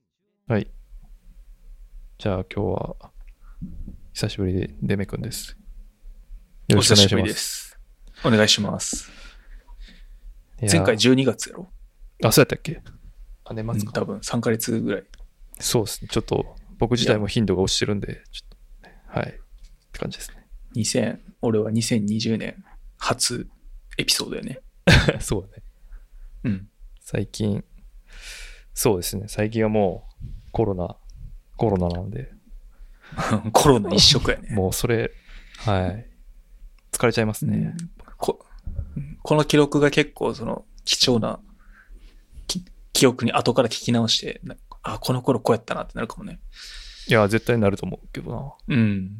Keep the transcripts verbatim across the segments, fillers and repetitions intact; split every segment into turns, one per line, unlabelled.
はい。じゃあ今日は久しぶりでデメ君です。よろしくお願いします。お久しぶりです。
お願いします。前回じゅうにがつやろ。
あ、そうやったっけ？あ、年末か、
うん、多分さんかげつぐらい。
そうですね。ちょっと僕自体も頻度が落ちてるんで、ちょっとはいって感じですね。
にせん俺はにせんにじゅうねん初エピソードやね。
そうね。
うん。
最近そうですね。最近はもうコロナコロナなんで
コロナ一色やね。
もうそれはい疲れちゃいますね。うん、
こ, この記録が結構その貴重な記憶に後から聞き直して、あ、この頃こうやったなってなるかもね。
いや絶対なると思うけどな。
うん。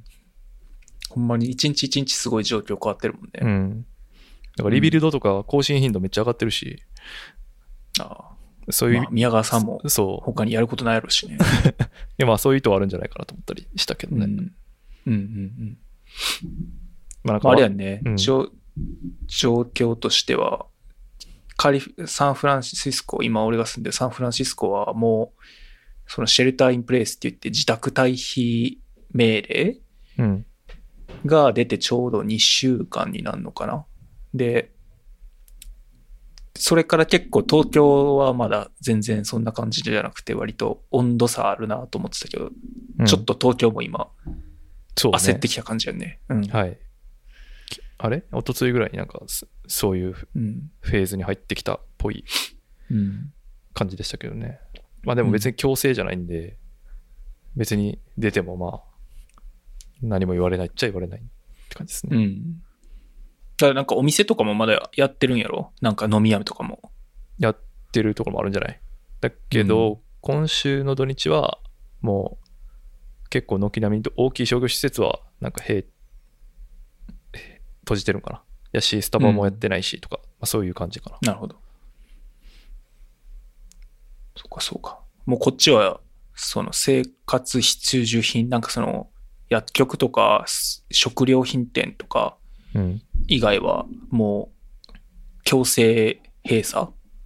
ほんまに一日一日すごい状況変わってるもんね。
うん。だからリビルドとか更新頻度めっちゃ上がってるし、
うん、ああ。
そういう、
まあ、宮川さんも他にやることないやろしね。い
やまあそういう意図はあるんじゃないかなと思ったりしたけどね。
うん、うんうんうんまあなんかあれやね、うん、状況としてはカリフサンフランシスコ、今俺が住んでるサンフランシスコはもうそのシェルターインプレイスって言って自宅待避命令が出てちょうどにしゅうかんになるのかな。でそれから結構東京はまだ全然そんな感じじゃなくて割と温度差あるなと思ってたけど、うん、ちょっと東京も今焦ってきた感じやね。うん、
はい。あれ？一昨日ぐらいになんかそういうフェーズに入ってきたっぽい感じでしたけどね。まあでも別に強制じゃないんで、別に出てもまあ何も言われないっちゃ言われないって感じですね。
うん。だからなんかお店とかもまだやってるんやろ？なんか飲み屋とかも。
やってるところもあるんじゃない？だけど、うん、今週の土日はもう結構軒並みと大きい商業施設はなんか閉閉じてるんかな。やし、スタバもやってないしとか、うんまあ、そういう感じかな。
なるほど。そうかそうか。もうこっちはその生活必需品、なんかその薬局とか食料品店とか以外はもう強制閉鎖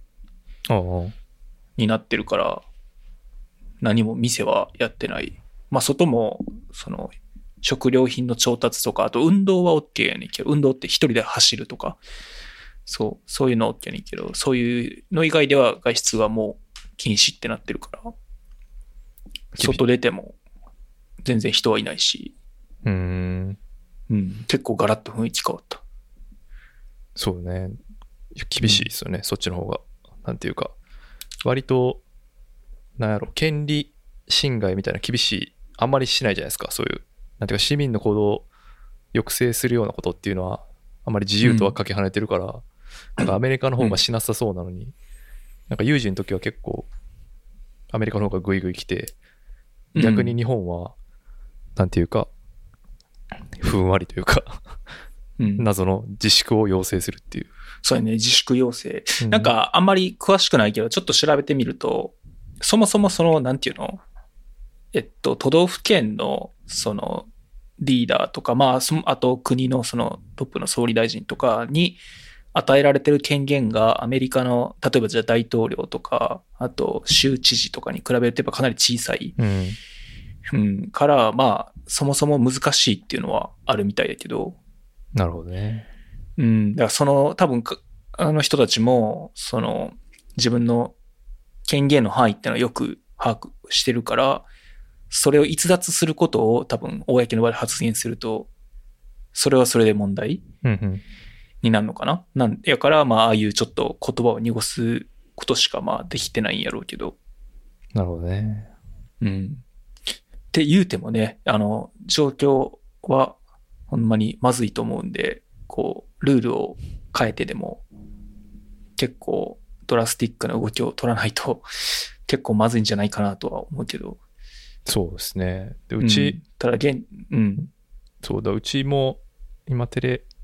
になってるから何も店はやってない。まあ外もその食料品の調達とか、あと運動は OK やねんけど、運動って一人で走るとか、そう、そういうの OK やねんけど、そういうの以外では外出はもう禁止ってなってるから、外出ても全然人はいないし、
うーん、
うん、結構ガラッと雰囲気変わった。
そうね、厳しいですよね、うん、そっちの方が。なんていうか、割と、なんやろ、権利侵害みたいな厳しい、あんまりしないじゃないですか、そういう。なんていうか市民の行動を抑制するようなことっていうのはあまり自由とはかけ離れてるから、うん、なんかアメリカの方がしなさそうなのに、うん、なんか有事の時は結構アメリカの方がグイグイ来て、逆に日本はなんていうかふんわりというか、うん、謎の自粛を要請するっていう。
そうやね、自粛要請、うん、なんかあんまり詳しくないけどちょっと調べてみると、そもそもそのなんていうのえっと、都道府県のそのリーダーとか、まあ、あと国のそのトップの総理大臣とかに与えられてる権限がアメリカの、例えばじゃあ大統領とか、あと州知事とかに比べるとやっぱかなり小さい、
うん
うん、から、まあ、そもそも難しいっていうのはあるみたいだけど。
なるほどね。
うん、だからその多分、あの人たちも、その自分の権限の範囲っていうのはよく把握してるから、それを逸脱することを多分公の場で発言すると、それはそれで問題になるのかな。
うんうん、
なんやからまあああいうちょっと言葉を濁すことしかまあできてないんやろうけど。
なるほどね。
うん。って言うてもね、あの状況はほんまにまずいと思うんで、こうルールを変えてでも結構ドラスティックな動きを取らないと結構まずいんじゃないかなとは思うけど。
そうですね。でうち、
うん、ただ現、うん、
そうだ、うちも今テレ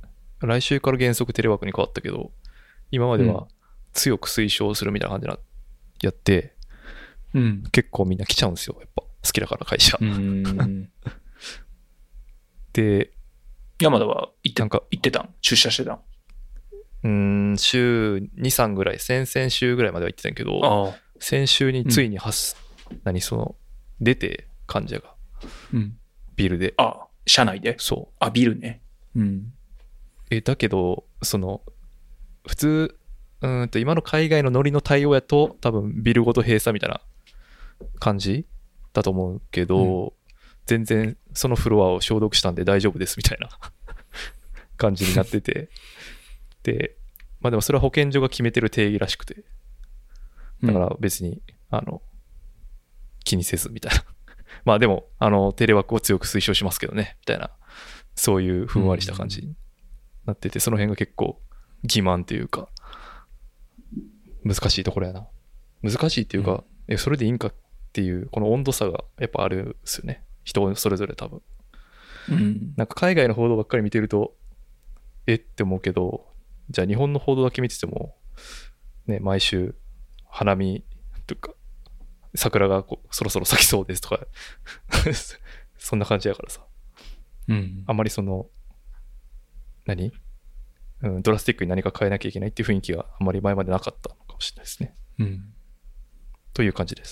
来週から原則テレワークに変わったけど、今までは強く推奨するみたいな感じなやって、
うん、
結構みんな来ちゃうんですよ、やっぱ好きだから会社。
うーん
で、
山田は行って
なんか
行ってたん？出社してたん？
うーん、週に、さんぐらい、先々週ぐらいまでは行ってたんやけど、先週についに発、うん、何その出て患者が、
うん、
ビルで。
あ、社内で？
そう。
あ、ビルね。うん。
え、だけど、その、普通、うーんと今の海外のノリの対応やと、多分ビルごと閉鎖みたいな感じだと思うけど、うん、全然そのフロアを消毒したんで大丈夫ですみたいな感じになってて。で、まあでもそれは保健所が決めてる定義らしくて、だから別に、あの、気にせずみたいな。まあでも、あの、テレワークを強く推奨しますけどね、みたいな、そういうふんわりした感じになってて、その辺が結構欺瞞というか、難しいところやな。難しいっていうか、え、それでいいんかっていう、この温度差がやっぱあるんですよね。人それぞれ多分。
うん、
なんか海外の報道ばっかり見てると、えって思うけど、じゃあ日本の報道だけ見てても、ね、毎週花見というか、桜がこうそろそろ咲きそうですとかそんな感じやからさ、
うん、
あんまりその何、うん、ドラスティックに何か変えなきゃいけないっていう雰囲気があんまり前までなかったのかもしれないですね、
うん、
という感じです。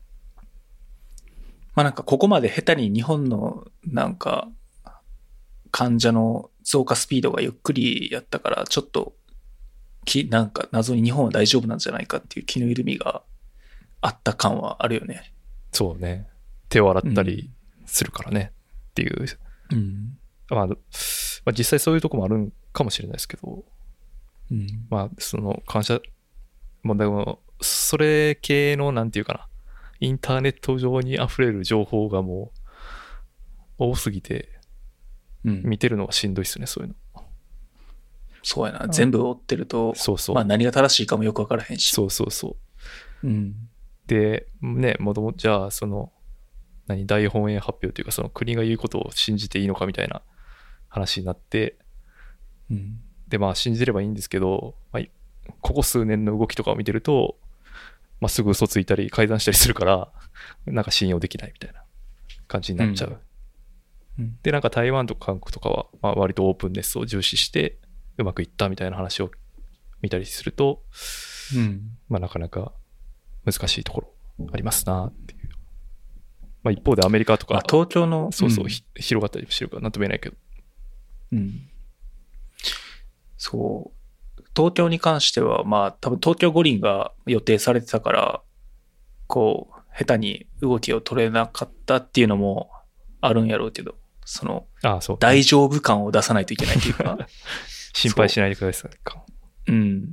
まあなんかここまで下手に日本のなんか患者の増加スピードがゆっくりやったからちょっときなんか謎に日本は大丈夫なんじゃないかっていう気の緩みがあった感はあるよね。
そうね。手を洗ったりするからね、うん、っていう、
うん
まあ、まあ実際そういうとこもあるんかもしれないですけど、
うん、
まあその感謝問題もそれ系のなんていうかな、インターネット上に溢れる情報がもう多すぎて、うん、見てるのはしんどいっすね、そういうの。
そうやな、全部追ってると、
そうそう、
まあ何が正しいかもよく分からへんし。
そうそうそう。
うん、
で、ね、もともとじゃあ、その、何、大本営発表というか、その国が言うことを信じていいのかみたいな話になって、
うん、
で、まあ信じればいいんですけど、まあ、ここ数年の動きとかを見てると、まあ、すぐ嘘ついたり改ざんしたりするから、なんか信用できないみたいな感じになっちゃう。うん、で、なんか台湾とか韓国とかは、まあ、割とオープンネスを重視してうまくいったみたいな話を見たりすると、
うん、
まあなかなか難しいところありますなっていう。まあ一方でアメリカとか、まあ、
東京の
そうそう、うん、広がったりしてるからなんとも言えないけど。
うん。そう。東京に関しては、まあ多分東京五輪が予定されてたから、こう、下手に動きを取れなかったっていうのもあるんやろうけど、その、
ああそう
大丈夫感を出さないといけないというか。
心配しないでくださいか。
うん。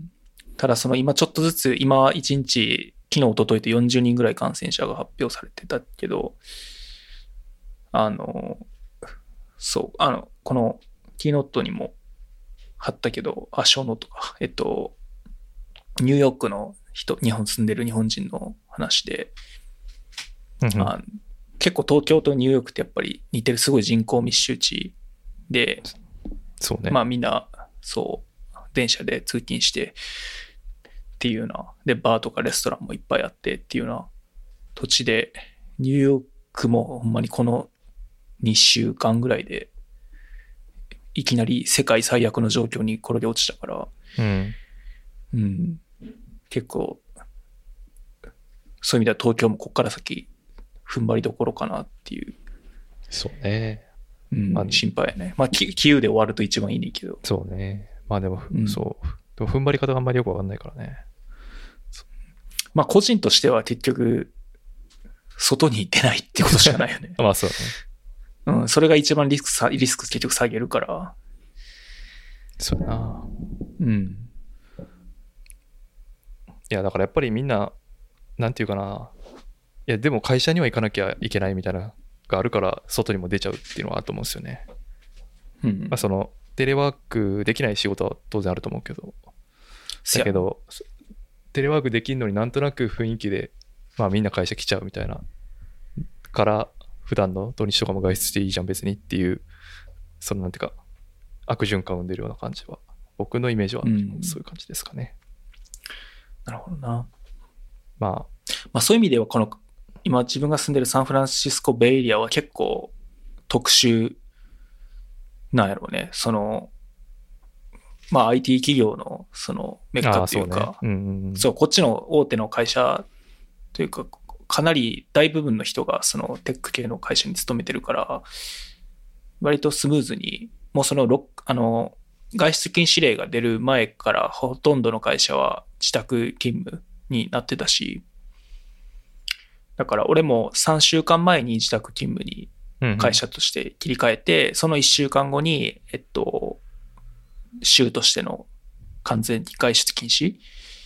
ただその今ちょっとずつ、今いちにち、昨日一昨日とよんじゅうにんぐらい感染者が発表されてたけど、あの、そう、あの、このキーノットにも貼ったけど、あ、ショーノートか、えっと、ニューヨークの人、日本住んでる日本人の話で、
うんうん、
あ結構東京とニューヨークってやっぱり似てるすごい人口密集地で、
そうね。
まあみんな、そう、電車で通勤してっていうような、で、バーとかレストランもいっぱいあってっていうような土地で、ニューヨークもほんまにこのにしゅうかんぐらいで、いきなり世界最悪の状況に転げ落ちたから、
うん。
うん、結構、そういう意味では東京もここから先、踏ん張りどころかなっていう。
そうね。
うん、まあ、心配やね。まあ、キーウで終わると一番いいねんけど。
そうね。まあでも、
うん、
そう。でも踏ん張り方があんまりよくわかんないからね。
まあ、個人としては結局、外に出ないってことしかないよね。
まあそうだね。
うん、それが一番リスクさ、リスク結局下げるから。
そうやな。
うん。
いや、だからやっぱりみんな、なんていうかな。いや、でも会社には行かなきゃいけないみたいながあるから、外にも出ちゃうっていうのはあると思うんですよね。
うん。
まあその、テレワークできない仕事は当然あると思うけど。だけど、テレワークできんのになんとなく雰囲気で、まあみんな会社来ちゃうみたいな。から、普段の土日とかも外出していいじゃん別にっていう、そのなんていうか、 悪循環を生んでるような感じは、僕のイメージはそういう感じですかね。
うん、なるほどな。
まあ、
まあそういう意味ではこの今自分が住んでるサンフランシスコベイエリアは結構特殊なんやろうね。そのまあ アイティー 企業のそのメッカっていうか、
そうね、うんうん、
そうこっちの大手の会社というかかなり大部分の人がそのテック系の会社に勤めてるから割とスムーズにもうそのロあの外出禁止令が出る前からほとんどの会社は自宅勤務になってたし、だから俺もさんしゅうかんまえに自宅勤務に会社として切り替えて、うんうん、そのいっしゅうかんごにえっと州としての完全に外出禁止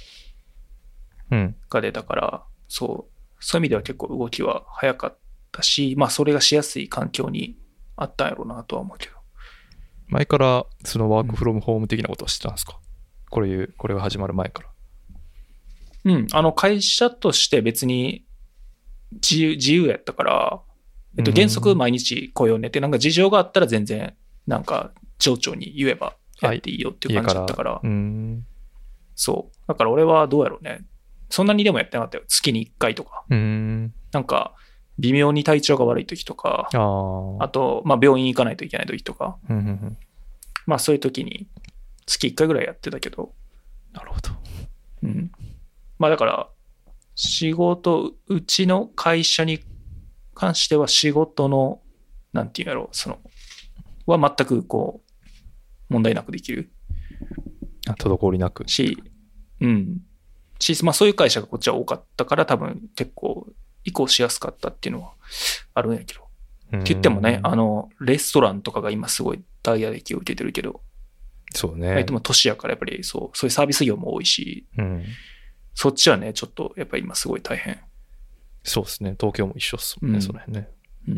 が出たから、うん、そうそういう意味では結構動きは早かったし、まあそれがしやすい環境にあったんやろうなとは思うけど。
前からそのワークフロムホーム的なことは知ってたんですか？うん、これいう、これが始まる前から。
うん、あの会社として別に自由、自由やったから、えっと原則毎日来ようねって、なんか事情があったら全然なんか上長に言えばやっていいよっていう感じだったから。
はい、からうん、
そう。だから俺はどうやろうね。そんなにでもやってなかったよ。月にいっかいとか。
うん、
なんか微妙に体調が悪い時とか、
あ,
あと、まあ病院行かないといけない時とか、
うんうんうん、
まあそういう時に月いっかいぐらいやってたけど。
なるほど。
うん。まあだから仕事、うちの会社に関しては仕事の、なんていうんやろう、その、は全くこう、問題なくできる。
あ、滞りなく。
し、うん。し、まあそういう会社がこっちは多かったから多分結構移行しやすかったっていうのはあるんやけど。って言ってもね、あの、レストランとかが今すごい大打撃を受けてるけど。
そうね。
相手も都市やからやっぱりそう、そういうサービス業も多いし、
うん、
そっちはね、ちょっとやっぱり今すごい大変。
そうですね。東京も一緒っすもんね、うん、その辺ね。
うん。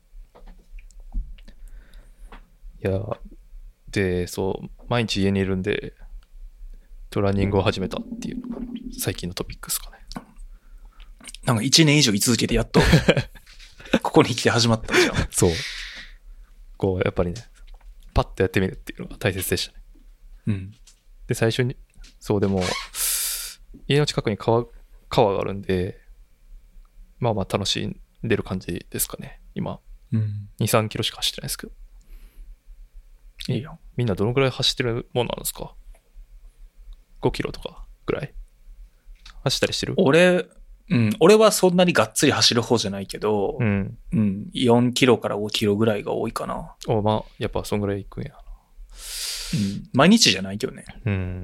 いや、で、そう、毎日家にいるんで、ランニングを始めたっていうのが最近のトピックスかね。
なんかいちねん以上居続けてやっと、ここに来て始まったじゃん。
そう。こう、やっぱりね、パッとやってみるっていうのが大切でしたね。
うん。
で、最初に、そう、でも、家の近くに川、川があるんで、まあまあ楽しんでる感じですかね、今。
うん、
に、さんキロしか走ってないですけど。
いいよ。
みんなどのぐらい走ってるもんなんですか？ごキロとかぐらい走ったりしてる？
俺、うん、俺はそんなにがっつり走る方じゃないけど、
うん、
うん、よんキロからごキロぐらいが多いかな。
お、まあ、やっぱそんぐらい行くんやな。
うん、毎日じゃないけどね。
うん。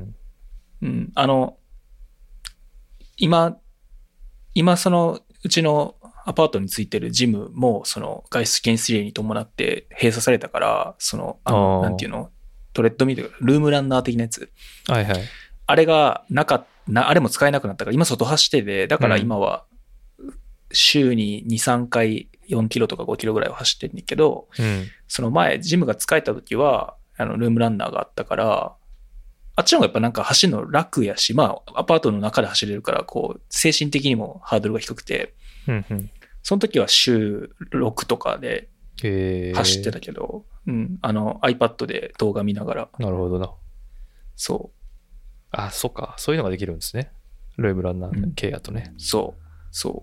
うん、あの、今、今その、うちのアパートについてるジムも、その外出禁止令に伴って閉鎖されたから、その、あの、なんていうの、トレッドミル、ルームランナー的なやつ。
はいはい。
あれがなかな、あれも使えなくなったから、今外走ってて、だから今は週にに、さんかいよんキロとかごキロぐらいは走ってるんだけど、
うん、
その前、ジムが使えた時は、あの、ルームランナーがあったから、あっちの方がやっぱなんか走るの楽やし、まあ、アパートの中で走れるから、こう、精神的にもハードルが低くて、
うんうん、
その時は週ろくとかで走ってたけど、うん、あの iPad で動画見ながら。
なるほどな。
そう。
あ、そうか。そういうのができるんですね。ルームランナー系やとね。
うん、そう。そう。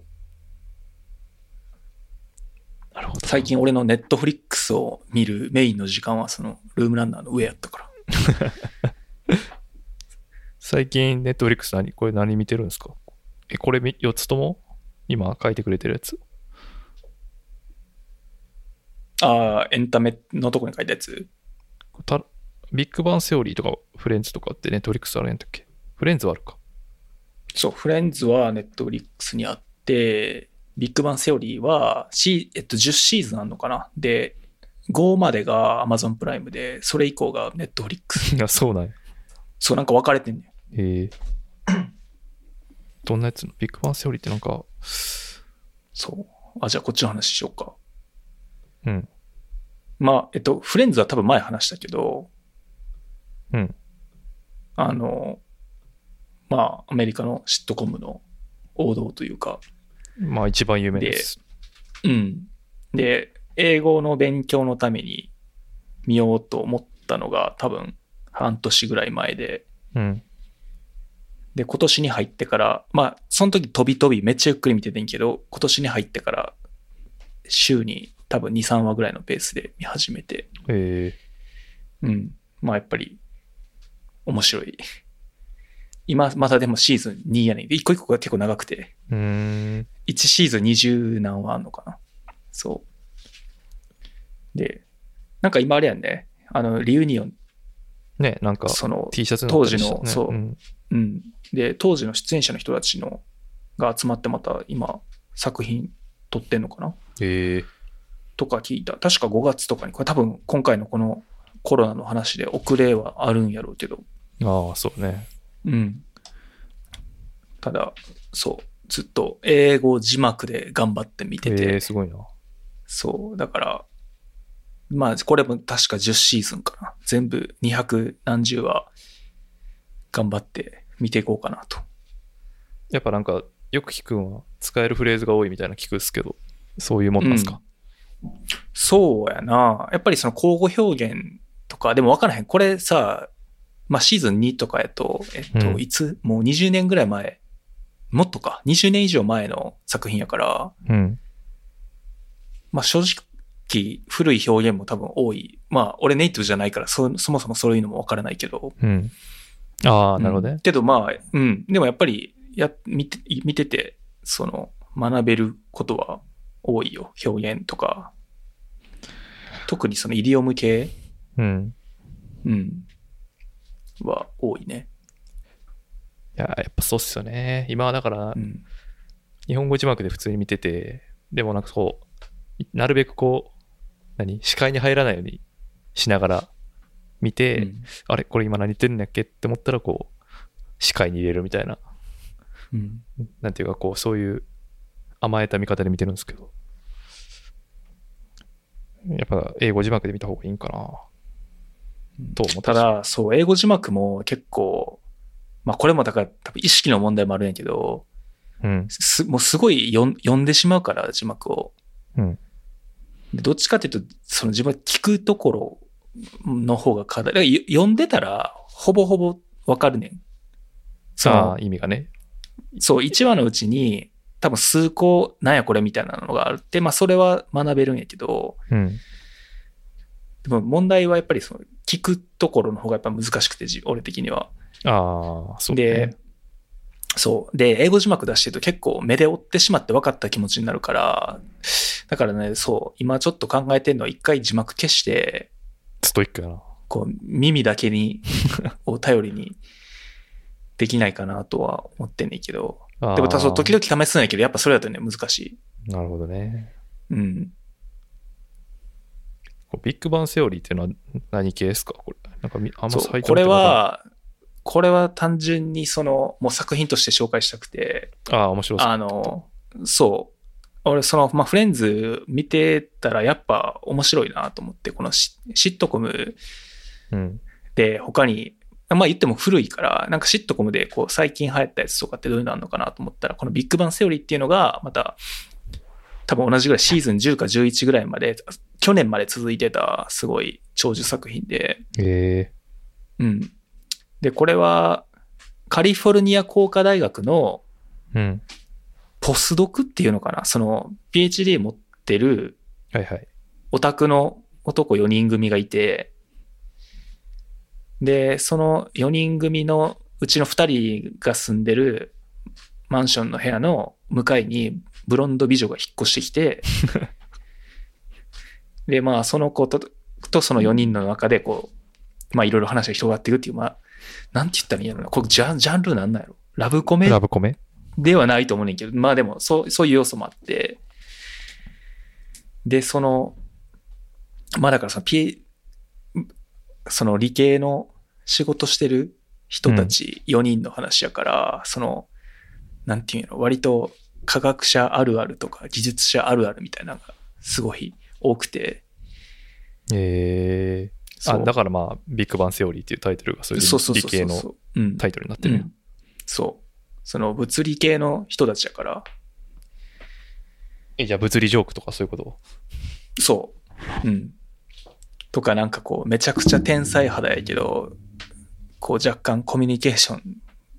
なるほど。
最近俺のネットフリックスを見るメインの時間はそのルームランナーの上やったから。
最近ネットフリックス何これ何見てるんですか？え、これよっつとも今書いてくれてるやつ？
ああ、エンタメのとこに書いたやつ？
たビッグバンセオリーとかフレンズとかってネットフリックスあるんだっけ？フレンズはあるか。
そう、フレンズはネットフリックスにあって、ビッグバンセオリーは、C、えっと、じゅっシーズンあるのかな？で、ごまでが Amazon プライムで、それ以降がネットフリックス。
いや、そうなんや。
そう、なんか分かれてんねん。
へえ。どんなやつの？ビッグバンセオリーってなんか。
そう。あ、じゃあこっちの話しようか。
うん。
まあ、えっと、フレンズは多分前話したけど、
うん。
あの、まあ、アメリカのシットコムの王道というか。
まあ、一番有名です。
で、うん。で、英語の勉強のために見ようと思っったのが多分半年ぐらい前で、
うん、
で今年に入ってからまあその時飛び飛びめっちゃゆっくり見ててんけど、今年に入ってから週に多分にさんわぐらいのペースで見始めて、
へ
ー、うん、まあやっぱり面白い。今またでもシーズンにやねん。一個一個が結構長くて、
うーん、
いちシーズンにじゅう何話あんのかな。そうで、なんか今あれやんね、あのリユニオン
ね、なんか
その
T シャツ
当時の、
ね、
そう、
うん、
うん、で当時の出演者の人たちのが集まってまた今作品撮ってんのかな、
へえ、
とか聞いた。確かごがつとかに、これ多分今回のこのコロナの話で遅れはあるんやろうけど、
ああそうね、
うん、ただそうずっと英語字幕で頑張って見てて、
えー、すごいな。
そうだからまあこれも確かじゅっシーズンかな、全部にひゃくなんじゅう話頑張って見ていこうかなと。
やっぱなんかよく聞くんは使えるフレーズが多いみたいな聞くっすけど、そういうもんなんですか？
うん、そうやな、やっぱりその口語表現とかでも分からへん。これさ、まあシーズンにとかやとえっと、うん、いつもうにじゅうねんぐらい前、もっとかにじゅうねん以上前の作品やから、
うん、
まあ正直古い表現も多分多い。まあ俺ネイティブじゃないからそ, そもそもそういうのも分からないけど、
うん、ああなるほどね、
うん、けどまあうんでもやっぱりや見て見ててその学べることは多いよ。表現とか特にそのイディオム系、
うん
うん、は多いね。
いややっぱそうっすよね。今はだから、うん、日本語字幕で普通に見てて、でもなんかそうなるべくこう何視界に入らないようにしながら見て、うん、あれこれ今何言ってるんだっけって思ったらこう視界に入れるみたいな、うん、なんていうかこうそういう甘えた見方で見てるんですけど、やっぱ英語字幕で見た方がいいんかなと思った。
ただそう英語字幕も結構まあこれもだから多分意識の問題もあるんやけど、うん、すもうすごい読んでしまうから字幕を、うん、でどっちかっていうとその自分は聞くところの方が課題。だから読んでたらほぼほぼわかるねん。
その意味がね。
そういちわのうちに多分数個なんやこれみたいなのがあって、まあそれは学べるんやけど、うん、でも問題はやっぱりその聞くところの方がやっぱ難しくて俺的には。
ああ、そうね。
で、そう。で、英語字幕出してると結構目で追ってしまって分かった気持ちになるから、だからね、そう、今ちょっと考えてるのは一回字幕消して、
ストイックやな。
こう、耳だけに、を頼りにできないかなとは思ってんねんけど、でも多少時々試すんやけど、やっぱそれだとね、難し
い。なるほどね。
うん。
ビッグバンセオリーっていうのは何系ですかこれ。なんかあんま
最近これは、これは単純にそのもう作品として紹介したくて、
ああ面白そう。
あのそう俺そのまあフレンズ見てたらやっぱ面白いなと思って、このシットコムで他に、うん、まあ言っても古いからなんかシットコムでこう最近流行ったやつとかってどういうのあるのかなと思ったら、このビッグバンセオリーっていうのがまた多分同じぐらいシーズンじゅうかじゅういちぐらいまで去年まで続いてたすごい長寿作品で、
へ
ーうんで、これはカリフォルニア工科大学のポスドクっていうのかな、その ピーエイチディー 持ってるオタクの男よにん組がいて、で、そのよにん組のうちのふたりが住んでるマンションの部屋の向かいにブロンド美女が引っ越してきて、で、まあその子と、とそのよにんの中でこう、まあいろいろ話が広がっていくっていう、まあ、なんて言ったらいいんやろな。これジャン、ジャンルなんなんやろ。ラブコメ
ラブコメ
ではないと思うねんけど、まあでもそう、そういう要素もあって、で、その、まあだからその、P、その理系の仕事してる人たちよにんの話やから、うん、その、なんていうの、割と科学者あるあるとか技術者あるあるみたいなのがすごい多くて。
えー。あだからまあビッグバンセオリーっていうタイトルがそういう理系のタイトルになってる、
うんうん、そうその物理系の人たちだから。
えじゃあ物理ジョークとかそういうこと？
そううんとかなんかこうめちゃくちゃ天才肌やけどこう若干コミュニケーション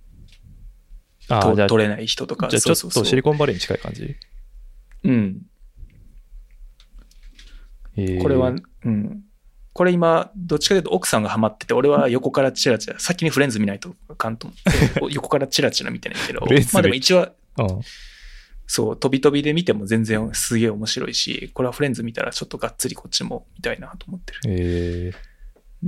と取れない人とか。
じゃあちょっとシリコンバレーに近い感じ。
うん。これは、うん。これ今、どっちかというと奥さんがハマってて、俺は横からチラチラ、先にフレンズ見ないとあかんと思って、横からチラチラ見てないけど、まあでも一応、うん、そう、飛び飛びで見ても全然すげえ面白いし、これはフレンズ見たらちょっとがっつりこっちも見たいなと思ってる。
へえー。
うん。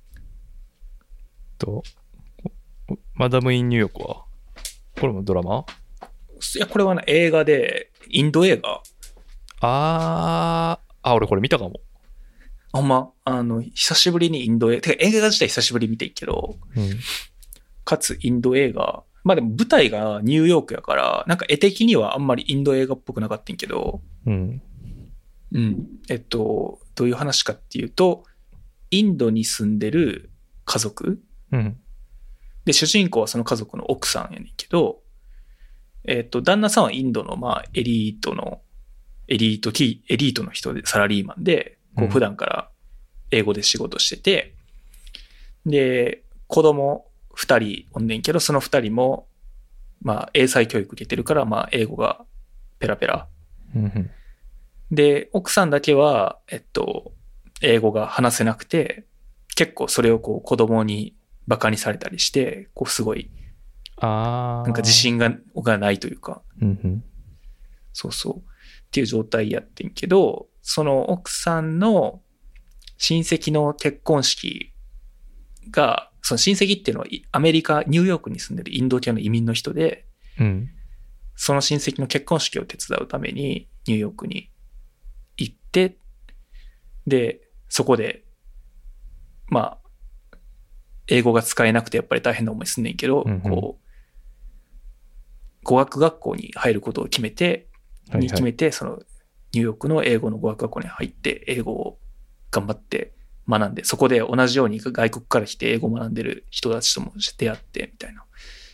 と、マダム・イン・ニューヨークはこれもドラマ？
いや、これはね、映画で、インド映画。
あー、あ、俺これ見たかも。
ほんま、あの、久しぶりにインド映画、てか映画自体久しぶりに見ていいけど、
うん、
かつインド映画、まあでも舞台がニューヨークやから、なんか絵的にはあんまりインド映画っぽくなかったんけど、
うん。
うん。えっと、どういう話かっていうと、インドに住んでる家族、
うん、
で、主人公はその家族の奥さんやねんけど、えっと、旦那さんはインドの、まあ、エリートの、エリート、エリートの人で、サラリーマンで、こう、普段から英語で仕事してて、うん、で、子供二人おんねんけど、その二人も、まあ、英才教育受けてるから、まあ、英語がペラペラ。
うん、
で、奥さんだけは、えっと、英語が話せなくて、結構それをこう、子供にバカにされたりして、こう、すごい、
あ
なんか自信が、がないというか、
うんうん、
そうそう。っていう状態やってんけど、その奥さんの親戚の結婚式が、その親戚っていうのはアメリカ、ニューヨークに住んでるインド系の移民の人で、
うん、
その親戚の結婚式を手伝うためにニューヨークに行って、で、そこで、まあ、英語が使えなくてやっぱり大変な思いすんねんけど、うんうん、こう、語学学校に入ることを決めて、に決めて、はいはい、そのニューヨークの英語の語学学校に入って、英語を頑張って学んで、そこで同じように外国から来て英語を学んでる人たちとも出会って、みたいな。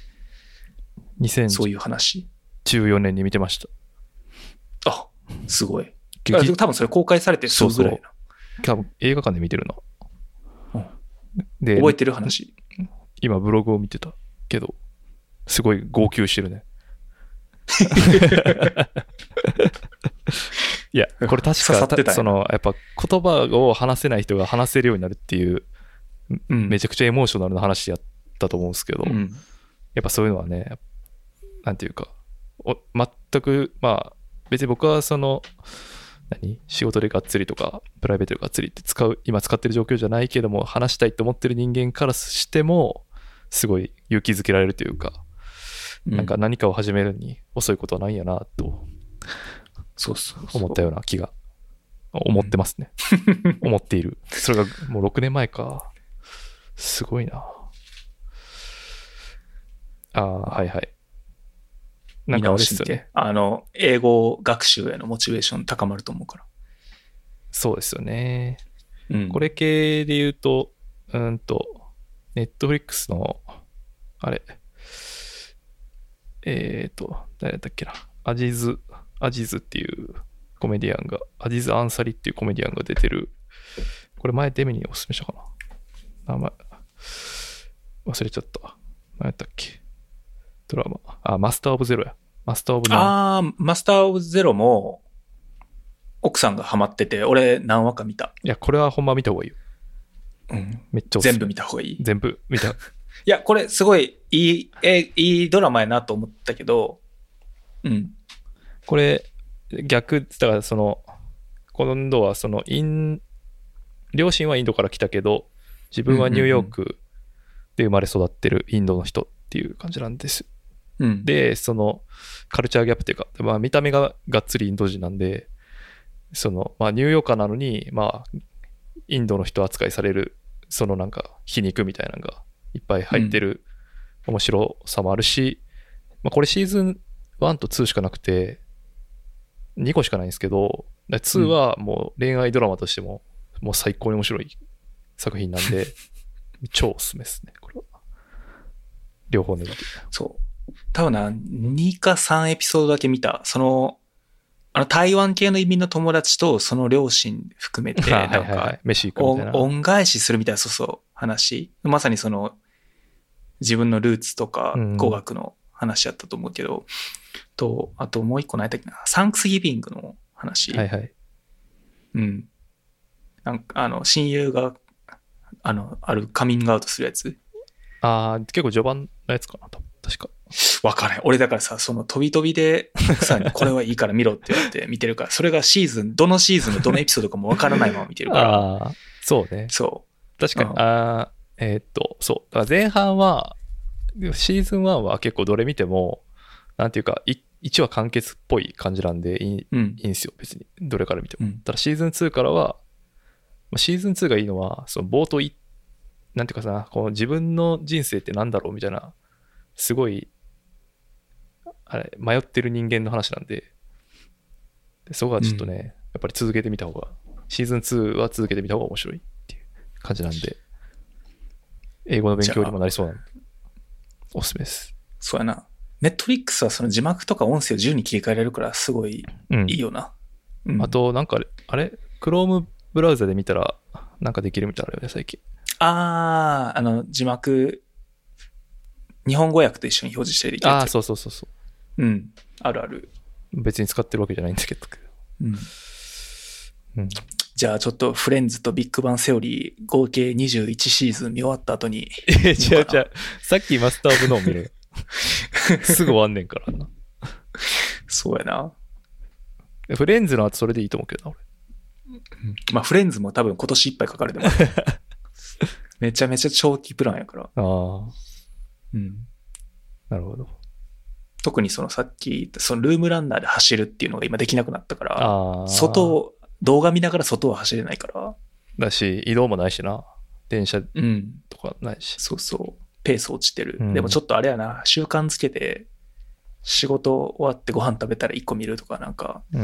そういう話。
じゅうよねんに見てました。
あ、すごい。多分それ公開されてすぐぐらいな。
そうそう多分映画館で見てるの。
うん、で覚えてる話。
今ブログを見てたけど、すごい号泣してるね。いやこれ確かそのやっぱ言葉を話せない人が話せるようになるっていう、うん、めちゃくちゃエモーショナルな話やったと思うんですけど、うん、やっぱそういうのはねなんていうかお全くまあ別に僕はその何仕事でがっつりとかプライベートでがっつりって使う今使ってる状況じゃないけども話したいと思ってる人間からしてもすごい勇気づけられるというか、なんか何かを始めるに遅いことはないんやなと思ったような気が思ってますね。思っている。それがもうろくねんまえか。すごいな。ああはいはい。
なんかあれですよね。あの英語学習へのモチベーション高まると思うから。
そうですよね。
うん、
これ系で言うと、うんとネットフリックスのあれ。えっと、誰だっけな。アジズ、アジズっていうコメディアンが、アジズ・アンサリっていうコメディアンが出てる、これ前デミにおすすめしたかな。名前、忘れちゃった。何やったっけ。ドラマ。あ、マスター・オブ・ゼロや。マスター・オブ・
あー、マスター・オブ・ゼロも、奥さんがハマってて、俺何話か見た。
いや、これはほんま見た方がいいよ。
うん。
めっちゃおすすめ。
全部見た方がいい。
全部見た。
いや、これすごいいい、え、いいドラマやなと思ったけど、うん。
これ、逆、だからその、今度はその、イン、両親はインドから来たけど、自分はニューヨークで生まれ育ってるインドの人っていう感じなんです。
うん、
で、その、カルチャーギャップっていうか、まあ見た目ががっつりインド人なんで、その、まあニューヨーカーなのに、まあ、インドの人扱いされる、そのなんか皮肉みたいなのがいっぱい入ってる面白さもあるし、うんまあ、これシーズンワンとツーしかなくてにこしかないんですけど、ツーはもう恋愛ドラマとしてももう最高に面白い作品なんで超おすすめですねこれは。両方ね。
そう多分なにかさんエピソードだけ見た。そのあの台湾系の移民の友達とその両親含めて、なんか、
飯行くみたいな。
恩返しするみたいな、そうそう、話。まさにその、自分のルーツとか語学の話やったと思うけど、うん、と、あともう一個何やったっけな、サンクスギビングの話。
はいはい。
うん。なんか、あの、親友が、あの、あるカミングアウトするやつ。
ああ、結構序盤のやつかな、確か。
わからん。俺だからさ、その飛び飛びで、さ、これはいいから見ろって言われて見てるから、それがシーズン、どのシーズンのどのエピソードかもわからないまま見てるから。
ああ、そうね。
そう。
確かに、うん、ああ、えー、っと、そう。だから前半は、シーズンワンは結構どれ見ても、なんていうか、いちわ完結っぽい感じなんでいい、うん、いいんですよ、別に。どれから見ても。うん、ただシーズンツーからは、シーズンツーがいいのは、その冒頭い、なんていうかさ、この自分の人生ってなんだろうみたいな、すごい、あれ、迷ってる人間の話なんで、でそこはちょっとね、うん、やっぱり続けてみた方が、シーズンツーは続けてみた方が面白いっていう感じなんで、英語の勉強にもなりそうなんで、おすすめです。
そうやな。ネットフリックスはその字幕とか音声を自由に切り替えられるから、すごいいいよな。
うんうん、あと、なんかあれ、あれ、Chrome ブラウザで見たら、なんかできるみたいなよね、最近。
あー、あの、字幕、日本語訳と一緒に表示してできるやつ。
あー、そうそうそうそう。
うん、あるある。
別に使ってるわけじゃないんですけど。
うん。うん、じゃあちょっとフレンズとビッグバンセオリー合計にじゅういちシーズン見終わった後に。
え、違う違う。さっきマスターオブノー見る。すぐ終わんねんからな。
そうやな。
フレンズの後それでいいと思うけどな、
俺。まあフレンズも多分今年いっぱいかかるでもめちゃめちゃ長期プランやから。あ
あ。
うん。
なるほど。
特にそのさっき言ったそのルームランナーで走るっていうのが今できなくなったから、
あ
外を、動画見ながら外は走れないから。
だし、移動もないしな。電車とかないし。
うん、そうそう。ペース落ちてる。うん、でもちょっとあれやな、習慣つけて、仕事終わってご飯食べたらいっこ見るとかなんか、
うん、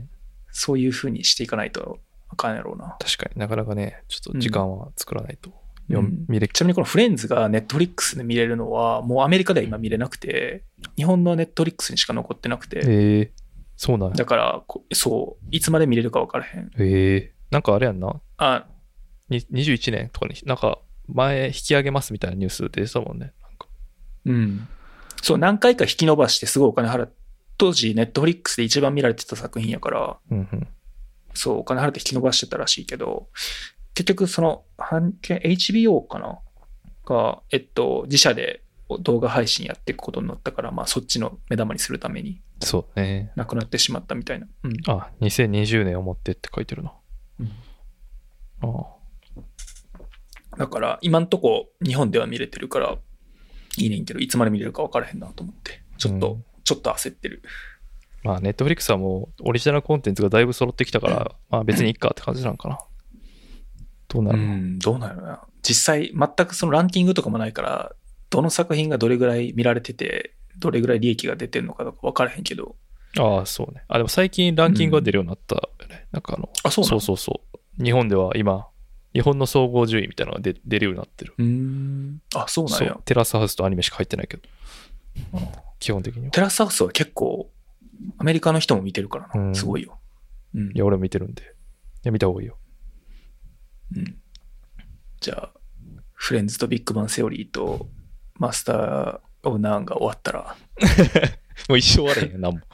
そういう風にしていかないとあかんやろうな。
確かになかなかね、ちょっと時間は作らないと。
うん、見れちなみにこのフレンズがネットフリックスで見れるのは、もうアメリカでは今見れなくて、日本のネットフリックスにしか残ってなくて。
えー、そうなんや。
だから、そう、いつまで見れるか分からへん。
えー、なんかあれやんな。
あ、
ににじゅういちねんとかに、なんか前引き上げますみたいなニュース出てたもんね。なんか
うん。そう、何回か引き伸ばしてすごいお金払って、当時ネットフリックスで一番見られてた作品やから、
うんうん、
そう、お金払って引き伸ばしてたらしいけど、結局その、エイチビーオー かなが、えっと、自社で動画配信やっていくことになったから、まあそっちの目玉にするために、
そうね。
なくなってしまったみたいな。うん、
あ、にせんにじゅうねんをもってって書いてるな。
うん、
あ
あ。だから今んとこ日本では見れてるからいいねんけど、いつまで見れるか分からへんなと思って、ちょっと、うん、ちょっと焦ってる。
まあネットフリックスはもうオリジナルコンテンツがだいぶ揃ってきたから、うん、まあ別にいいかって感じなんかな。どうなるの？
うん、どうなるのや。実際全くそのランキングとかもないから、どの作品がどれぐらい見られてて、どれぐらい利益が出てるのかとか分からへんけど。
ああ、そうね。あ、でも最近ランキングが出るようになったよね。うん、なんかあの、
あ、そうなの？
そうそうそう。日本では今、日本の総合順位みたいなのが 出, 出るようになってる。
うーん。あ、そうなんや。
テラスハウスとアニメしか入ってないけど。うん、基本的には。
テラスハウスは結構、アメリカの人も見てるからな。うん、すごいよ。
うん。いや、俺も見てるんで。いや、見た方がいいよ。
うん。じゃあ、フレンズとビッグバンセオリーとマスターオブナーンが終わったら。
もう一生終われへんよ、なんも。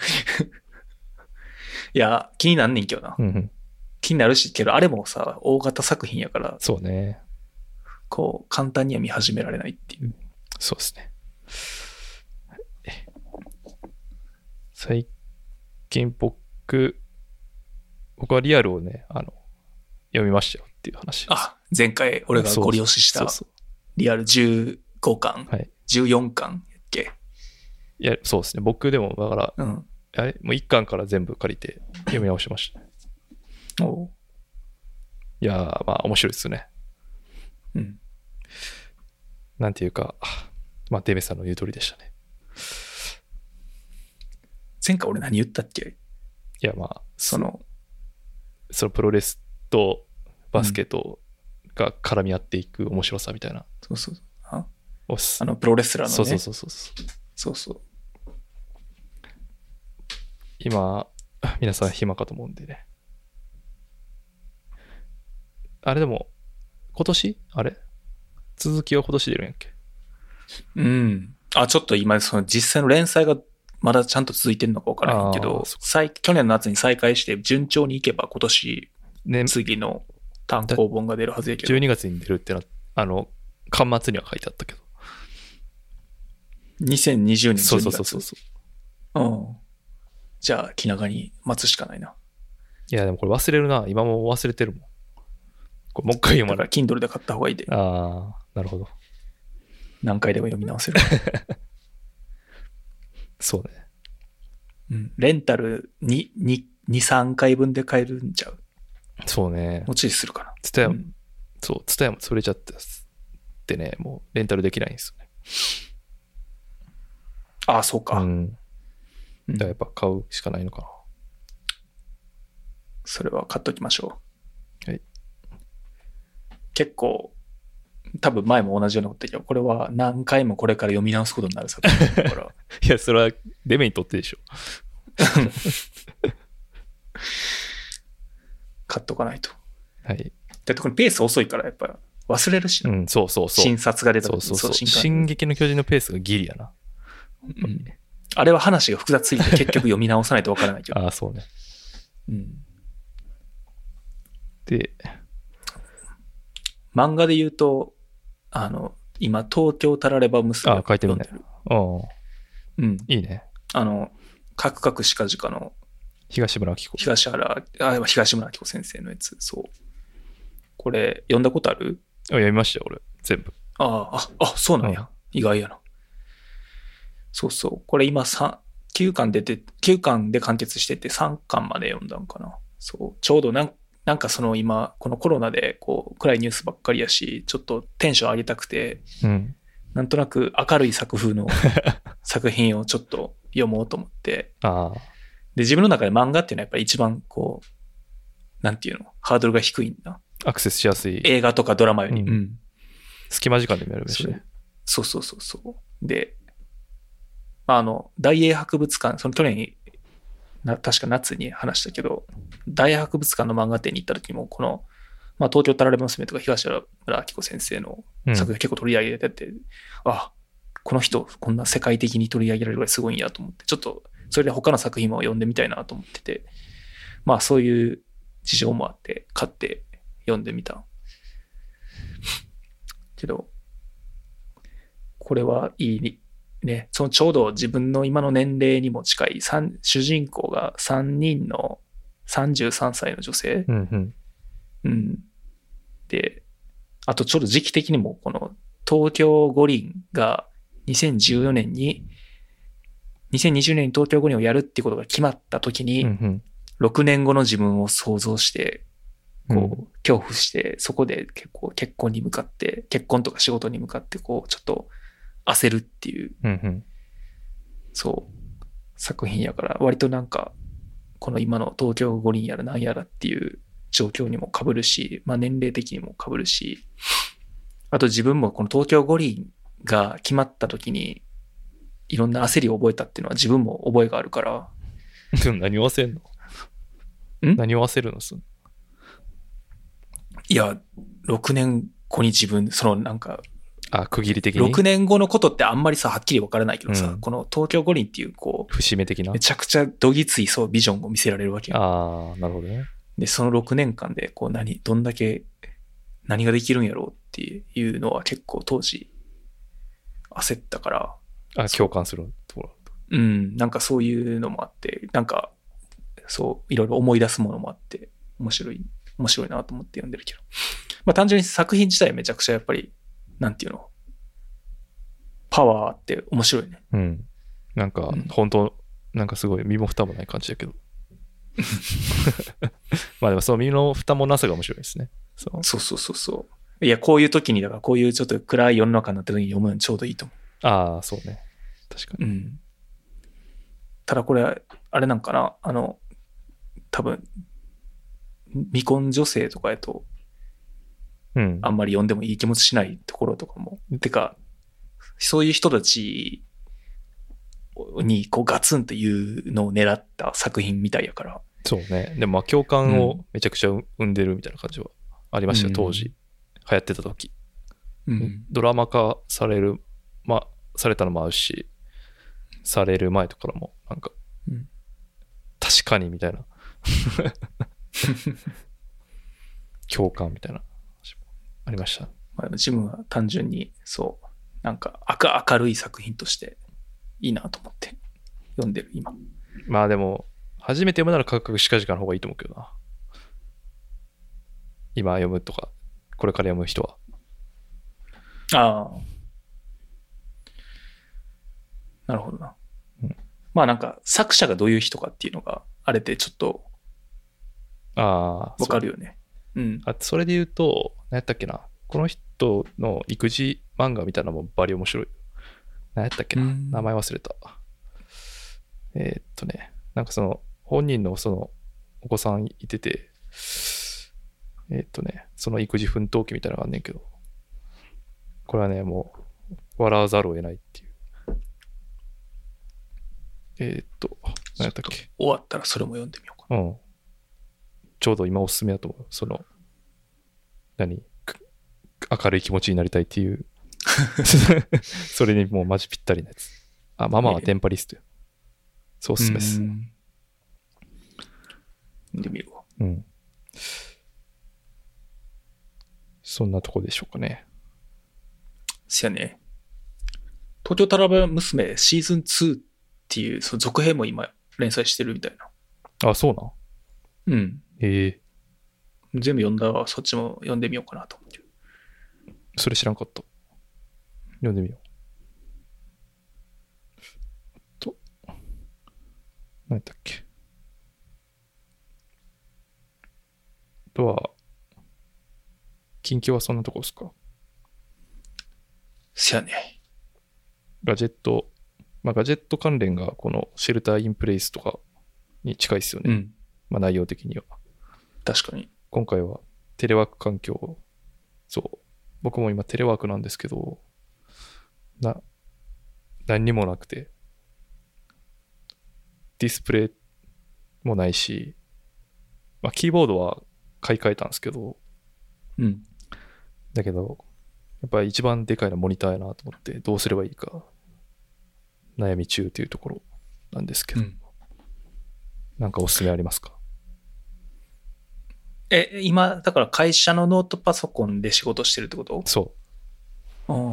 いや、気になんねんけどな。
うんうん、
気になるし、けど、あれもさ、大型作品やから。
そうね。
こう、簡単には見始められないっていう。
そうですね。最近僕、僕はリアルをね、あの、読みましたよっていう話です。
あ、前回俺がご利用ししたリアルじゅうごかん、はい、じゅうよんかんやっけ。
いや、そうですね。僕でも、だから、うん、あれもういっかんから全部借りて読み直しましたね。
お
いやー、まあ面白いですね。
うん。
なんていうか、まあデメさんの言う通りでしたね。
前回俺何言ったっけ？
いや、まあ、
その、
そのプロレスとバスケとが絡み合っていく面白さみたいな。
うん、そうそう。あ,
おす
あのプロレスラーのね。
そうそうそうそう。
そうそう。
今皆さん暇かと思うんでね。あれでも、今年あれ続きは今年出るんやっけ？
うん。あ、ちょっと今、その実際の連載がまだちゃんと続いてるのか分からへんけど、再去年の夏に再開して順調にいけば今年、ね、次の単行本が出るはずやけど。
じゅうにがつに出るってな、あの、巻末には書いてあったけど。
にせんにじゅうねんじゅうにがつ。
そうそうそうそう。
うん。じゃあ、気長に待つしかないな。
いや、でもこれ忘れるな。今も忘れてるもん。これもう一回読まない。
だから、Kindle で買った方がいいで。
ああ、なるほど。
何回でも読み直せる。
そうね。
うん。レンタルに、に、に、さんかいぶんで買えるんちゃう？
そうね。
もうちょいするかな。
ツタヤ、うん、そう、ツタヤも潰れちゃってってね、もうレンタルできないんですよね。
ああ、そうか。
うん。だからやっぱ買うしかないのかな。
それは買っときましょ
う。はい。
結構、多分前も同じようなこと言ったけど、これは何回もこれから読み直すことになる作品だから。
いや、それはデメにとってでしょ。
買っとかないと。
はい。
だってこれペース遅いからやっぱ忘れるし、
うん、そうそうそう。
新冊が出た
時そうそうそう。進撃の巨人のペースがギリやな。
うん、あれは話が複雑すぎて結局読み直さないとわからないけど。
ああ、そうね。
うん。
で、
漫画で言うと、あの、今、東京タラレバ娘
を読んでる。あ、書いてるね。
うん。
いいね。
あの、カクカクしかじかの
東村明子。
東原、あ、東村明子先生のやつ、そう。これ、読んだことある？
あ、読みましたよ、俺。全部。
ああ、あ、そうなんや。うん、意外やな。そうそう。これ今さん、きゅうかん出て、きゅうかんで完結しててさんかんまで読んだんかな。そう。ちょうどなんなんかその今、このコロナでこう、暗いニュースばっかりやし、ちょっとテンション上げたくて、
うん、
なんとなく明るい作風の作品をちょっと読もうと思って。
あ
で、自分の中で漫画っていうのはやっぱり一番こう、なんていうの、ハードルが低いんだ。
アクセスしやすい。
映画とかドラマより。うん。うん、
隙間時間でもやるべしね。
そうそうそうそう。で、あの、大英博物館、その去年な、確か夏に話したけど、大英博物館の漫画展に行った時も、この、まあ、東京タラレバ娘とか東原村明子先生の作品結構取り上げてて、うん、あ、この人、こんな世界的に取り上げられるぐらいすごいんやと思って、ちょっと、それで他の作品も読んでみたいなと思ってて、まあそういう事情もあって、買って読んでみた。けど、これはいいね。そのちょうど自分の今の年齢にも近い、主人公がさんにんのさんじゅうさんさいの女性。
うん、うん
うん。で、あとちょうど時期的にもこの東京五輪がにせんじゅうよねんに、にせんにじゅうねんに東京五輪をやるっていうことが決まった時に、
うんうん、
ろくねんごの自分を想像して、こう、恐怖して、そこで結構結婚に向かって、結婚とか仕事に向かって、こう、ちょっと焦るっていう、
うんうん、
そう、作品やから、割となんか、この今の東京五輪やらなんやらっていう状況にも被るし、まあ年齢的にも被るし、あと自分もこの東京五輪が決まった時に、いろんな焦りを覚えたっていうのは自分も覚えがあるから。
何を焦るの？ん何を焦るの？
いや、ろくねんごに自分、そのなんか、
あ、区切り的に。
ろくねんごのことってあんまりさ、はっきり分からないけどさ、うん、この東京五輪っていう、こう、
節目的な。
めちゃくちゃどぎついそうビジョンを見せられるわけよ。
ああ、なるほどね。
で、そのろくねんかんで、こう何、どんだけ、何ができるんやろうっていうのは結構当時、焦ったから。
あ、共感するところ。
うん、なんかそういうのもあって、なんか、そう、いろいろ思い出すものもあって、面白い、面白いなと思って読んでるけど。まあ単純に作品自体めちゃくちゃやっぱり、なんていうの、パワーあって面白いね。
うん。なんか、うん、本当なんかすごい身も蓋もない感じだけど。まあでもその身の蓋もなさが面白いですね。
そうそうそうそうそう。いや、こういう時に、だからこういうちょっと暗い世の中になった時に読むのにちょうどいいと思う。
ああ、そうね。確かに。
うん。ただこれ、あれなんかな、あの、多分、未婚女性とかやと、
うん、
あんまり読んでもいい気持ちしないところとかも。てか、そういう人たちにこうガツンというのを狙った作品みたいやから。
そうね。でもまあ共感をめちゃくちゃ生んでるみたいな感じはありましたよ、うん、当時流行ってた時、うん、ドラマ化される、まあ、されたのもあるし、される前とかもなんか、うん、確かにみたいな共感みたいなありました。
まあ、自分は単純にそうなんか明、明るい作品としていいなと思って読んでる今。
まあでも初めて読むならカクカクしかじかの方がいいと思うけどな。今読むとかこれから読む人は。
ああ、なるほどな、うん、まあなんか作者がどういう人かっていうのがあれでちょっと
あ
わかるよね。
うん、あそれで言うと何やったっけな、この人の育児漫画みたいなのもバリ面白い。何やったっけな、名前忘れた。えー、っとねなんかその本人のそのお子さんいてて、えー、っとねその育児奮闘記みたいなのがあんねんけど、これはねもう笑わざるを得ないっていう。えー、っと何やったっけ。
終わったらそれも読んでみようか。
うん。ちょうど今おすすめだと思う。その何明るい気持ちになりたいっていうそれにもうマジぴったりなやつ。あ、ママはテンパリストよ。そうおすすめです。
で見るわ。
うん。そんなとこでしょうかね。
そやね。東京タラバ娘シーズンツーっていうその続編も今連載してるみたいな。
あ、そう
なん？うん。
へえ。
全部読んだらそっちも読んでみようかなと思ってる。
それ知らんかった。読んでみよう。と、何やったっけ。あとは、近況はそんなとこですか？
そやね。
ガジェット、まあガジェット関連がこのシェルターインプレイスとかに近いですよね。うん、まあ内容的には。
確かに。
今回はテレワーク環境、そう。僕も今テレワークなんですけど、な、何にもなくて、ディスプレイもないし、まあ、キーボードは買い替えたんですけど、
うん。
だけど、やっぱり一番でかいのはモニターやなと思って、どうすればいいか悩み中というところなんですけど、うん、なんかおすすめありますか？
え、今、だから会社のノートパソコンで仕事してるってこと？
そう。
うん。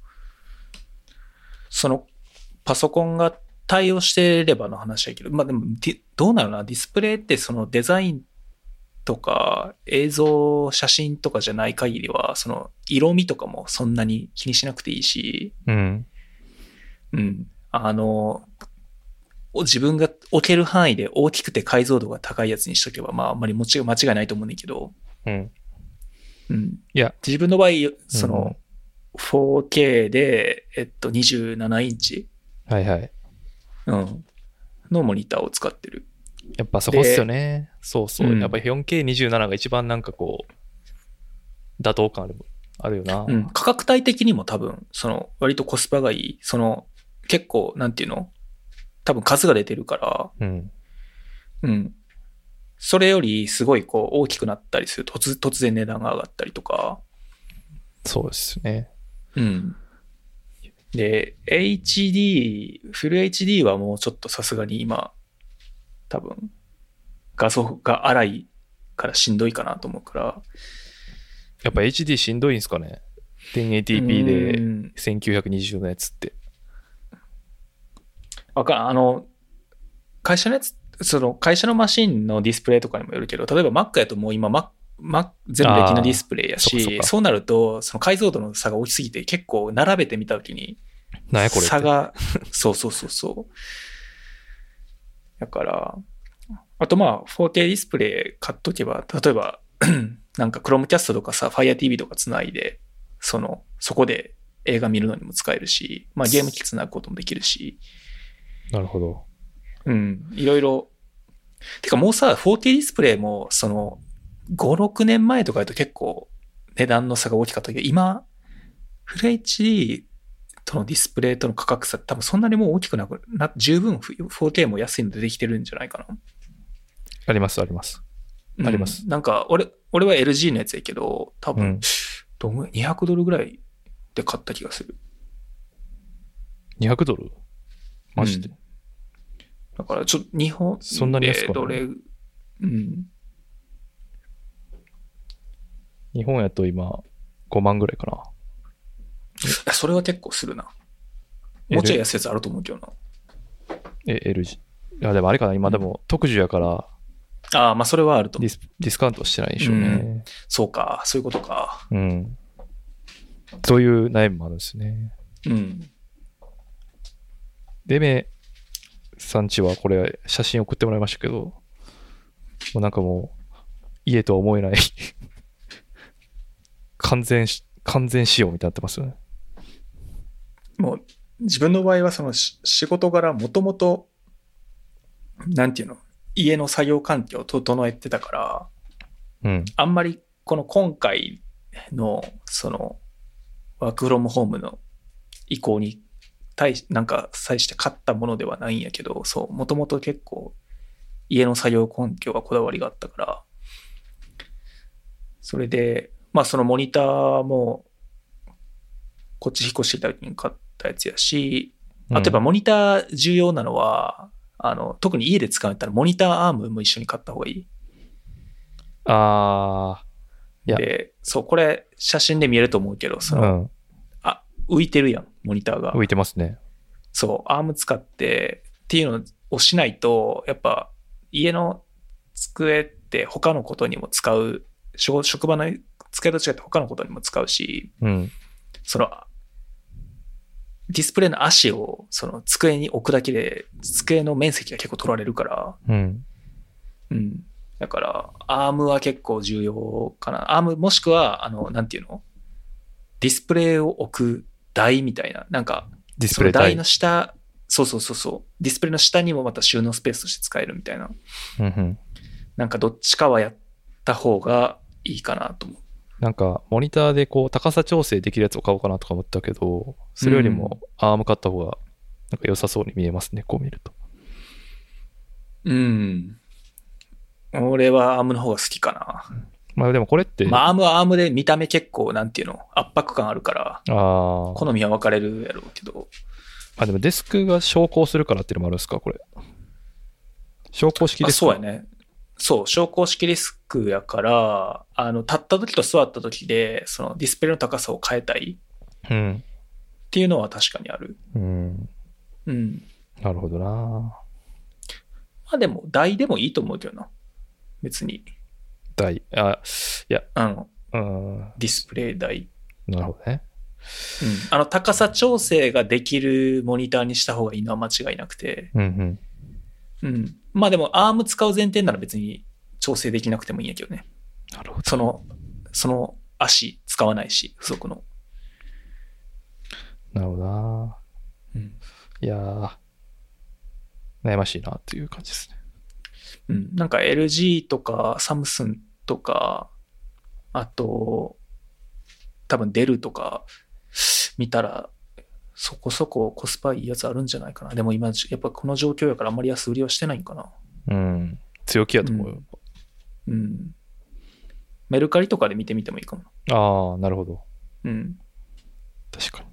その、パソコンが対応してればの話だけど、まあでも、どうなるな、ディスプレイってそのデザインとか映像、写真とかじゃない限りは、その色味とかもそんなに気にしなくていいし、
うん。
うん。あの、自分が置ける範囲で大きくて解像度が高いやつにしとけば、まああんまり間違いないと思うんだけど、
うん。
うん。
いや、
自分の場合、その、フォーケー で、えっと、にじゅうななインチ。
はいはい。
うん。のモニターを使ってる。
やっぱそこっすよね。そうそう。うん、やっぱ よんケーにじゅうなな が一番なんかこう、妥当感ある、あるよな。
うん。価格帯的にも多分、その、割とコスパがいい。その、結構、なんていうの？多分数が出てるから、
うん。
うん。それよりすごいこう大きくなったりすると突、突然値段が上がったりとか。
そうですね。
うん。で、エイチディー、フル エイチディー はもうちょっとさすがに今、多分、画像が荒いからしんどいかなと思うから。
やっぱ エイチディー しんどいんすかね？ テンエイティーピー でせんきゅうひゃくにじゅうのやつって。
わかん、あの、会社のやつ、その会社のマシンのディスプレイとかにもよるけど、例えば Mac やともう今 Mac、Mac 全部レティナディスプレイやし、 そ, そうなるとその解像度の差が大きすぎて結構並べてみたときに差がそうそうそうそうだから、あとまあ フォーケー ディスプレイ買っとけば、例えばなんか Chromecast とかさ Fire ティーブイ とかつないでそのそこで映画見るのにも使えるし、まあゲーム機つなぐこともできるし。
なるほど。
うん、いろいろ。てかもうさ フォーケー ディスプレイもそのご、ろくねんまえとかだと結構値段の差が大きかったけど、今フル エイチディーとのディスプレイとの価格差、多分そんなにもう大きくなくな、十分 フォーケー も安いのでできてるんじゃないかな。
あります、あります。あります。
うん、なんか、俺、俺は エルジー のやつやけど、多分、うん、どんぐらい、にひゃくドルぐらいで買った気がする。
にひゃくドルマジで、うん、
だから、ちょっと日本で
そんなに安く
どれ、うん。
日本やと今、ごまんぐらいかな。
それは結構するな。もうちょい安いやつあると思うけどな。
え、エルジー。いや、でもあれかな、今でも特需やから、
ああ、まあそれはあると
ディス。ディスカウントしてないでしょうね、うん。
そうか、そういうことか。
うん。そういう悩みもあるんですね。
うん。
デメさんちはこれ写真送ってもらいましたけど、もうなんかもう家とは思えない完全完全仕様みたいになってますよね。
もう自分の場合はその仕事柄もともとなんていうの家の作業環境を整えてたから、
うん、
あんまりこの今回のそのワークフロムホームの移行に対しなんか際して買ったものではないんやけど、そうもともと結構家の作業環境はこだわりがあったから、それでまあそのモニターもこっち引っ越してきた時に買ったやつやし、あとやっぱモニター重要なのは、うん、あの特に家で使うんだったらモニターアームも一緒に買った方がいい。
あー、いや
で、そうこれ写真で見えると思うけど、その、うん、あ浮いてるやんモニターが。
浮いてますね。
そうアーム使ってっていうのをしないと、やっぱ家の机って他のことにも使う、職場の机と違って他のことにも使うし、
うん、
そのディスプレイの足をその机に置くだけで机の面積が結構取られるから、
うん
うん、だからアームは結構重要かな。アームもしくはあのなんていうのディスプレイを置く台みたいな、なんか
ディスプレイ台、
その台の下、そうそうそうそうディスプレイの下にもまた収納スペースとして使えるみたいな、
うんうん、
なんかどっちかはやった方がいいかなと思う。
なんかモニターでこう高さ調整できるやつを買おうかなとか思ったけど、それよりもアーム買った方がなんか良さそうに見えますね、こう見ると。
うん。俺はアームの方が好きかな。
まあでもこれって、
まあアームはアームで見た目結構なんていうの圧迫感あるから、
あ好
みは分かれるやろうけど。
あでもデスクが昇降するからっていうのもあるんですかこれ。昇降式ですか。
そうやね。そう、昇降式ディスクやから、あの、立った時と座った時で、そのディスプレイの高さを変えたいっていうのは確かにある。
うん。
うん。
なるほどな。
まあでも、台でもいいと思うけどな。別に。
台。あ、いや。
あの、
うん、
ディスプレイ台。
なるほどね。
うん。あの、高さ調整ができるモニターにした方がいいのは間違いなくて。
うん
うん。うん。まあでもアーム使う前提なら別に調整できなくてもいいんやけどね。
なるほど。
その、その足使わないし、付属の。
なるほどな。
うん。
いやー、悩ましいなっていう感じですね。
うん。なんか エルジー とかサムスンとか、あと、多分デルとか見たら、そこそこコスパいいやつあるんじゃないかな。でも今、やっぱこの状況やからあんまり安売りはしてないんかな。
うん。強気やと思うよ。
うん。うん、メルカリとかで見てみてもいいかも。
ああ、なるほど。
うん。
確かに。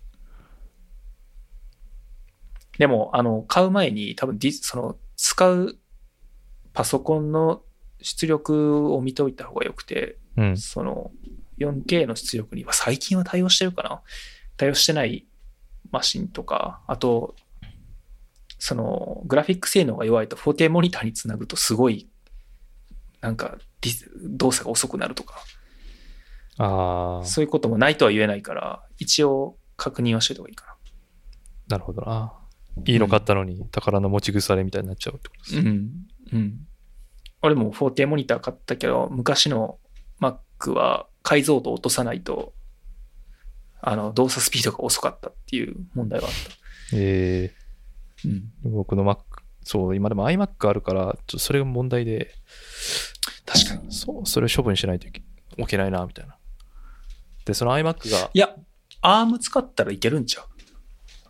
でも、あの、買う前に多分ディ、その、使うパソコンの出力を見ておいた方がよくて、
うん、
その、よんケー の出力には最近は対応してるかな。対応してないマシンとか、あと、そのグラフィック性能が弱いと フォーケー モニターにつなぐとすごいなんか動作が遅くなるとか、
あ
そういうこともないとは言えないから一応確認はしておいた方がいいか
な。なるほどな。いいの買ったのに宝の持ち腐れみたいになっちゃうってことです
ね。うんうん。俺も フォーケー モニター買ったけど昔の Mac は解像度を落とさないとあの動作スピードが遅かったっていう問題はあった。
え
ーうん、
僕の Mac、そう今でも iMac あるからちょっとそれが問題で、
確かに
そうそれを処分しないといけないなみたいな。でその iMac が
いやアーム使ったらいけるんちゃう。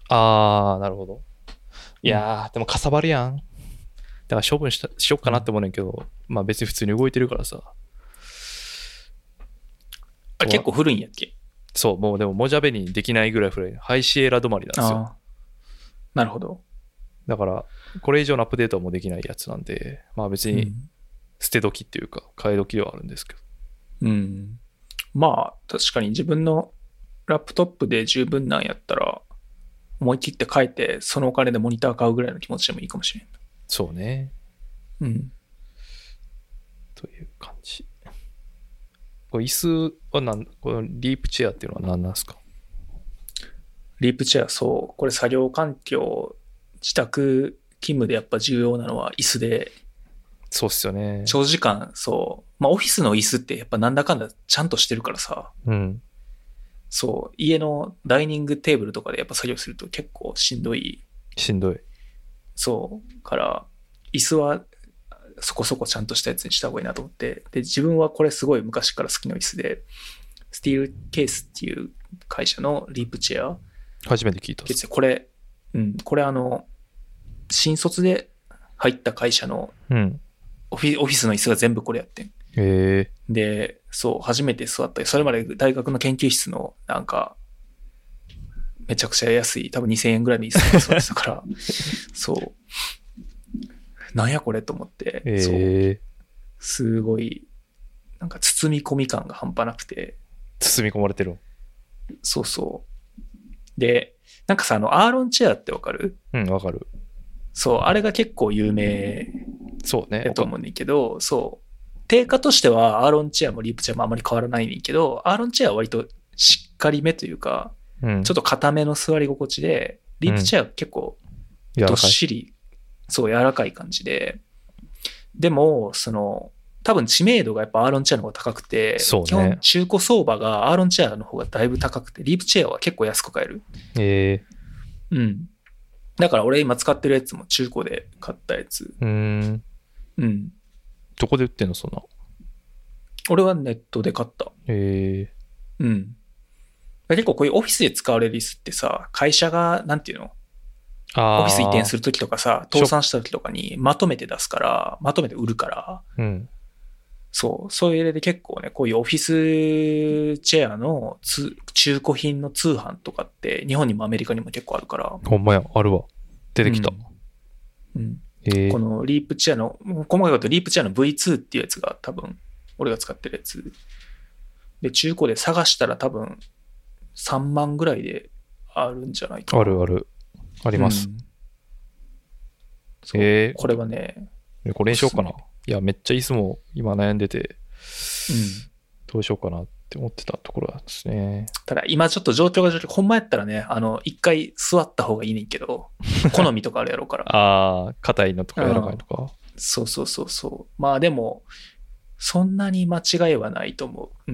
あー、なるほど。いやー、うん、でもかさばるやん。だから処分したしよっかなって思うねんけど、うん、まあ別に普通に動いてるからさ。
あ、結構古いんやっけ？
そう、もうでもモジャベにできないぐらい古い。ハイシエラ止まりなんですよ。
なるほど。
だから、これ以上のアップデートはもうできないやつなんで、まあ別に捨て時っていうか、替え時ではあるんですけど。
うん。まあ、確かに自分のラップトップで十分なんやったら、思い切って変えて、そのお金でモニター買うぐらいの気持ちでもいいかもしれん。
そうね。
うん。
という感じ。これ椅子は何、このリープチェアっていうのは何なんですか？
リープチェア、そう。これ作業環境、自宅勤務でやっぱ重要なのは椅子で。
そうっすよね。
長時間、そう。まあオフィスの椅子ってやっぱなんだかんだちゃんとしてるからさ。
うん。
そう。家のダイニングテーブルとかでやっぱ作業すると結構しんどい。
しんどい。
そう。から、椅子はそこそこちゃんとしたやつにした方がいいなと思って。で、自分はこれすごい昔から好きな椅子で、スティールケースっていう会社のリープチェア。
初めて聞いた。
これ、うん、これあの、新卒で入った会社のオフィ、うん、オフィスの椅子が全部これやってん。
へー。
で、そう、初めて座った。それまで大学の研究室のなんか、めちゃくちゃ安い、多分にせんえんぐらいの椅子が座ってたから、そう。なんやこれと思って、
へー。
そう。すごい、なんか包み込み感が半端なくて。
包み込まれてる。
そうそう。で、なんかさ、あの、アーロンチェアってわかる？
うん、わかる。
そう、あれが結構有名
そうね。
だと思うんだけど、そう。定価としては、アーロンチェアもリープチェアもあまり変わらないねんけど、アーロンチェアは割としっかりめというか、うん、ちょっと硬めの座り心地で、リープチェア結構、どっしり、うん、そう、柔らかい感じで、でも、その、多分知名度がやっぱアーロンチェアの方が高くて、
そうね、
基本中古相場がアーロンチェアの方がだいぶ高くて、リープチェアは結構安く買える。
へ
えー。うん。だから俺今使ってるやつも中古で買ったやつ。
うーん。
うん。
どこで売ってんのそんな？
俺はネットで買った。
へ
ー。うん。結構こういうオフィスで使われる椅子ってさ、会社が、なんていうの？
あ
オフィス移転するときとかさ、倒産したときとかにまとめて出すから、まとめて売るから、
うん。
そう、そういう例で結構ね、こういうオフィスチェアのつ中古品の通販とかって日本にもアメリカにも結構あるから。
ほんまや、あるわ。出てきた。
うん。うん、
へー。
このリープチェアの、細かいことリープチェアの ブイツー っていうやつが多分、俺が使ってるやつ。で、中古で探したら多分さんまんぐらいであるんじゃないかな。
あるある。あります。うん、
そう
へー。
これはね。
これにしようかな。いや、めっちゃいつも今悩んでて、
うん、
どうしようかなって思ってたところなんですね。
ただ今ちょっと状況が状況、ほんまやったらね、あの、一回座った方がいいねんけど、好みとかあるやろうから。
ああ、硬いのとか柔らかいとか。
そうそうそうそう。まあでも、そんなに間違いはないと思う。うん。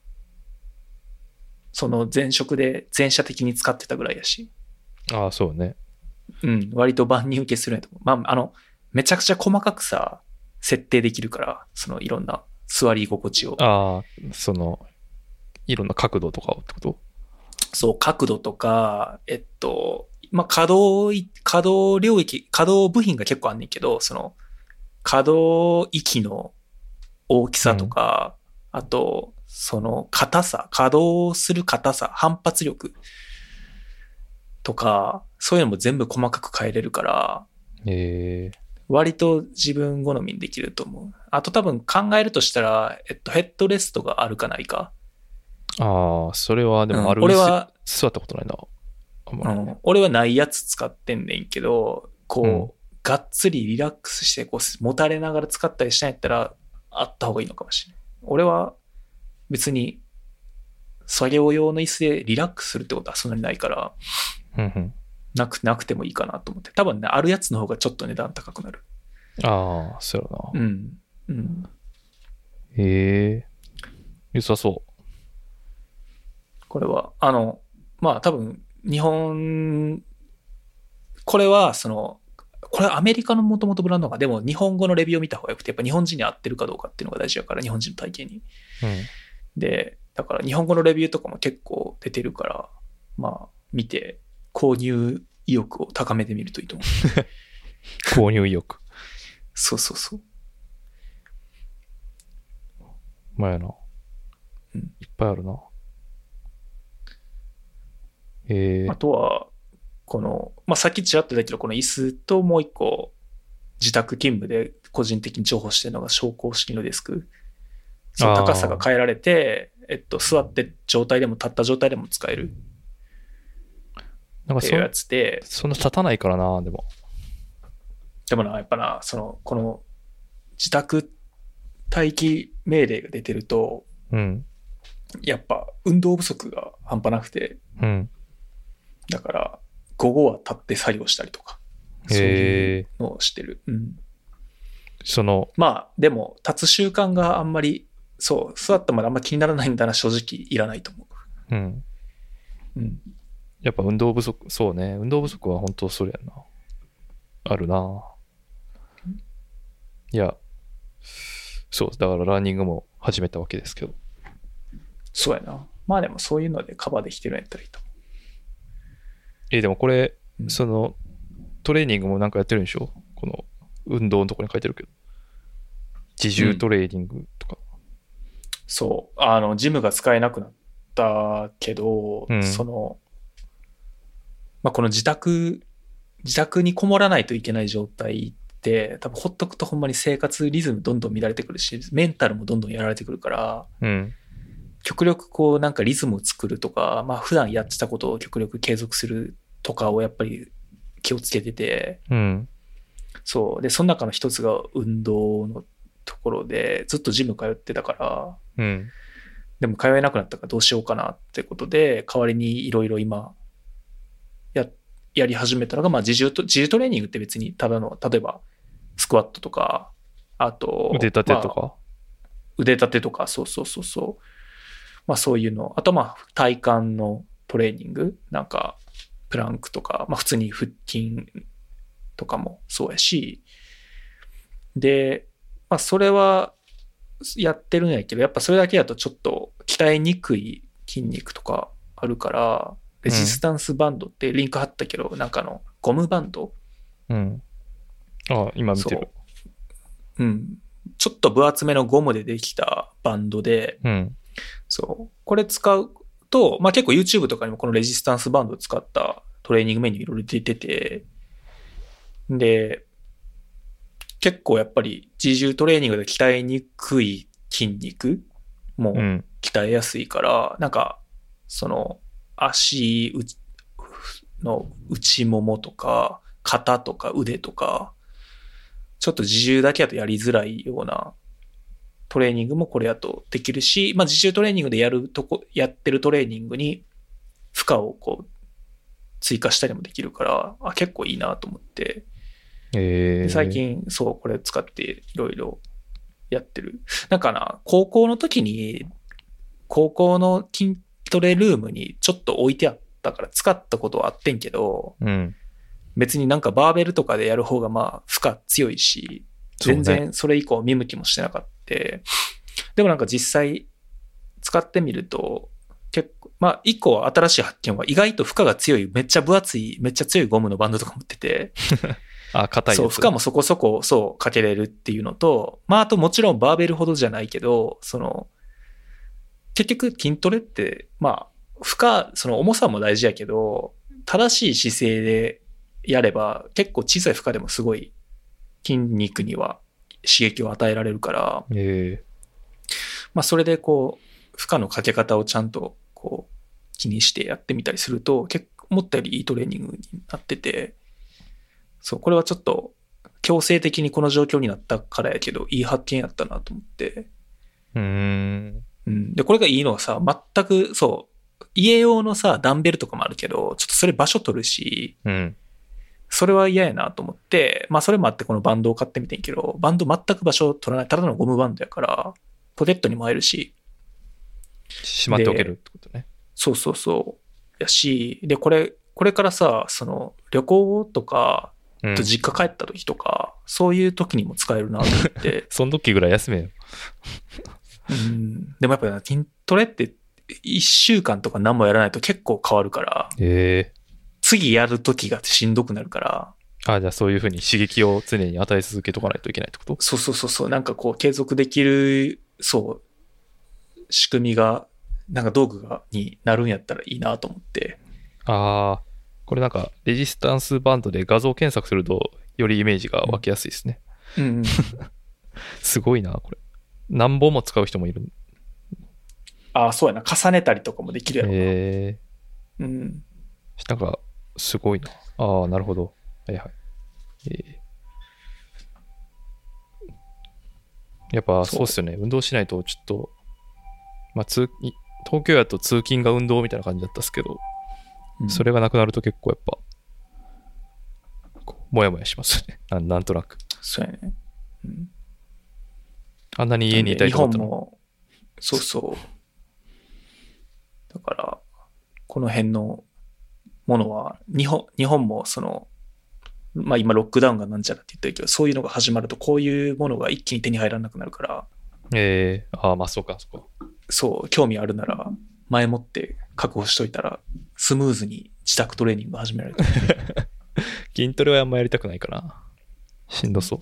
その前職で全社的に使ってたぐらいやし。
ああ、そうね。
うん、割と万人受けするんやと思う。まあ、あの、めちゃくちゃ細かくさ、設定できるから、そのいろんな座り心地を。
ああ、その、いろんな角度とかをってこと？
そう、角度とか、えっと、まあ、可動、可動領域、可動部品が結構あんねんけど、その、可動域の大きさとか、うん、あと、その硬さ、可動する硬さ、反発力とか、そういうのも全部細かく変えれるから、
へー。
割と自分好みにできると思う。あと多分考えるとしたら、えっと、ヘッドレストがあるかないか。
ああ、それはでもある、
うん、俺は
座ったことないな。あんまりね、
うん。俺はないやつ使ってんねんけど、こう、うん、がっつりリラックスして、こう、持たれながら使ったりしないんやったら、あった方がいいのかもしれない。俺は別に、作業用の椅子でリラックスするってことはそんなにないから、
うんうん、
なく、なくてもいいかなと思って。多分ね、あるやつの方がちょっと値段高くなる。
ああ、そうやな。
うん。うん。
へえ。良さそう。
これは、あの、まあ多分、日本、これは、その、これはアメリカのもともとブランドが、でも日本語のレビューを見た方がよくて、やっぱ日本人に合ってるかどうかっていうのが大事だから、日本人の体型に。
うん、
で、だから日本語のレビューとかも結構出てるから、まあ、見て、 購入意欲を高めてみるといいと思
う。購入意欲。
そうそうそう。
まあやな。
うん、
いっぱいあるな。えー、
あとは、この、まあ、さっきちらっと言ったけど、この椅子ともう一個、自宅勤務で個人的に重宝してるのが昇降式のデスク。その高さが変えられて、えっと、座って状態でも立った状態でも使える。
なんか
っていうやつで。
そんな立たないからな、でも。
でもな、やっぱな、その、この、自宅待機命令が出てると、
うん。
やっぱ運動不足が半端なくて、
うん。
だから、午後は立って作業したりとか、そういうのをしてる。うん。
その、
まあ、でも、立つ習慣があんまり、そう、座ったまであんま気にならないんだな、正直いらないと思
う。うん。
うん。
やっぱ運動不足、そうね。運動不足は本当それやな。あるな。いや、そう、だからランニングも始めたわけですけど。
そうやな。まあでもそういうのでカバーできてるんやったらいいと思う。
え、でもこれ、
うん、
その、トレーニングもなんかやってるんでしょ？この、運動のところに書いてるけど。自重トレーニングとか。うん、
そう。あの、ジムが使えなくなったけど、うん、その、まあ、この自宅、自宅にこもらないといけない状態って、多分ほっとくとほんまに生活リズムどんどん乱れてくるし、メンタルもどんどんやられてくるから、
うん、
極力こうなんかリズムを作るとか、まあ普段やってたことを極力継続するとかをやっぱり気をつけてて、
うん、
そう。で、その中の一つが運動のところで、ずっとジム通ってたから、
うん、
でも通えなくなったからどうしようかなってことで、代わりにいろいろ今、や、やり始めたのが、まあ自重と、自重トレーニングって別にただの、例えばスクワットとか、あと、
腕立てとか、
まあ、腕立てとか、そうそうそうそう。まあそういうの。あとまあ体幹のトレーニング、なんかプランクとか、まあ普通に腹筋とかもそうやし、で、まあそれはやってるんやけど、やっぱそれだけだとちょっと鍛えにくい筋肉とかあるから、レジスタンスバンドってリンク貼ったけど、うん、なんかのゴムバンド、
うん、ああ今見てる。
う、うん、ちょっと分厚めのゴムでできたバンドで、
うん、
そうこれ使うと、まあ、結構 YouTube とかにもこのレジスタンスバンドを使ったトレーニングメニューいろいろ出てて、で結構やっぱり自重トレーニングで鍛えにくい筋肉も鍛えやすいから、うん、なんかその足の内ももとか肩とか腕とかちょっと自重だけだとやりづらいようなトレーニングもこれやとできるし、まあ自重トレーニングでやるとこやってるトレーニングに負荷をこう追加したりもできるから、あ結構いいなと思って、
えー、
最近そうこれ使っていろいろやってる。なんかな高校の時に高校の筋トレルームにちょっと置いてあったから使ったことはあってんけど、
うん、
別になんかバーベルとかでやる方がまあ負荷強いし、全然それ以降見向きもしてなかった。でもなんか実際使ってみると結構まあ一個新しい発見は意外と負荷が強いめっちゃ分厚いめっちゃ強いゴムのバンドとか持ってて
あ硬いやつ
そう負荷もそこそこそうかけれるっていうのとまああともちろんバーベルほどじゃないけどその結局筋トレってまあ負荷その重さも大事やけど正しい姿勢でやれば結構小さい負荷でもすごい筋肉には刺激を与えられるから、
え
ー、まあそれでこう負荷のかけ方をちゃんとこう気にしてやってみたりすると結構思ったよりいいトレーニングになってて、そうこれはちょっと強制的にこの状況になったからやけどいい発見やったなと思って、
うーん、
うん、でこれがいいのはさ全くそう家用のさダンベルとかもあるけどちょっとそれ場所取るし。
うん
それは嫌やなと思って、まあそれもあってこのバンドを買ってみてんけど、バンド全く場所を取らない、ただのゴムバンドやから、ポケットにも入るし。
しまっておけるってことね。
そうそうそう。やし、で、これ、これからさ、その旅行とか、うん、と実家帰った時とか、そういう時にも使えるなと思って。
その時ぐらい休めよ。
うん。でもやっぱり筋トレっていっしゅうかんとか何もやらないと結構変わるから。
えー
次やるときがしんどくなるから。
あ、じゃあそういうふうに刺激を常に与え続けとかないといけないってこと？
そうそうそうそう。なんかこう継続できる、そう、仕組みが、なんか道具が、になるんやったらいいなと思って。
ああ、これなんかレジスタンスバンドで画像検索するとよりイメージが湧きやすいですね。
うん、うんうん、
すごいな、これ。何本も使う人もいる。
ああ、そうやな。重ねたりとかもできるやろな。へ
え
ー。うん。
なんか、すごいな。ああ、なるほど。はいはい。えー、やっぱそうっすよね。運動しないとちょっと、まあ通、東京やと通勤が運動みたいな感じだったっすけど、うん、それがなくなると結構やっぱ、もやもやしますね。な, なんとなく。
そうやね。うん、
あんなに家にいたいと思ったの。
日本も、そうそう。だから、この辺のものは、日本、日本もその、まあ今ロックダウンがなんちゃらって言ってるけど、そういうのが始まるとこういうものが一気に手に入らなくなるから。
ええー、ああ、まあそうか、そうか。
そう、興味あるなら、前もって確保しといたら、スムーズに自宅トレーニングが始められる。
筋トレはあんまやりたくないかな。しんどそう。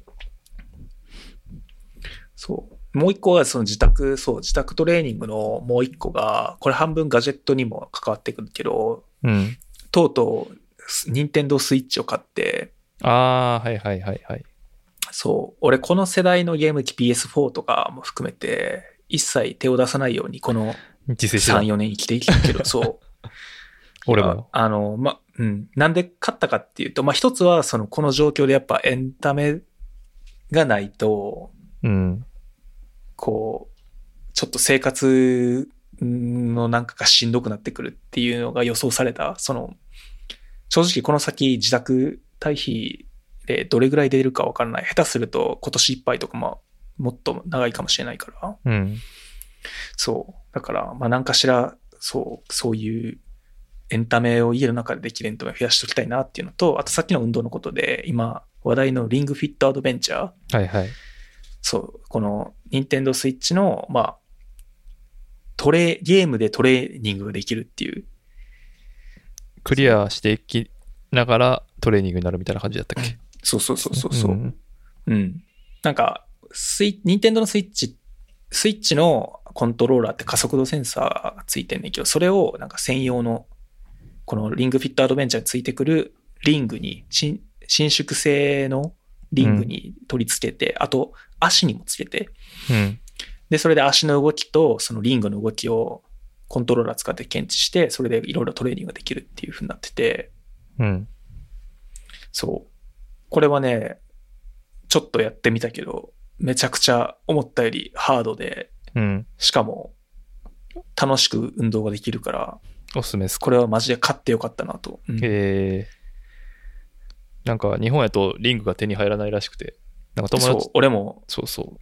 そう。もう一個はその自宅、そう、自宅トレーニングのもう一個が、これ半分ガジェットにも関わってくるけど、
うん、
とうとう、任天堂スイッチを買って、
ああ、はいはいはいはい。
そう。俺この世代のゲーム機 ピーエスフォー とかも含めて、一切手を出さないようにこのさん、よねん生きてきたけど、そう。
俺も。
あの、ま、うん。なんで買ったかっていうと、まあ、一つはそのこの状況でやっぱエンタメがないと、
うん。
こう、ちょっと生活のなんかがしんどくなってくるっていうのが予想された。その、正直この先自宅待避でどれぐらい出るか分からない。下手すると今年いっぱいとかももっと長いかもしれないから。
うん。
そう。だから、まあ何かしら、そう、そういうエンタメを家の中でできるエンタメを増やしておきたいなっていうのと、あとさっきの運動のことで、今話題のリングフィットアドベンチャ
ー。はいはい。
そう、この任天堂スイッチの、まあ、トレ、ゲームでトレーニングができるっていう。
クリアしていきながらトレーニングになるみたいな感じだったっけ？
そうそうそうそうそう。うん。うん、なんか、スイ、任天堂のスイッチ、スイッチのコントローラーって加速度センサーがついてんねんけど、それをなんか専用の、このリングフィットアドベンチャーについてくるリングに、伸縮性のリングに取り付けて、うん、あと足にもつけて、
うん、
で、それで足の動きとそのリングの動きをコントローラー使って検知して、それでいろいろトレーニングができるっていう風になってて、
うん。
そう。これはね、ちょっとやってみたけど、めちゃくちゃ思ったよりハードで、
うん、
しかも楽しく運動ができるから、
おすすめです。
これはマジで買ってよかったなと。
うん、へー。なんか日本やとリングが手に入らないらしくて、なんか友達、
そう、俺も、
そうそう。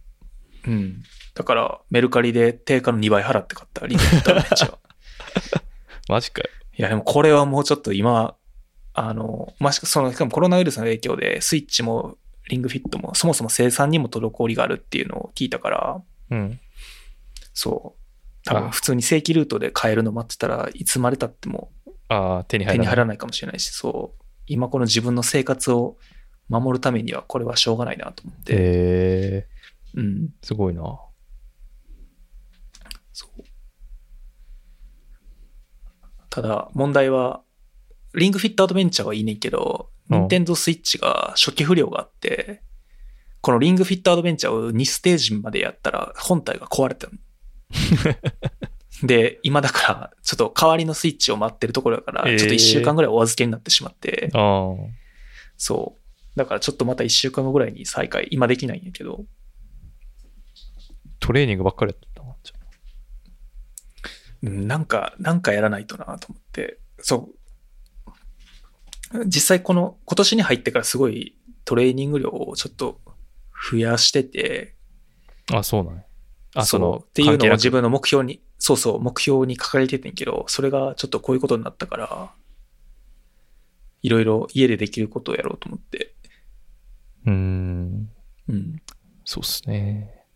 うん。だからメルカリで定価のにばい払って買ったリングフィットアドベンチャー。
マジかよ。
いやでもこれはもうちょっと今、あの、まあ、その、しかもコロナウイルスの影響でスイッチもリングフィットもそもそも生産にも滞りがあるっていうのを聞いたから、
うん。
そう。多分普通に正規ルートで買えるの待ってたらいつまで経っても
あ手に入らない。
手に入らないかもしれないし、そう。今この自分の生活を守るためにはこれはしょうがないなと思って。
へ
ー。うん。
すごいな。
そう。ただ問題は、リングフィットアドベンチャーはいいねんけど、任天堂スイッチが初期不良があって、このリングフィットアドベンチャーをにステージまでやったら本体が壊れたの。で、今だからちょっと代わりのスイッチを待ってるところだから、ちょっといっしゅうかんぐらいお預けになってしまって、
えー、
そう。だからちょっとまたいっしゅうかんごぐらいに再開、今できないんやけど。
トレーニングばっかりやったな。
うん、なんか、なんかやらないとなと思って。そう。実際この、今年に入ってからすごいトレーニング量をちょっと増やしてて。
あ、そうなんや。
あ、その、っていうのを自分の目標に、そうそう、目標に掲げててんけど、それがちょっとこういうことになったから、いろいろ家でできることをやろうと思って。
うーん。
うん。
そうっすね。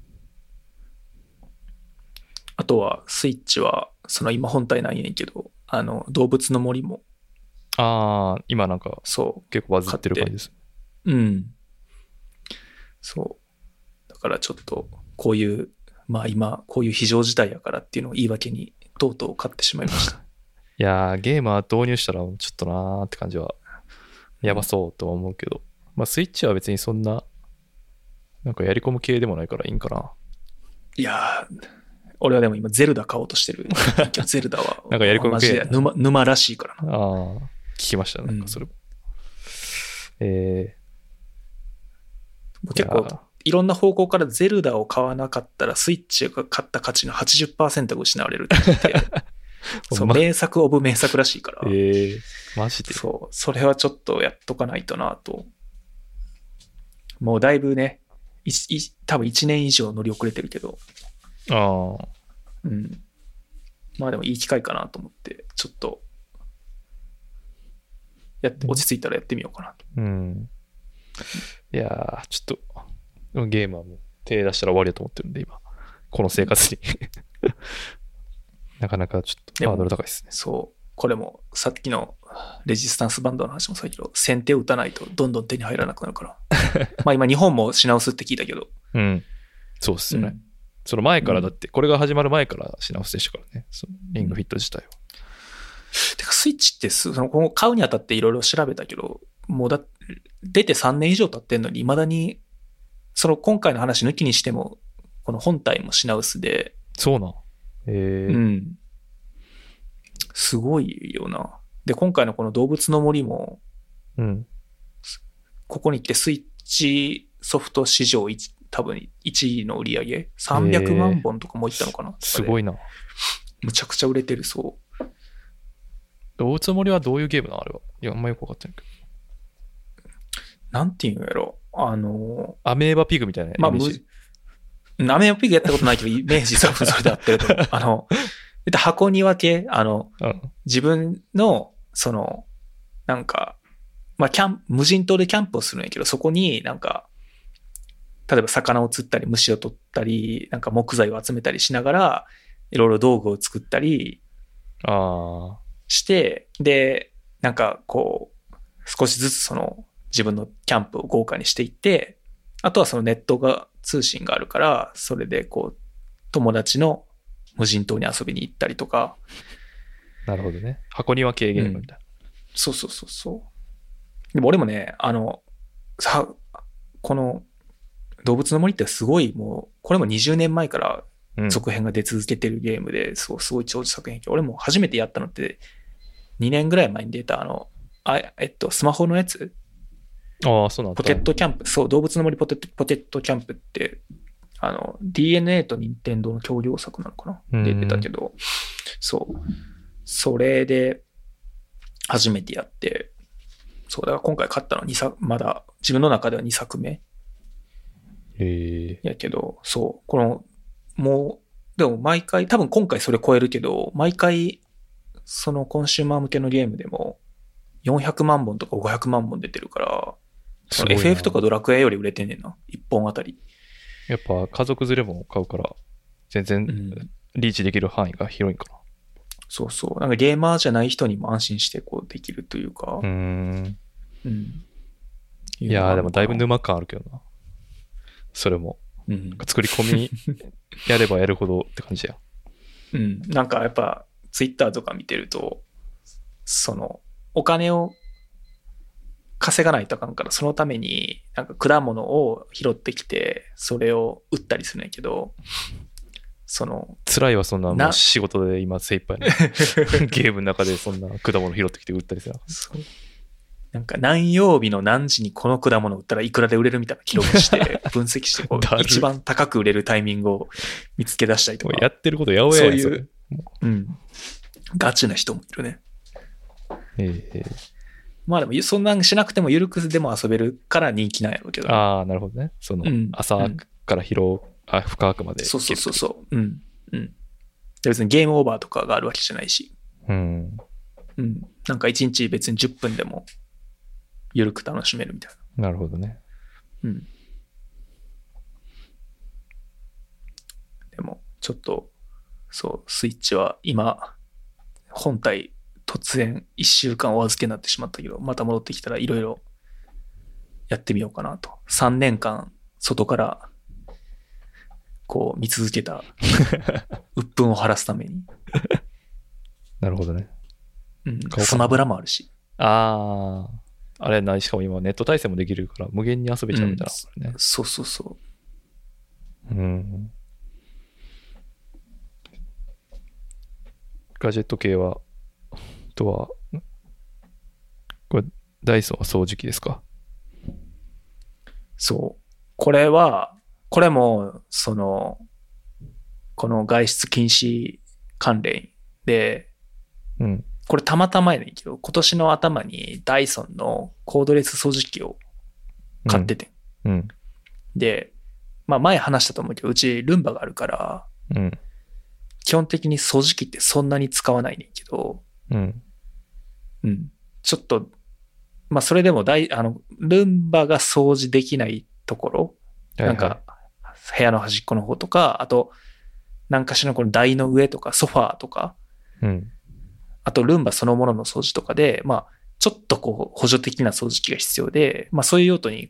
あとは、スイッチは、その今本体ないねんけど、 あの、動物の森も。
ああ、今なんか、
そう。
結構バズってる感じです。
うん。そう。だからちょっと、こういう、まあ今、こういう非常事態やからっていうのを言い訳に、とうとう買ってしまいました。
いやー、ゲームは導入したら、ちょっとなーって感じは、やばそうとは思うけど、うん、まあスイッチは別にそんな、なんかやり込む系でもないからいいんかな。
いやー、俺はでも今ゼルダ買おうとしてる。ゼルダは。
なんかやり込む系。
沼、沼らしいからな。
ああ、聞きましたね。なんかそれも。うん、え
ー、結構、いろんな方向からゼルダを買わなかったらスイッチが買った価値の はちじゅっパーセント が失われるって言って、そう、名作オブ名作らしいから。
えー、マジで？
そう、それはちょっとやっとかないとなと。もうだいぶね、いい多分いちねん以上乗り遅れてるけど。
ああ。
うん。まあでもいい機会かなと思って、ちょっと、やって、落ち着いたらやってみようかなと。
うん。いやー、ちょっと、ゲームはもう手出したら終わりだと思ってるんで、今。この生活に。なかなかちょっとハードル高いですね。
そう。これも、さっきのレジスタンスバンドの話もそうだけど、先手を打たないとどんどん手に入らなくなるから。まあ今日本も品薄って聞いたけど。
うん。そうっすよね。うん、その前からだって、これが始まる前から品薄でしたからね。そのリングフィット自体は。
うん、てかスイッチってその今後買うにあたっていろいろ調べたけど、もうだ出てさんねん以上経ってんのに、未だに、その今回の話抜きにしても、この本体も品薄で。
そうなん。へー。
うん。すごいよな。で、今回のこの動物の森も、
うん、
ここに来てスイッチソフト史上一多分いちいの売り上げさんびゃくまんぼんとかもいったのかな。
すごいな。
むちゃくちゃ売れてるそう。
動物の森はどういうゲームなのあれは。いや、あんまよくわかってないけ
ど。なんていうんやろ。あの
ー、アメーバピグみたいなイメージ。
まあ、アメーバピグやったことないけど、イメージ多分それで合ってると思う。あの、箱庭系、あの、うん、自分の、その、なんか、まあ、キャンプ、無人島でキャンプをするんやけど、そこになんか、例えば魚を釣ったり、虫を取ったり、なんか木材を集めたりしながら、いろいろ道具を作ったりして、で、なんかこう、少しずつその自分のキャンプを豪華にしていって、あとはそのネットが、通信があるから、それでこう、友達の無人島に遊びに行ったりとか。
なるほどね。箱庭系ゲームみたいな、
うん。そうそうそうそう。でも俺もね、あの、さ、この動物の森ってすごいもう、これもにじゅうねんまえから続編が出続けてるゲームで、うん、そうすごい長寿作品。俺も初めてやったのってにねんぐらい前に出たあの、あえっと、スマホのやつ。
ああ、そうなんだ。
ポケットキャンプ。そう、動物の森ポテポケットキャンプって、あの、ディーエヌエー と任天堂の協業作なのかな出てたけど、そう。それで、初めてやって、そう、だから今回買ったのにさく、まだ自分の中ではにさくめ。
へ
やけど、そう、この、もう、でも毎回、多分今回それ超えるけど、毎回、そのコンシューマー向けのゲームでも、よんひゃくまんぼんとかごひゃくまんぼん出てるから、その エフエフ とかドラクエより売れてんねんな。いっぽんあたり。
やっぱ家族連れも買うから、全然リーチできる範囲が広いんかな。
うん、そうそう。なんかゲーマーじゃない人にも安心してこうできるというか。
うーん。
うん。
いやーでもだいぶ沼感あるけどな。それも。
うん、
作り込みやればやるほどって感じや。
うん。なんかやっぱツイッターとか見てると、そのお金を稼がないとあかんから、そのためになんか果物を拾ってきてそれを売ったりするんやけど、その
辛いわ、そんなもう仕事で今精一杯のゲームの中でそんな果物拾ってきて売ったりする。
そうなんか何曜日の何時にこの果物を売ったらいくらで売れるみたいな記録して分析してこう一番高く売れるタイミングを見つけ出したりとか。
やってることやおややん。
そういう、うん、ガチな人もいるね。
ええ。
まあでもそんなんしなくても緩くでも遊べるから人気なんやろうけど、ね。
ああ、なるほどね。その、うん、朝から広、うん、あ深くまで。
そうそうそうそう。うんうん。別にゲームオーバーとかがあるわけじゃないし。
うん。
うん。なんか一日別にじゅっぷんでも緩く楽しめるみたい
な。なるほどね。
うん。でもちょっとそうスイッチは今本体突然いっしゅうかんお預けになってしまったけど、また戻ってきたらいろいろやってみようかなと。さんねんかん外からこう見続けた鬱憤を晴らすために。
なるほどね。
うん、スマブラもあるし。
ああ、あれない、しかも今ネット対戦もできるから無限に遊べちゃうみたいな、ね
うん。そうそうそう。
うん。ガジェット系は、あとは、これ、ダイソンは掃除機ですか？
そう。これは、これも、その、この外出禁止関連で、
うん。
これたまたまやねんけど、今年の頭にダイソンのコードレス掃除機を買ってて、
うんうん、
で、まあ前話したと思うけど、うちルンバがあるから、
うん、
基本的に掃除機ってそんなに使わないねんけど、
うん、
うん、ちょっと、まあそれでもダイあのルンバが掃除できないところ、はいはい、なんか部屋の端っこの方とか、あと何かしらのこの台の上とかソファーとか、
うん、
あとルンバそのものの掃除とかで、まあちょっとこう補助的な掃除機が必要で、まあそういう用途に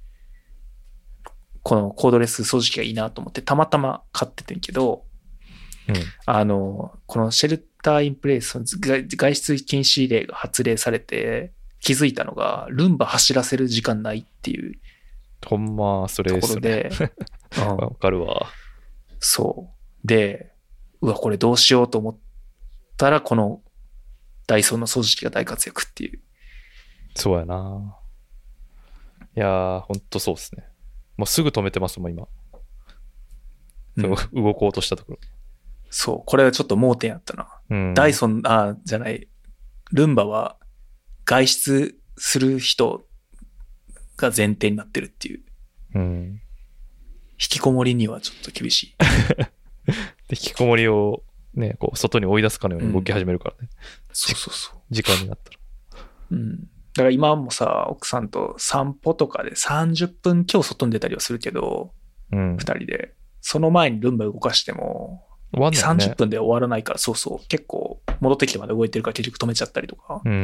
このコードレス掃除機がいいなと思ってたまたま買っててんけど、
うん、
あのこのシェルターインプレイス外出禁止令が発令されて気づいたのがルンバ走らせる時間ないっていう
ほんまそれですね。わ、うん、かるわ。
そうで、うわこれどうしようと思ったらこのダイソンの掃除機が大活躍っていう。
そうやな。いやーほんとそうですね。もうすぐ止めてますもん今、うん、動こうとしたところ。
そうこれはちょっと盲点やったな、うん、ダイソンあじゃないルンバは外出する人が前提になってるっていう、うん、引きこもりにはちょっと厳しい
で引きこもりをねこう外に追い出すかのように動き始めるからね、うん、
そうそうそう
時間になったら、
うん、だから今もさ奥さんと散歩とかでさんじゅっぷん今日外に出たりはするけど、うん、ふたりでその前にルンバ動かしてもね、さんじゅっぷんで終わらないから、そうそう、結構戻ってきてまで動いてるから結局止めちゃったりとか。うん。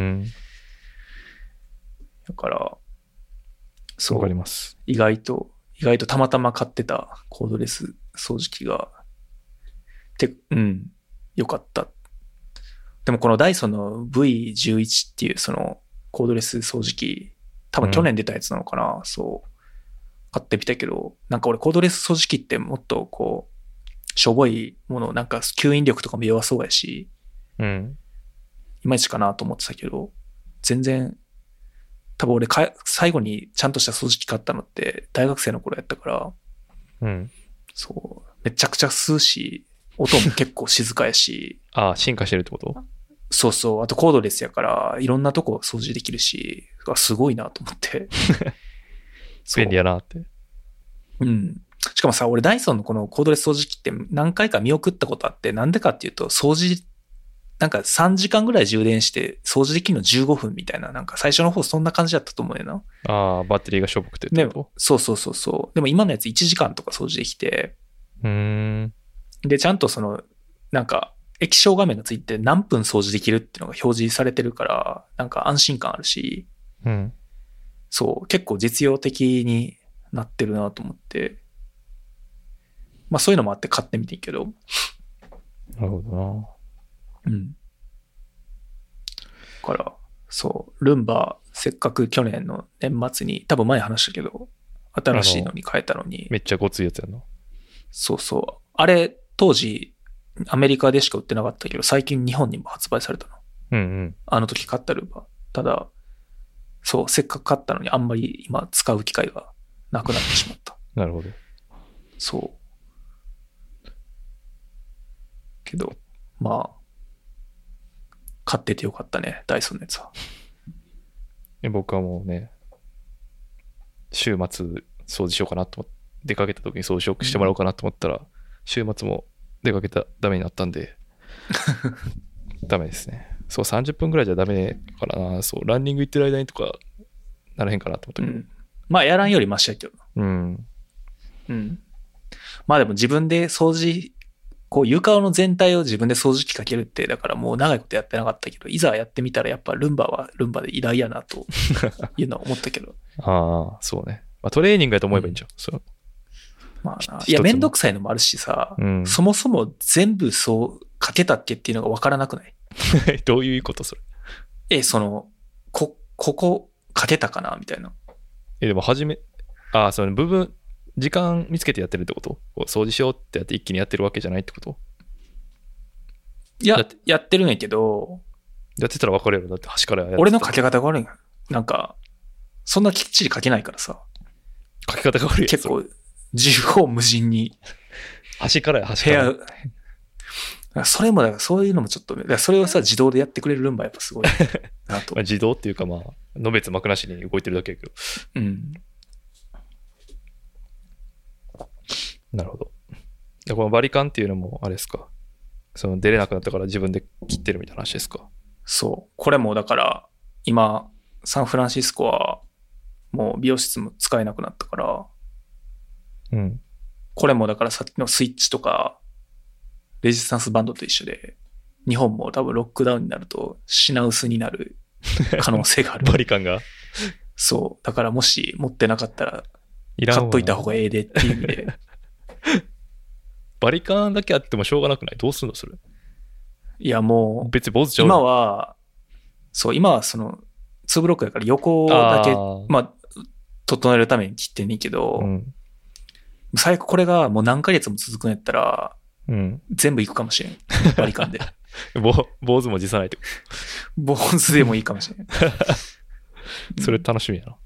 だから、そう。
わかります。
意外と、意外とたまたま買ってたコードレス掃除機が、て、うん、よかった。でもこのダイソンの ブイじゅういち っていうそのコードレス掃除機、多分去年出たやつなのかな、うん、そう。買ってみたけど、なんか俺コードレス掃除機ってもっとこう、しょぼいもの、なんか吸引力とかも弱そうやし、うん、いまいちかなと思ってたけど、全然、多分俺か最後にちゃんとした掃除機買ったのって大学生の頃やったから、うん、そう、めちゃくちゃ吸うし、音も結構静かやし、
ああ、進化してるってこと？
そうそう、あとコードレスやから、いろんなとこ掃除できるし、すごいなと思って。
便利やなって。
うん。しかもさ、俺ダイソンのこのコードレス掃除機って何回か見送ったことあって、なんでかっていうと、掃除、なんかさんじかんぐらい充電して掃除できるのじゅうごふんみたいな、なんか最初の方そんな感じだったと思うよな。
ああ、バッテリーがしょぼくてってこと？
そうそうそうそう。でも今のやついちじかんとか掃除できて、
うーん。
で、ちゃんとその、なんか液晶画面がついて何分掃除できるっていうのが表示されてるから、なんか安心感あるし、うん。そう、結構実用的になってるなと思って、まあそういうのもあって買ってみてんけど。
なるほどな。
うん。だから、そう、ルンバ、せっかく去年の年末に、多分前話したけど、新しいのに変えたのに。
めっちゃごついやつやんの。
そうそう。あれ、当時、アメリカでしか売ってなかったけど、最近日本にも発売されたの。
うんうん。
あの時買ったルンバ。ただ、そう、せっかく買ったのにあんまり今使う機会がなくなってしまった。
なるほど。
そう。けど、まあ、買っててよかったね、ダイソンのやつは。
僕はもうね、週末掃除しようかなと思って、出かけた時に掃除をしてもらおうかなと思ったら、うん、週末も出かけたらダメになったんで、ダメですね。そう、さんじゅっぷんぐらいじゃダメからな、そう、ランニング行ってる間にとかならへんかなと思ったけど、うん。
まあ、やらんよりマシやけど。
うん。
うん。まあでも自分で掃除、 こう床の全体を自分で掃除機かけるって、だからもう長いことやってなかったけど、いざやってみたらやっぱルンバはルンバで偉大やなというのは思ったけど。
ああ、そうね。まあ、トレーニングやと思えばいいんじゃん。うん、そう
まあな、いや、めんどくさいのもあるしさ、うん、そもそも全部そうかけたっけっていうのが分からなくない？
どういうことそれ？
え、その、こ、ここかけたかなみたいな。
え、でも初め、ああ、その部分、時間見つけてやってるってこと？掃除しようってやって一気にやってるわけじゃないってこと？
いや、やってるんやけど。
やってたら分かるやろ。だって端からやってた。
俺のかけ方が悪いんや。なんか、そんなきっちりかけないからさ。
かけ方が悪いやつ。
結構、縦横無尽に。
端からや、端から。
部屋、それもだからそういうのもちょっと、それをさ、自動でやってくれるルンバやっぱすごいなと。
まあ自動っていうかまあ、のべつ幕なしに動いてるだけやけど。
うん。
なるほど。でこのバリカンっていうのもあれですか？その出れなくなったから自分で切ってるみたいな話ですか？
そう。これもだから今サンフランシスコはもう美容室も使えなくなったから、
うん。
これもだからさっきのスイッチとかレジスタンスバンドと一緒で、日本も多分ロックダウンになると品薄になる可能性がある。
バリカンが？
そう。だからもし持ってなかったら買っといた方がええでっていう意味で。
バリカンだけあってもしょうがなくない？どうすんのそれ？
いやもう
別に坊主ちゃう。
今はそう今はそのツーブロックだから横だけまあ整えるために切ってんねんけど、うん、最悪これがもう何ヶ月も続くんやったら、うん、全部いくかもしれん。バリカンで。
坊主も辞さないと。
坊主でもいいかもしれん。
それ楽しみやな。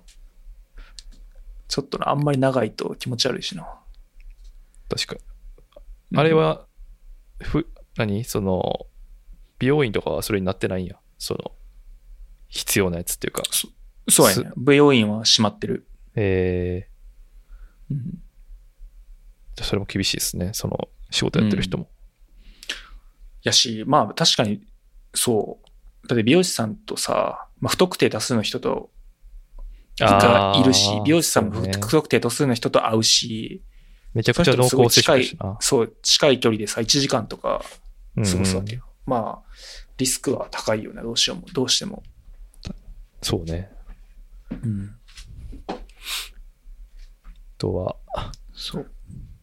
ちょっとなあんまり長いと気持ち悪いしな。
確かに。あれは、ふ、何その、美容院とかはそれになってないんや。その、必要なやつっていうか。
そそうやね。美容院は閉まってる。
えー。うん、じゃそれも厳しいですね。その、仕事やってる人も。うん、
やし、まあ確かに、そう。だって美容師さんとさ、まあ、不特定多数の人と、がいるし、美容師さんも不特定多数の人と会うし、
めちゃくちゃ濃厚接触しな。
そう、近い距離でさ、いちじかんとか過ごすわけよ。うんうん、まあ、リスクは高いよね、どうしようも、どうしても。
そうね。
うん。
あとは、
そう。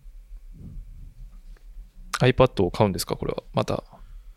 iPad を買うんですか、これは。また。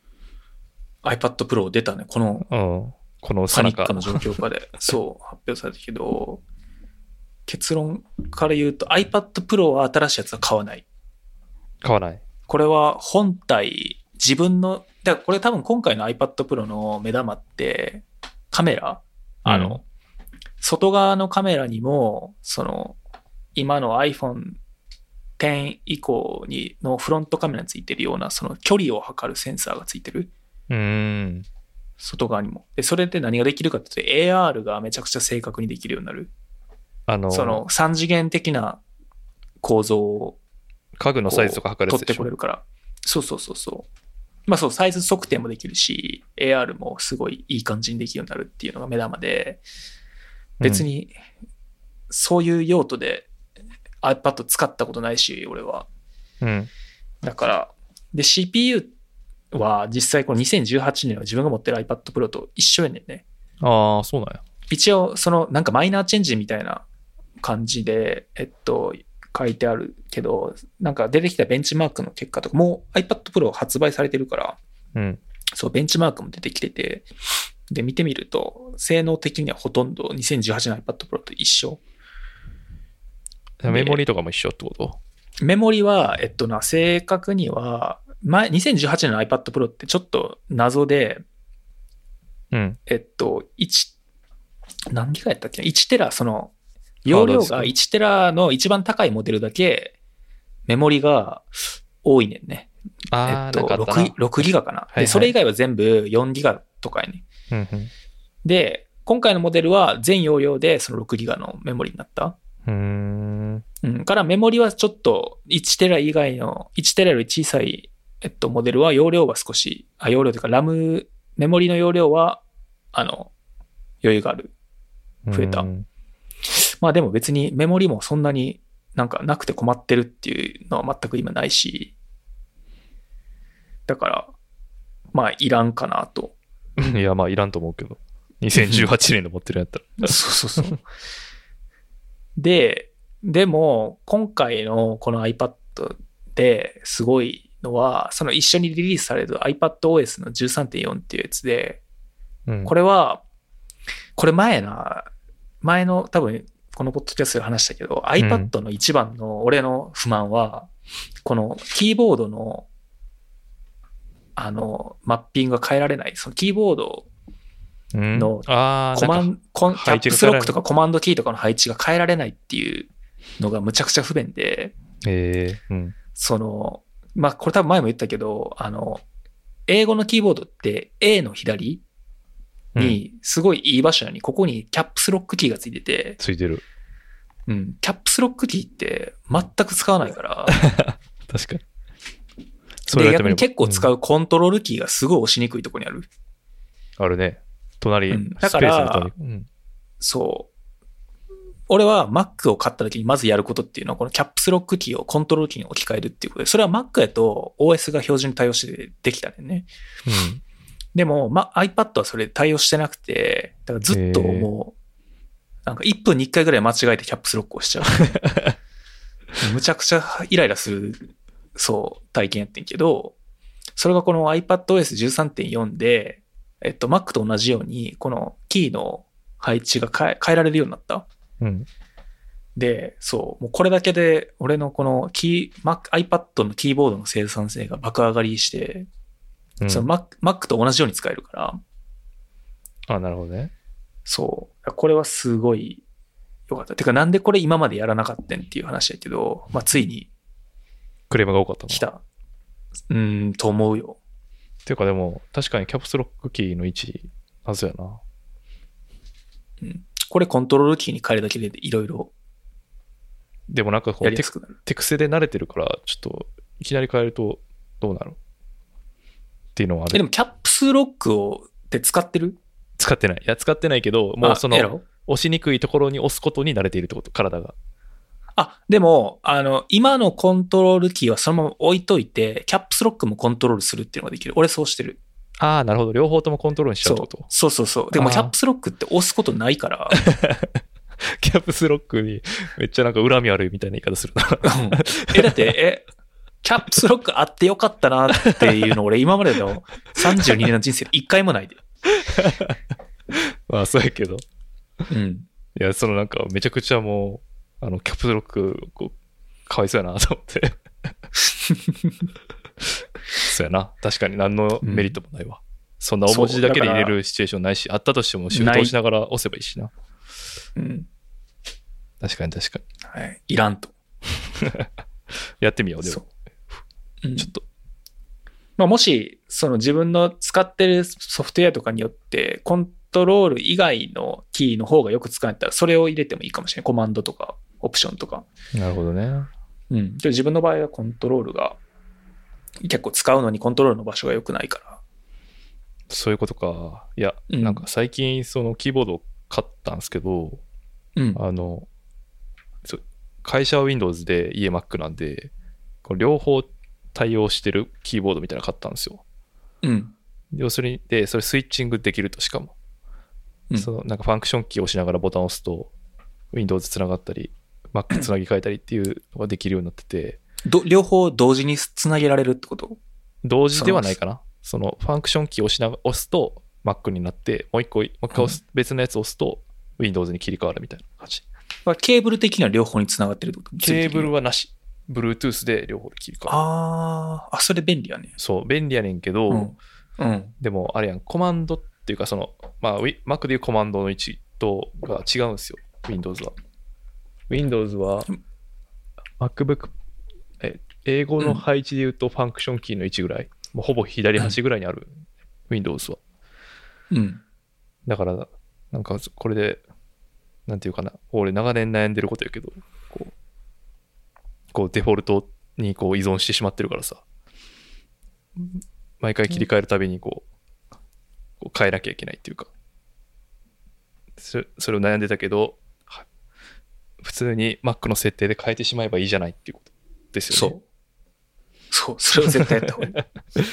iPad Pro 出たね、この、
うん、この
パニックの状況下で、そう、発表されたけど、結論から言うと iPad Pro は新しいやつは買わない。
買わない。
これは本体、自分の、だからこれ多分今回の iPad Pro の目玉ってカメラ、あの、うん、外側のカメラにも、その、今の iPhone テン以降にのフロントカメラについてるような、その距離を測るセンサーがついてる。
うーん。
外側にも。で、それで何ができるかっていうと エーアール がめちゃくちゃ正確にできるようになる。あの、その三次元的な構造を
家具のサイズとか測るやつでしょ。
取ってこれるから。そうそうそうそう。まあそう、サイズ測定もできるし、エーアール もすごいいい感じにできるようになるっていうのが目玉で、別にそういう用途で iPad 使ったことないし、俺は。
うん。
だから、で、シーピーユー は実際このにせんじゅうはちねんは自分が持ってる iPad Pro と一緒やねんね。
ああ、そうなんや。
一応、そのなんかマイナーチェンジみたいな感じで、えっと、書いてあるけど、なんか出てきたベンチマークの結果とか、もう iPad Pro 発売されてるから、
うん、
そう、ベンチマークも出てきてて、で、見てみると、性能的にはほとんどにせんじゅうはちねんの iPad Pro と一緒。
メモリとかも一緒ってこと？
メモリは、えっとな、正確には、前、にせんじゅうはちねんの iPad Pro ってちょっと謎で、
うん、
えっと、いち、何ギガやったっけ ?いち テラ、その、容量がいちテラの一番高いモデルだけ、メモリが多いねんね。
あ
えっと、6, ろくギガかな、はいはい。で、それ以外は全部よんギガとかやね。
うんうん、
で、今回のモデルは全容量でそのろくギガのメモリになった。
うーん。
うん。からメモリはちょっといちテラ以外の、いちテラより小さい、えっと、モデルは容量は少し、あ、容量というかラム、メモリの容量は、あの、余裕がある。増えた。まあでも別にメモリもそんなになんかなくて困ってるっていうのは全く今ないし、 だから、まあ、いらんかなと。
いや、まあ、いらんと思うけど。にせんじゅうはちねんの持ってるやったら。
そうそうそう。で、でも、今回のこの iPad ですごいのは、その一緒にリリースされる iPadOS の じゅうさんてんよん っていうやつで、うん、これは、これ前な、前の多分、このポッドキャストで話したけど、うん、iPad の一番の俺の不満は、このキーボードの、あの、マッピングが変えられない。そのキーボードのコマン、キャップスロックとかコマンドキーとかの配置が変えられないっていうのがむちゃくちゃ不便で、
えーうん、
その、まあ、これ多分前も言ったけど、あの、英語のキーボードって A の左にすごいいい場所に、ここにキャップスロックキーがついてて、
ついてる。
うん、キャップスロックキーって全く使わないから。
確かに。
それで逆に結構使うコントロールキーがすごい押しにくいところにある。
うん、あるね。隣、
うん、だから、うん、そう。俺は Mac を買った時にまずやることっていうのは、このキャップスロックキーをコントロールキーに置き換えるっていうことで、それは Mac やと オーエス が標準に対応してできたね。うん、でも、ま、iPad はそれ対応してなくて、だからずっともう、なんかいっぷんにいっかいぐらい間違えてキャップスロックをしちゃう。むちゃくちゃイライラする、そう、体験やってんけど、それがこの iPadOS じゅうさんてんよん で、えっと、Mac と同じように、このキーの配置が変え、変えられるようになった。
うん、
で、そう、もうこれだけで、俺のこのキー、Mac、iPad のキーボードの生産性が爆上がりして、うん、その Mac、Mac と同じように使えるから。
あ、なるほどね。
そう。これはすごい良かった。てか、なんでこれ今までやらなかったんっていう話やけど、まあ、ついに。
クレームが多かったの
来た。うーん、と思うよ。
っていうかでも、確かにキャプスロックキーの位置、はずやな。
うん。これコントロールキーに変えるだけでいろいろ。
でもなんかこうテク、テクセで慣れてるから、ちょっといきなり変えるとどうなるっていうのはある。
え、でもキャップスロックをって使ってる？
使ってない。いや、使ってないけど、もうその、押しにくいところに押すことに慣れているってこと、体が。
あ、でも、あの、今のコントロールキーはそのまま置いといて、キャップスロックもコントロールするっていうのができる。俺そうしてる。
ああ、なるほど。両方ともコントロールしちゃうってこと？
そうそうそうそう。でもキャップスロックって押すことないから。
キャップスロックにめっちゃなんか恨み悪いみたいな言い方するな。
え、だって、え、キャップスロックあってよかったなっていうの俺今までのさんじゅうにねんの人生で一回もないで。
まあそうやけど。
うん。
いや、そのなんかめちゃくちゃもう、あの、キャップロック、こう、かわいそうやなと思って。そうやな。確かに何のメリットもないわ。うん、そんな大文字だけで入れるシチュエーションないし、あったとしてもシフトをしながら押せばいいしな。
うん。
確かに確か
に。はい。いらんと。
やってみよう、でも。
うん、
ちょっと。
まあ、もし、その自分の使ってるソフトウェアとかによって、コントロール以外のキーの方がよく使えたら、それを入れてもいいかもしれない。コマンドとか、オプションとか。
なるほどね。
うん。で自分の場合はコントロールが、結構使うのにコントロールの場所が良くないから。
そういうことか。いや、
うん、
なんか最近、そのキーボードを買ったんですけど、
うん、
あの、会社は Windows で家 Mac なんで、こう両方対応してるキーボードみたいなの買ったんですよ。
うん。
要するに、で、それスイッチングできるとしかも。うん、そのなんかファンクションキーを押しながらボタンを押すと Windows つながったり Mac つなぎ替えたりっていうのができるようになってて、
ど両方同時につなげられるってこと？
同時ではないかな。そのファンクションキーを押しながら押すと Mac になって、もう一個もう一回押す、うん、別のやつを押すと Windows に切り替わるみたいな感じ。
ケーブル的には両方につながってるってこと？
ケーブルはなし。Bluetooth で両方で切り替わる。
ああ、それ便利やね。
そう便利やねんけど、
うんうん、
でもあれやん、コマンドっていうかそのまあ Mac でいうコマンドの位置とが違うんですよ。Windows は。Windows は MacBook え英語の配置でいうとファンクションキーの位置ぐらい、うん、もうほぼ左端ぐらいにある、うん、Windows は。
うん。
だからなんかこれでなんていうかな、俺長年悩んでることやけど、こうこうデフォルトにこう依存してしまってるからさ、毎回切り替えるたびにこう、こう変えなきゃいけないっていうか、それ、それを悩んでたけど、普通に Mac の設定で変えてしまえばいいじゃないっていうことですよね。
そう。そう、それを絶対やった方がいい。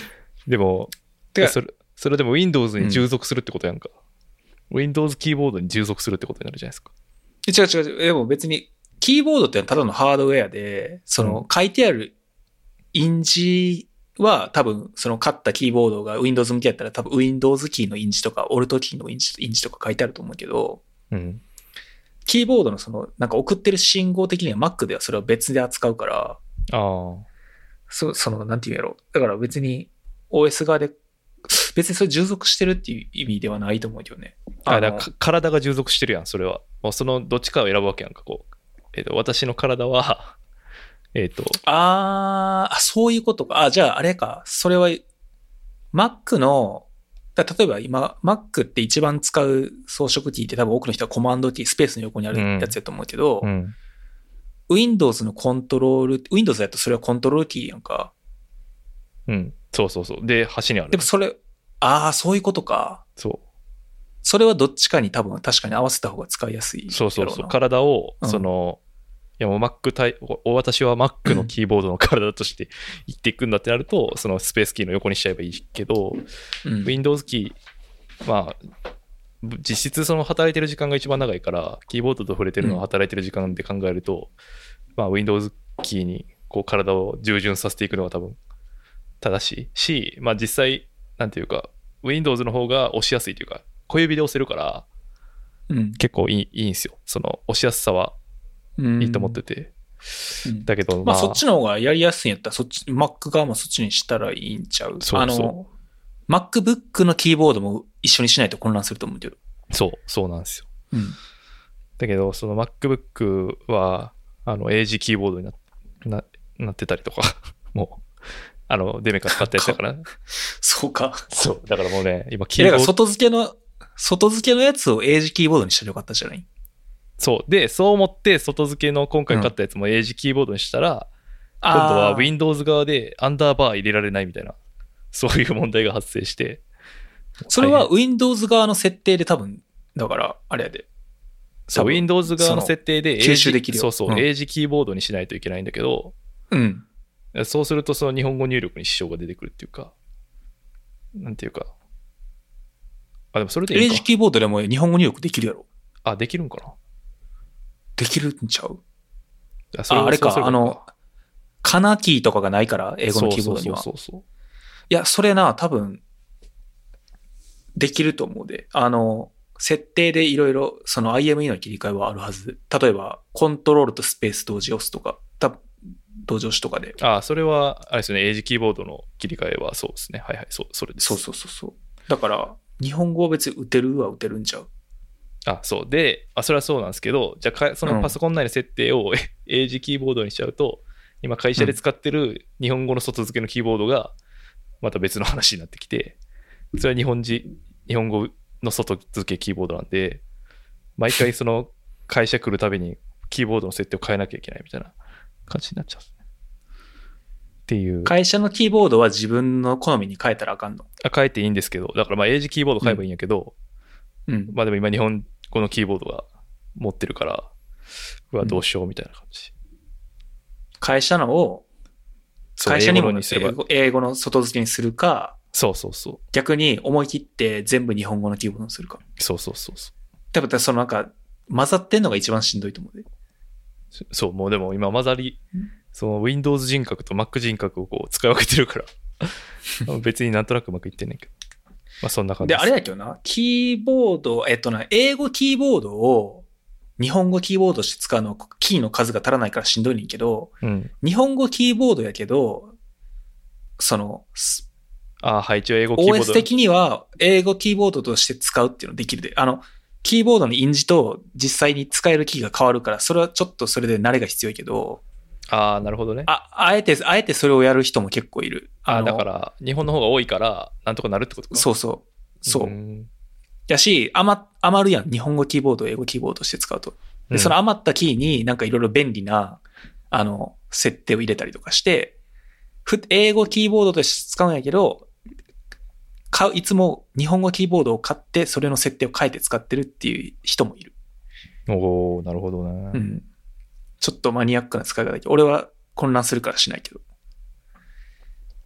でも、
てか
それ、それでも Windows に従属するってことやんか。うん、Windows キーボードに従属するってことになるじゃないですか。
違う違う違う。でも別に、キーボードってただのハードウェアで、その書いてある印字は多分、その買ったキーボードが Windows 向きやったら多分 Windows キーの印字とか、オルトキーの印字、印字とか書いてあると思うけど、
うん。
キーボードのその、なんか送ってる信号的には Mac ではそれは別で扱うから、
ああ。
そ, その、なんていうんやろ。だから別に オーエス 側で、別にそれ従属してるっていう意味ではないと思うけどね。
ああ、だから体が従属してるやん、それは。もうそのどっちかを選ぶわけやんか、こう。えっと、私の体は、えっと。
あー、あ、そういうことか。あ、じゃああれか。それは、Mac の、だ例えば今、Mac って一番使う装飾キーって多分多くの人はコマンドキー、スペースの横にあるやつやと思うけど、
うんうん、
Windows のコントロール、Windows だとそれはコントロールキーやんか。
うん。そうそうそう。で、端にある。
でもそれ、ああ、そういうことか。
そう。
それはどっちかに多分確かに合わせた方が使いやすい。
そうそうそう。体を、その、うん、いやもう Mac 対、私は Mac のキーボードの体として言っていくんだってなると、うん、そのスペースキーの横にしちゃえばいいけど、うん、Windows キー、まあ、実質その働いてる時間が一番長いから、キーボードと触れてるのは働いてる時間で考えると、うん、まあ Windows キーにこう体を従順させていくのが多分正しいし、まあ実際、なんていうか、Windows の方が押しやすいというか、小指で押せるから、うん、結構いい、いいんですよ。その押しやすさはいいと思ってて。うん、だけど、
まあ、まあそっちの方がやりやすいんやったら、そっち、Mac 側もそっちにしたらいいんちゃう。そうそう。あの、MacBook のキーボードも一緒にしないと混乱すると思うけど。
そう、そうなんですよ。うん、だけど、その MacBook は、あの、英字キーボードに な, な, なってたりとか、もう、あの、デメカ使ったやつだから。
そうか。
そう。だからもうね、今キーボード。
だから外付けの、外付けのやつを英字キーボードにしたらよかったじゃない？
そう。で、そう思って外付けの今回買ったやつも英字キーボードにしたら、うん、今度は Windows 側でアンダーバー入れられないみたいな、そういう問題が発生して。
それは Windows 側の設定で多分、だから、あれやで。
そう、Windows 側の設定で
吸収できるよ。
そうそう、うん、英字キーボードにしないといけないんだけど、
うん。
そうするとその日本語入力に支障が出てくるっていうか、なんていうか。あ、でもそれでいいか。
英字キーボードでも日本語入力できるやろ。
あ、できるんかな。
できるんちゃう？
あ、それ
あ、あれか、あの、カナキーとかがないから、英語のキーボードには。
そうそうそうそう。
いや、それな、多分、できると思うで。あの、設定でいろいろ、その アイエムイー の切り替えはあるはず。例えば、コントロールとスペース同時押すとか、多分同時押しとかで。
ああ、それは、あれですね、英字キーボードの切り替えはそうですね。はいはい、そう、それです。
そうそうそうそう。だから、日本語を別に打てるは打てるんちゃう？
あ、そう。で、あ、それはそうなんですけど、じゃあ、そのパソコン内の設定を、うん、英字キーボードにしちゃうと、今会社で使ってる日本語の外付けのキーボードが、また別の話になってきて、それは日本字、日本語の外付けキーボードなんで、毎回その会社来るたびにキーボードの設定を変えなきゃいけないみたいな感じになっちゃう。っていう。
会社のキーボードは自分の好みに変えたらあかんの？
あ、変えていいんですけど、だからまあ英字キーボード変えばいいんやけど、
うん。
まあでも今日本語のキーボードが持ってるから、うわ、どうしようみたいな感じ。うん、
会社のを、会社にも英語、英語の外付けにするか、
そうそうそう。
逆に思い切って全部日本語のキーボードにするか。
そうそうそうそう。
多分そのなんか、混ざってんのが一番しんどいと思うで。
そう、もうでも今混ざり、その Windows 人格と Mac 人格をこう使い分けてるから別になんとなくうまくいってんねんけど。まあそんな感じ
です。で、あれだけどな、キーボード、えっとな、英語キーボードを日本語キーボードとして使うのはキーの数が足らないからしんどいねんけど、
うん、
日本語キーボードやけど、その、
ああ、はい、一応英語キーボード。
オーエス 的には英語キーボードとして使うっていうのできるで。あの、キーボードの印字と実際に使えるキーが変わるから、それはちょっとそれで慣れが必要やけど。
ああ、なるほどね。
あ、あえて、あえてそれをやる人も結構いる。
ああ、だから、日本の方が多いから、なんとかなるってことか。
そうそう。そう。やし、余、余るやん。日本語キーボードを英語キーボードとして使うと。で、うん、その余ったキーになんかいろいろ便利な、あの、設定を入れたりとかして、ふ、英語キーボードとして使うんやけど、買う、いつも日本語キーボードを買って、それの設定を変えて使ってるっていう人もいる。
おー、なるほどね。
うん。ちょっとマニアックな使い方だけど、俺は混乱するからしないけど。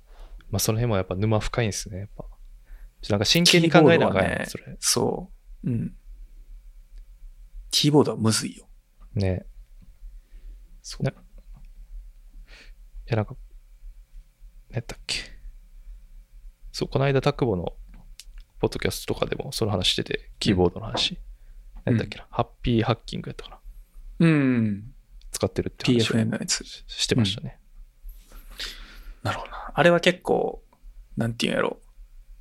まあその辺もやっぱ沼深いんですね。やっぱ。なんか真剣に考えながら、ね、それ。
そう。うん。キーボードはむずいよ。
ね。
そう。
いや、なんか、何やったっけ。そう、この間、タクボのポッドキャストとかでもその話してて、キーボードの話。何、うん、やったっけな、ハッピーハッキングやったかな。
うん。
使ってるって話を
ピーエフエム のやつ
してましたね、
うん。なるほどな。あれは結構、なんていうんやろ。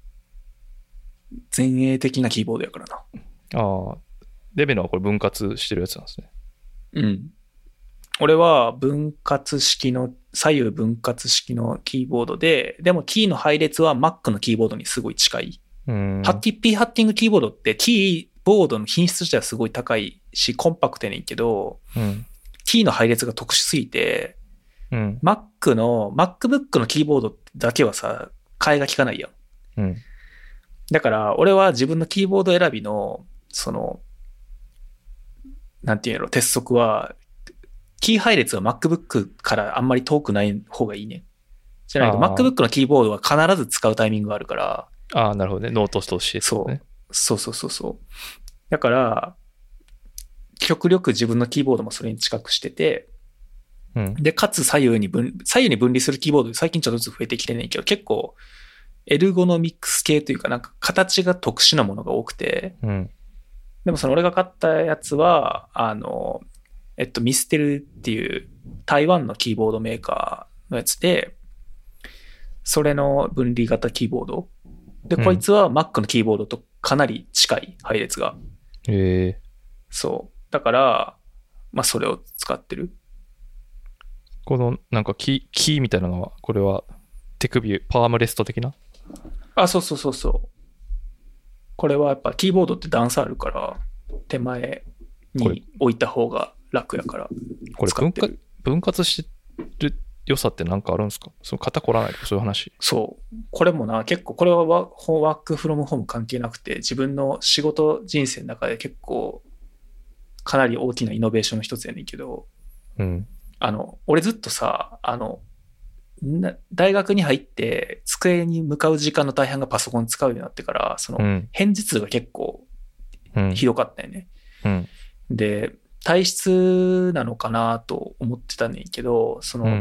前衛的なキーボードやからな。
ああ。デベノはこれ分割してるやつなんですね。
うん。俺は分割式の、左右分割式のキーボードで、でもキーの配列は Mac のキーボードにすごい近い。
うん。
ハッキー P ハッティングキーボードってキーボードの品質としてはすごい高いし、コンパクトやねんけど、
うん、
キーの配列が特殊すぎて、
うん、
Mac の、MacBook のキーボードだけはさ、替えが利かないやん。
うん。
だから、俺は自分のキーボード選びの、その、なんていうんやろ、鉄則は、キー配列は MacBook からあんまり遠くない方がいいね。じゃないと MacBook のキーボードは必ず使うタイミングがあるから。
ああ、なるほどね。ノートとして、ね。
そう。そうそうそうそう。だから、極力自分のキーボードもそれに近くしてて、
うん、
で、かつ左右に分、左右に分離するキーボード最近ちょっとずつ増えてきてんねんけど、結構、エルゴノミクス系というか、なんか形が特殊なものが多くて、
うん、
でもその俺が買ったやつは、あの、えっと、ミステルっていう台湾のキーボードメーカーのやつで、それの分離型キーボード。で、こいつは Mac のキーボードとかなり近い配列が。
へえ。
そう。だから、まあそれを使ってる。
このなんかキー、キーみたいなのは、これは手首、パームレスト的な？
あ、そうそうそうそう。これはやっぱキーボードって段差あるから、手前に置いた方が楽やから。
これ分割、分割してる良さって何かあるんですか？その肩凝らないとかそういう話？
そう。これもな、結構これはワークフロムホーム関係なくて、自分の仕事人生の中で結構かなり大きなイノベーションの一つやねんけど、
うん。
あの、俺ずっとさ、あの、大学に入って机に向かう時間の大半がパソコン使うようになってから、その返事数が結構ひどかったよね。
うんうん、
で、体質なのかなと思ってたねんけど、その、うん、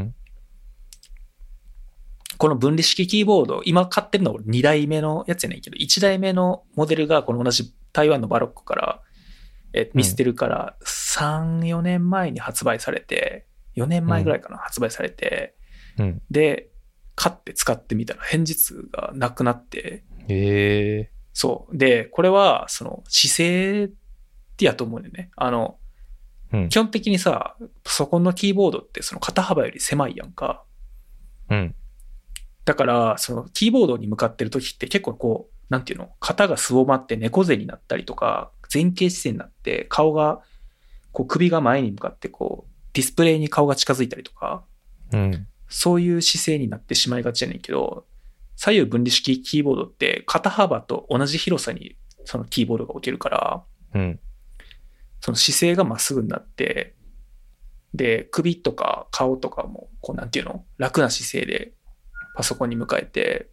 この分離式キーボード、今買ってるのはにだいめのやつやねんけど、いちだいめのモデルがこの同じ台湾のバロックから、えミステルからさん、よねんまえに発売されて、よねんまえぐらいかな、うん、発売されて、
うん、
で、買って使ってみたら返事数がなくなって、
へー。
そう。で、これは、その、姿勢ってやと思うねんね。あの、
うん、
基本的にさ、パソコンのキーボードってその肩幅より狭いやんか。
うん。
だから、その、キーボードに向かってる時って結構こう、なんていうの、肩がすぼまって猫背になったりとか、前傾姿勢になって、顔が、こう、首が前に向かってこう、ディスプレイに顔が近づいたりとか、
うん、
そういう姿勢になってしまいがちやねんけど、左右分離式キーボードって肩幅と同じ広さにそのキーボードが置けるから、
うん、
その姿勢がまっすぐになって、で、首とか顔とかも、こうなんていうの、楽な姿勢でパソコンに向かえて、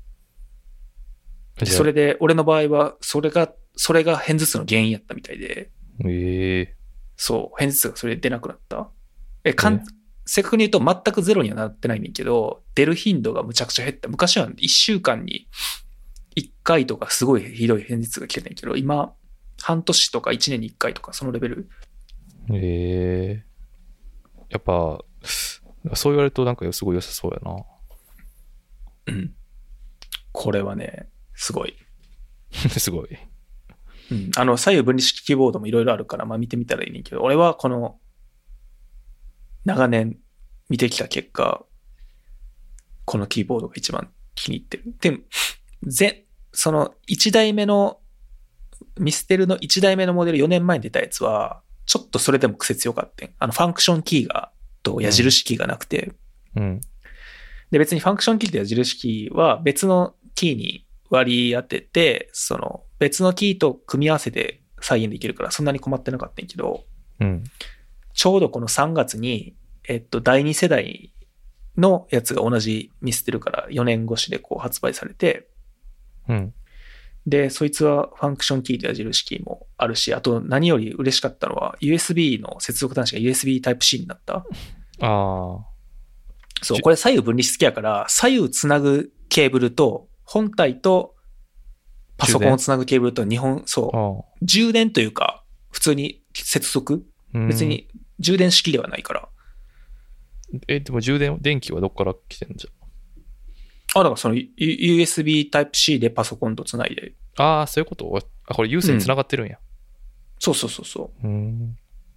それで、俺の場合は、それが、それが片頭痛の原因やったみたいで、
えー、
そう、片頭痛がそれで出なくなった。え、かん、えー正確に言うと全くゼロにはなってないんだけど、出る頻度がむちゃくちゃ減った。昔はいっしゅうかんにいっかいとかすごいひどい片頭痛が来てないけど、今、半年とかいちねんにいっかいとかそのレベル。
へえー。やっぱ、そう言われるとなんかすごい良さそうやな。
うん。これはね、すごい。
すごい。
うん。あの、左右分離式キーボードもいろいろあるから、まあ見てみたらいいねんけど、俺はこの、長年見てきた結果、このキーボードが一番気に入ってる。で、ぜ、そのいちだいめの、ミステルのいちだいめのモデルよねんまえに出たやつは、ちょっとそれでも癖強かったん。あの、ファンクションキーが、と矢印キーがなくて。
うん。うん、
で、別にファンクションキーと矢印キーは別のキーに割り当てて、その、別のキーと組み合わせて再現できるから、そんなに困ってなかったんやけど、
うん。
ちょうどこのさんがつに、えっと、だいに世代のやつが同じミスってるからよねん越しでこう発売されて、
うん。
で、そいつはファンクションキーと矢印キーもあるし、あと何より嬉しかったのは ユーエスビー の接続端子が ユーエスビー タイプ C になった。
ああ。
そう、これ左右分離好きやから、左右つなぐケーブルと本体とパソコンをつなぐケーブルと日本、そう、充電というか、普通に接続、別に充電式ではないから。
え、でも充電、電気はどっから来てんじゃん。
あ、だからその ユーエスビー タイプ C でパソコンとつないで。
ああ、そういうこと？あ、これ有線つながってるんや。うん、
そうそうそうそう。
うん。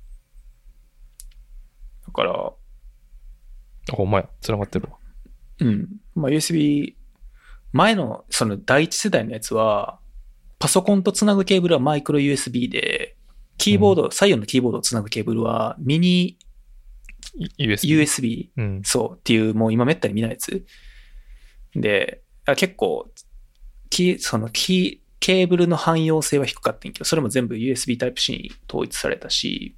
だから、
あ、ほんまや、つながってるわ。
うん。まあ ユーエスビー、前のその第一世代のやつは、パソコンとつなぐケーブルはマイクロ ユーエスビー で、キーボード、うん、左右のキーボードをつなぐケーブルはミニ ユーエスビー、うん、そうっていう、もう今めったに見ないやつ。で、結構、キー、そのキー、ケーブルの汎用性は低かったんやけど、それも全部 ユーエスビー タイプ C に統一されたし、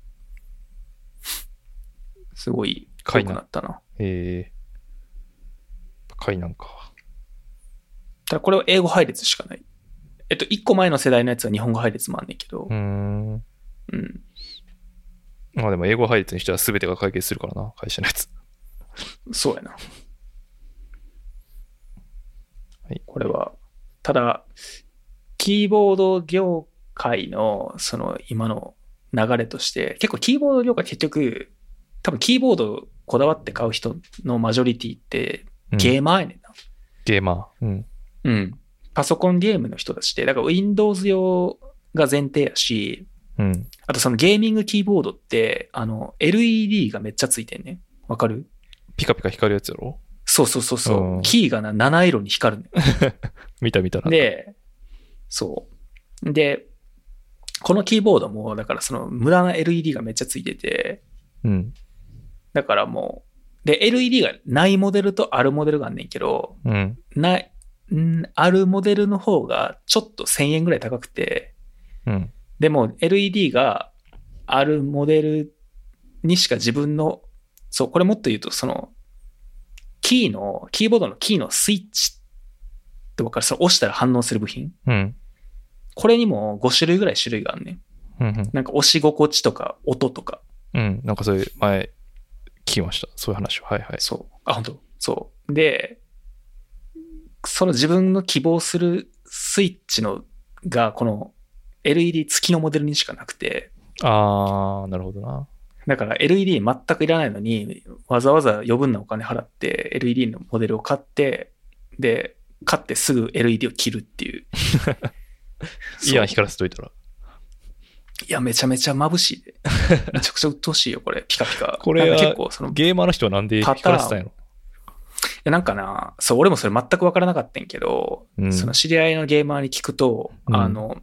すごい濃くなったな。
へえ。高いなんか。
ただこれは英語配列しかない。えっと、いっこまえの世代のやつは日本語配列もあんねんけど。
うーん。
うん。
まあでも英語配列にしては全てが解決するからな、会社のやつ。
そうやな。はい。これは、ただ、キーボード業界のその今の流れとして、結構キーボード業界結局、多分キーボードこだわって買う人のマジョリティってゲーマーやねんな。うん、
ゲーマー。うん。
うん。パソコンゲームの人たちって、だから Windows 用が前提やし、
うん。
あとそのゲーミングキーボードって、あの、エルイーディー がめっちゃついてんね。わかる？
ピカピカ光るやつやろ？
そうそうそうそう、うん。キーがな、七色に光るね。
見た見たな。
で、そう。で、このキーボードも、だからその無駄な エルイーディー がめっちゃついてて、
うん。
だからもう、で、エルイーディー がないモデルとあるモデルがあんねんけど、
うん。
ない、んあるモデルの方がちょっとせんえんぐらい高くて、
うん。
でも エルイーディー があるモデルにしか自分の、そう、これもっと言うと、その、キーの、キーボードのキーのスイッチって分かる？その押したら反応する部品。
うん。
これにもご種類ぐらい種類があるね。
うんうん。
なんか押し心地とか音とか。
うん。なんかそういう前聞きました。そういう話を。はいはい。
そう。あ、本当。そう。で、その自分の希望するスイッチのがこの エルイーディー 付きのモデルにしかなくて。
あー、なるほどな。
だから エルイーディー 全くいらないのに、わざわざ余分なお金払って エルイーディー のモデルを買って、で、買ってすぐ エルイーディー を切るっていう。
いいやん、光らせといたら。
いや、めちゃめちゃ眩しいで。めちゃくちゃ鬱陶しいよ、これ。ピカピカ。
これは結構そのゲーマーの人はなんで光らせたんやろ？い
や、なんかな、そう、俺もそれ全く分からなかったんやけど、うん、その知り合いのゲーマーに聞くと、うん、あの、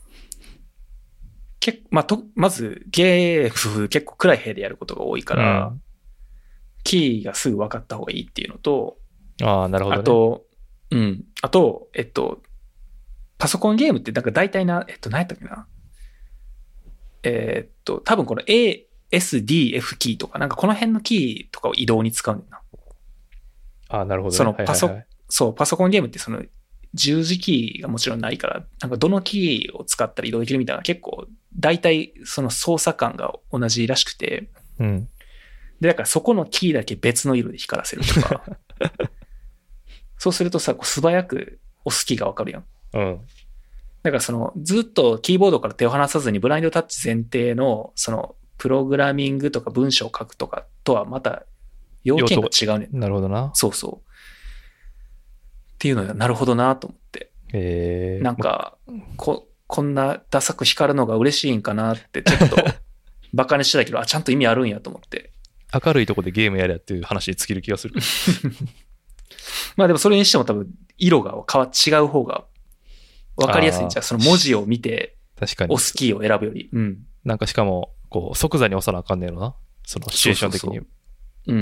けまあ、とまずゲーム結構暗い部屋でやることが多いから、うん、キーがすぐ分かった方がいいっていうのと、
ああ、なるほどね。
あと、うん。あと、えっと、パソコンゲームってなんか大体な、えっと、何やったっけな。えー、っと、多分この A、S、D、F キーとか、なんかこの辺のキーとかを移動に使うんだよな。
ああ、なるほどね。
そのパソ、
はいはいはい、
そう、パソコンゲームってその十字キーがもちろんないから、なんかどのキーを使ったら移動できるみたいな結構、大体その操作感が同じらしくて、
うん。
で、だからそこのキーだけ別の色で光らせるとか、そうするとさ、こう素早く押すキーがわかるやん。
うん。
だからそのずっとキーボードから手を離さずにブラインドタッチ前提のそのプログラミングとか文章を書くとかとはまた要件が違うねん。
なるほどな。
そうそう。っていうのがなるほどなと思って。
へー。
なんかここんなダサく光るのが嬉しいんかなってちょっとバカにしてたけど、あ、ちゃんと意味あるんやと思って。
明るいとこでゲームやれやっていう話に尽きる気がする。
まあでもそれにしても多分色が変わ違う方が分かりやすいんじゃん。その文字を見て押すキーを選ぶより。うん。
なんかしかもこう即座に押さなあかんねえのな。そのシチュエーション的に。
そうそうそう。うん。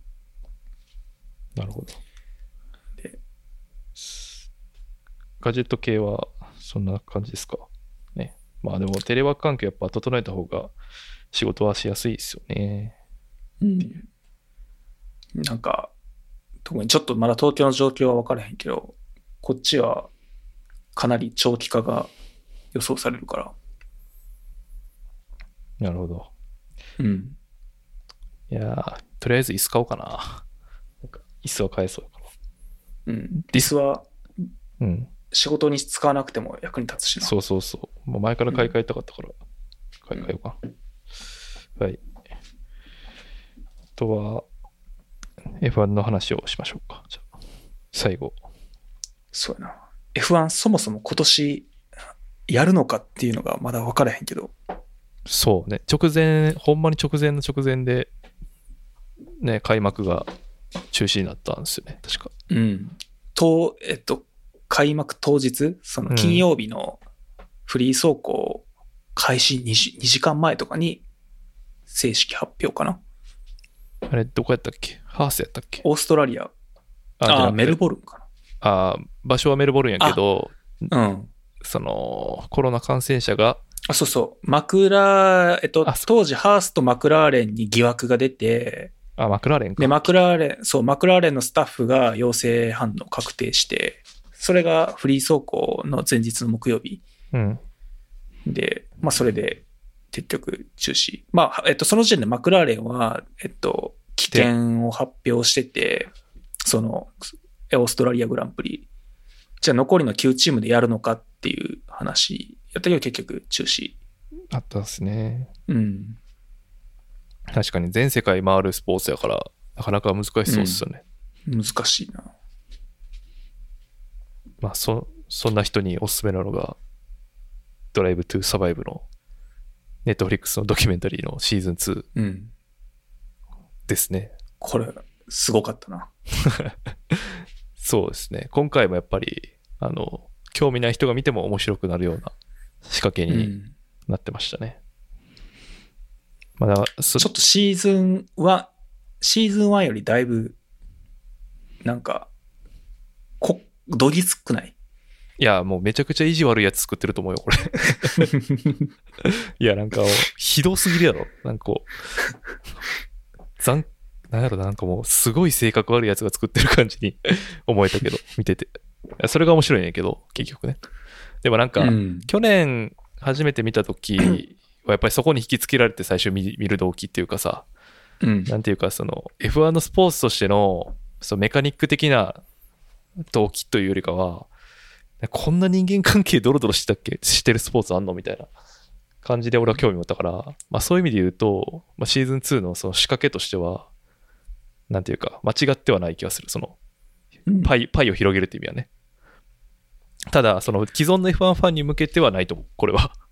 なるほど。で、ガジェット系はそんな感じですかね。まあでもテレワーク環境やっぱ整えた方が仕事はしやすいですよね。
うん。なんか特にちょっとまだ東京の状況は分からへんけど、こっちはかなり長期化が予想されるから。
なるほど。
うん。
いやー、とりあえず椅子買おうかな。なんか椅子は買えそうか
な。うん。椅子は、
うん。
仕事に使わなくても役に立つしな。
そうそうそう。もう前から買い替えたかったから、うん、買い替えようかな。うん、はい。あとは、エフワン の話をしましょうか。じゃあ最後。
そうやな。エフワン そもそも今年やるのかっていうのがまだ分からへんけど。
そうね。直前、ほんまに直前の直前で、ね、開幕が中止になったんですよね。確か。
うん。と、えっと、開幕当日、その金曜日のフリー走行開始 2, 時にじかんまえとかに正式発表かな。
あれ、どこやったっけ？ハースやったっけ？
オーストラリア。ああ、メルボルンかな。
ああ、場所はメルボルンやけど、
うん。
その、コロナ感染者が、
あ、そうそう。マクラー、えっと、当時ハースとマクラーレンに疑惑が出て、
あ、マクラーレンか。
で、マクラーレン、そう、マクラーレンのスタッフが陽性反応確定して、それがフリー走行の前日の木曜日。
うん。
で、まあ、それで、結局中止。まあ、えっと、その時点でマクラーレンは、えっと、棄権を発表してて、その、オーストラリアグランプリ。じゃあ残りのきゅうチームでやるのかっていう話やったけど結局中止。
あったんですね。
うん。
確かに全世界回るスポーツやから、なかなか難しそうですよね。
うん、難しいな。
まあ、そ、そんな人におすすめなのが、ドライブトゥーサバイブの、ネットフリックスのドキュメンタリーのシーズンツーですね。
うん、これ、すごかったな。
そうですね。今回もやっぱり、あの、興味ない人が見ても面白くなるような仕掛けになってましたね。うん、まだ
ちょっとシーズンは、シーズンワンよりだいぶ、なんか、こ、どぎつくない？
いや、もうめちゃくちゃ意地悪いやつ作ってると思うよ、これ。いや、なんか、ひどすぎるやろ。なんかこう、残、なんやろな、なんかもう、すごい性格悪いやつが作ってる感じに思えたけど、見てて。それが面白いんやけど、結局ね。でもなんか、うん、去年初めて見たときは、やっぱりそこに引きつけられて最初見、見る動機っていうかさ、うん、なんていうか、その、エフワン のスポーツとしての、そのメカニック的な動機というよりかは、こんな人間関係ドロドロしてたっけしてるスポーツあんのみたいな感じで俺は興味持ったから、まあそういう意味で言うと、まあ、シーズンツーのその仕掛けとしては、なんていうか、間違ってはない気がする。その、パイ、パイを広げるっていう意味はね。ただ、その既存の エフワン ファンに向けてはないと思う、これは。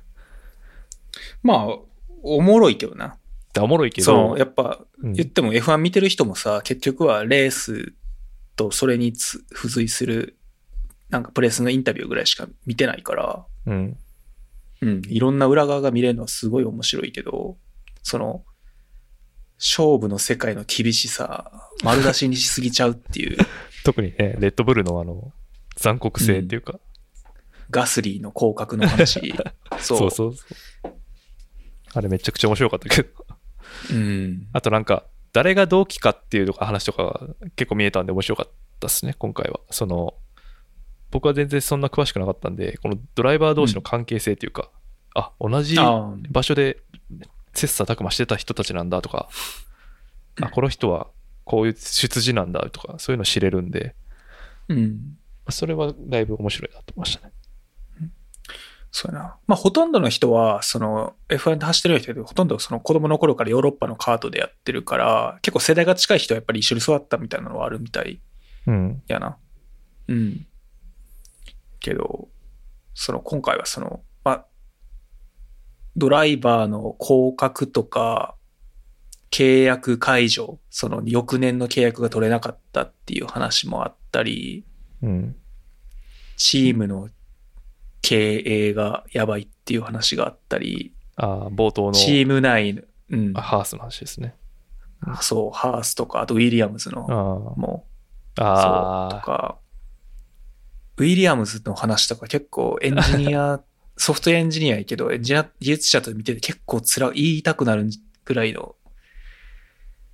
まあ、おもろいけどな。
おもろいけど。
その、やっぱ、言っても エフワン 見てる人もさ、結局はレースとそれに付随する、なんかプレスのインタビューぐらいしか見てないから、
うん。
うん。いろんな裏側が見れるのはすごい面白いけど、その、勝負の世界の厳しさ、丸出しにしすぎちゃうっていう。
特にね、レッドブルのあの、残酷性っていうか。うん、
ガスリーの降格の話。
そう。そうそうそう。あれめちゃくちゃ面白かったけど。
うん。
あとなんか、誰が同期かっていう話とか結構見えたんで面白かったですね、今回は。その、僕は全然そんな詳しくなかったんで、このドライバー同士の関係性というか、うん、あ、同じ場所で切磋琢磨してた人たちなんだとか、あ、この人はこういう出自なんだとか、そういうの知れるんで、
うん、
それはだいぶ面白いなと思いましたね。
うん、そうやな。まあほとんどの人は、その エフワン で走ってる人で、ほとんどその子供の頃からヨーロッパのカートでやってるから、結構世代が近い人はやっぱり一緒に育ったみたいなのはあるみたいやな。うん。うんけど、その今回はその、まあ、ドライバーの降格とか、契約解除、その翌年の契約が取れなかったっていう話もあったり、
うん、
チームの経営がやばいっていう話があったり、
あ冒頭の
チーム内の、うん、
ハースの話ですね。
うん、そう、ハースとか、あとウィリアムズの、も
う、あ
そうとか、ウィリアムズの話とか結構エンジニア、ソフトウェアエンジニアやけど、エンジニア技術者と見てて結構つら、言いたくなるぐらいの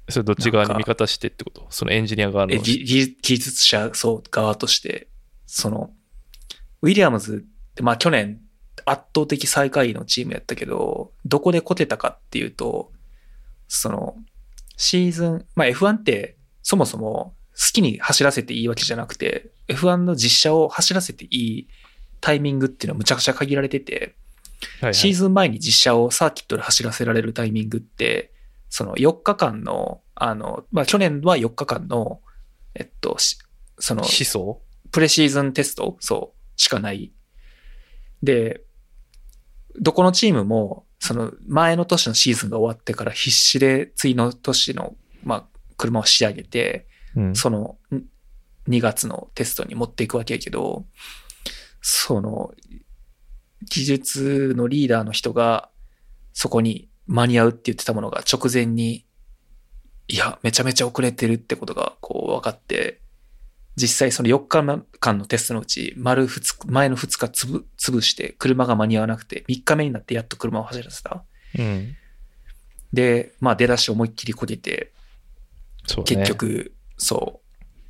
それどっち側に味方してってこと？そのエンジニア側の。
え、技技術者、そう、側として、その、ウィリアムズって、まあ去年、圧倒的最下位のチームやったけど、どこでこてたかっていうと、その、シーズン、まあ エフワン ってそもそも好きに走らせていいわけじゃなくて、エフワン の実車を走らせていいタイミングっていうのはむちゃくちゃ限られてて、はいはい、シーズン前に実車をサーキットで走らせられるタイミングって、そのよっかかんの、あの、まあ去年はよっかかんの、えっと、その、
思想？
プレシーズンテスト？そう、しかない。で、どこのチームも、その前の年のシーズンが終わってから必死で次の年の、まあ、車を仕上げて、うん、そのにがつのテストに持っていくわけやけど、その技術のリーダーの人がそこに間に合うって言ってたものが直前に、いや、めちゃめちゃ遅れてるってことがこう分かって、実際そのよっかかんのテストのうち丸ふつか、前のふつかつぶ、潰して車が間に合わなくてみっかめになってやっと車を走らせた。
うん、
で、まあ出だし思いっきりこけて、
そうね、
結局、そう、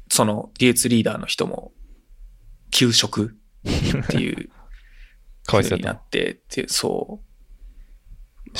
その技術リーダーの人も休職っていう風になってっていう、そう。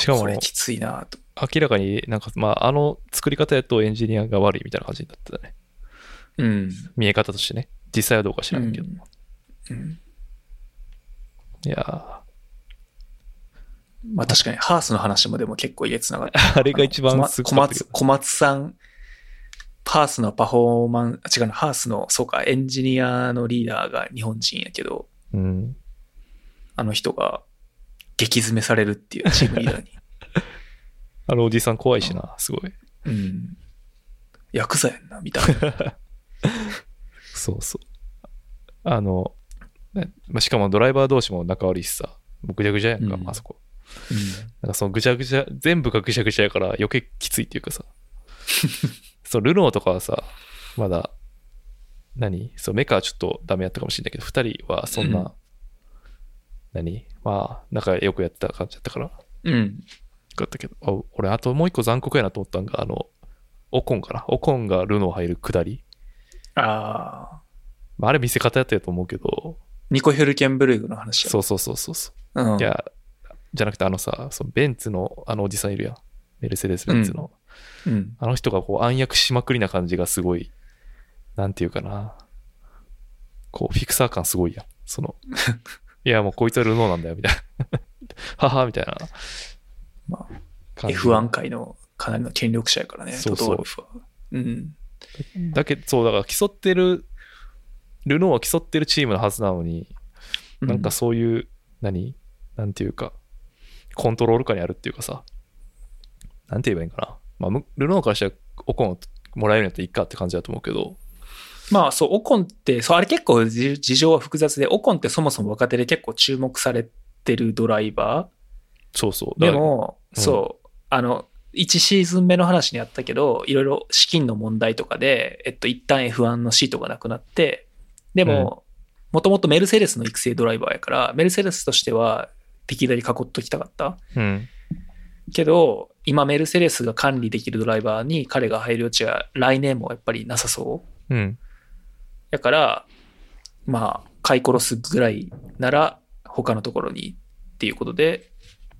しかも、
これきついなと。
明らかになんか、まああの作り方やとエンジニアが悪いみたいな感じになってたね。
うん、
見え方としてね、実際はどうか知らないけど、
うんうん、
いや
まあ確かにハースの話もでも結構家つながって
あれが一番すごかったけど、
小松さんハースのパフォーマンス違うのハースのそうかエンジニアのリーダーが日本人やけど、
うん、
あの人が激詰めされるっていうチームリーダーに
あのおじさん怖いしな、すごい、
うん、ヤクザやんなみたいな
そうそう。あの、しかもドライバー同士も仲悪いしさ、もうぐちゃぐちゃやんか、うん、あそこ。
うん、
なんかそのぐちゃぐちゃ、全部がぐちゃぐちゃやから余計きついっていうかさ。そう、ルノーとかはさ、まだ、何そう、メカはちょっとダメやったかもしれないけど、二人はそんな、うん、何まあ、仲良くやってた感じだったから。
うん。
よかったけど、あ俺、あともう一個残酷やなと思ったんが、あの、オコンかな。オコンがルノー入る下り。
あ
あ。あれ見せ方やったやと思うけど。
ニコ・ヒュルケンブルーグの話や。
そうそうそうそうそ
う、うん。
いや、じゃなくてあのさ、そのベンツのあのおじさんいるやん。メルセデス・ベンツの。
うんうん、
あの人がこう暗躍しまくりな感じがすごい、なんていうかな。こう、フィクサー感すごいやん。その、いやもうこいつはルノーなんだよ、みたいな。はは、みたいな。
まあ、エフワン 界のかなりの権力者やからね、
そうそう。
トトウルフは。うん。
だけど、そう、だから競ってる、ルノーは競ってるチームのはずなのに、なんかそういう、うん、何なんていうか、コントロール下にあるっていうかさ、なんて言えばいいんかな。まあ、ルノーからしたらオコンをもらえるんやったらいいかって感じだと思うけど。
まあそう、オコンって、そう、あれ結構事情は複雑で、オコンってそもそも若手で結構注目されてるドライバ
ー。そうそう。
でも、うん、そう、あの、いちシーズン目の話にあったけど、いろいろ資金の問題とかで、えっと、一旦 エフワン のシートがなくなって、でも、もともとメルセデスの育成ドライバーやから、メルセデスとしては、できるだけ囲っときたかった。
うん。
けど、今メルセデスが管理できるドライバーに彼が入る余地は来年もやっぱりなさそう。
うん。
だから、まあ、買い殺すぐらいなら、他のところにっていうことで、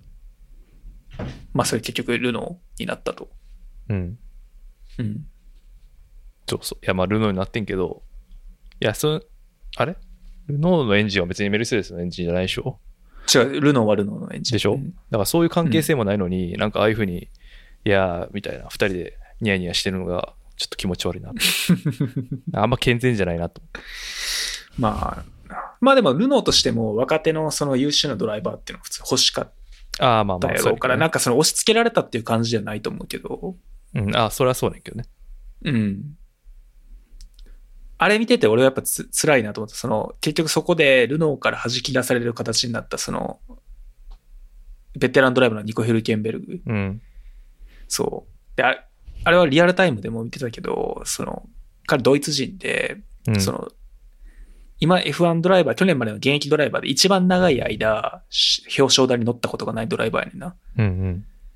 まあ、それ結局ルノーになったと。
うん。
うん。
そうそう。いや、まあ、ルノーになってんけど、いや、そあれルノーのエンジンは別にメルセデスのエンジンじゃないでしょ？
違う、ルノーはルノーのエンジン。
でしょ？うん、だからそういう関係性もないのに、うん、なんかああいうふうに、いやー、みたいな、二人でニヤニヤしてるのが、ちょっと気持ち悪いなと。あんま健全じゃないなと。
まあ、まあでも、ルノーとしても若手のその優秀なドライバーっていうのは普通欲しかった
ああ、まあまあ。
やろうから、なんかその押し付けられたっていう感じじゃないと思うけど。
うん、ああ、それはそうねんけどね。
うん。あれ見てて俺はやっぱつ辛いなと思った。その、結局そこでルノーから弾き出される形になった、その、ベテランドライバーのニコ・ヒュルケンベルグ。
うん。
そう。で、あれ、あれはリアルタイムでも見てたけど、その、彼ドイツ人で、うん、その、今 エフワン ドライバー、去年までの現役ドライバーで一番長い間、表彰台に乗ったことがないドライバーやねんな。
うんうん。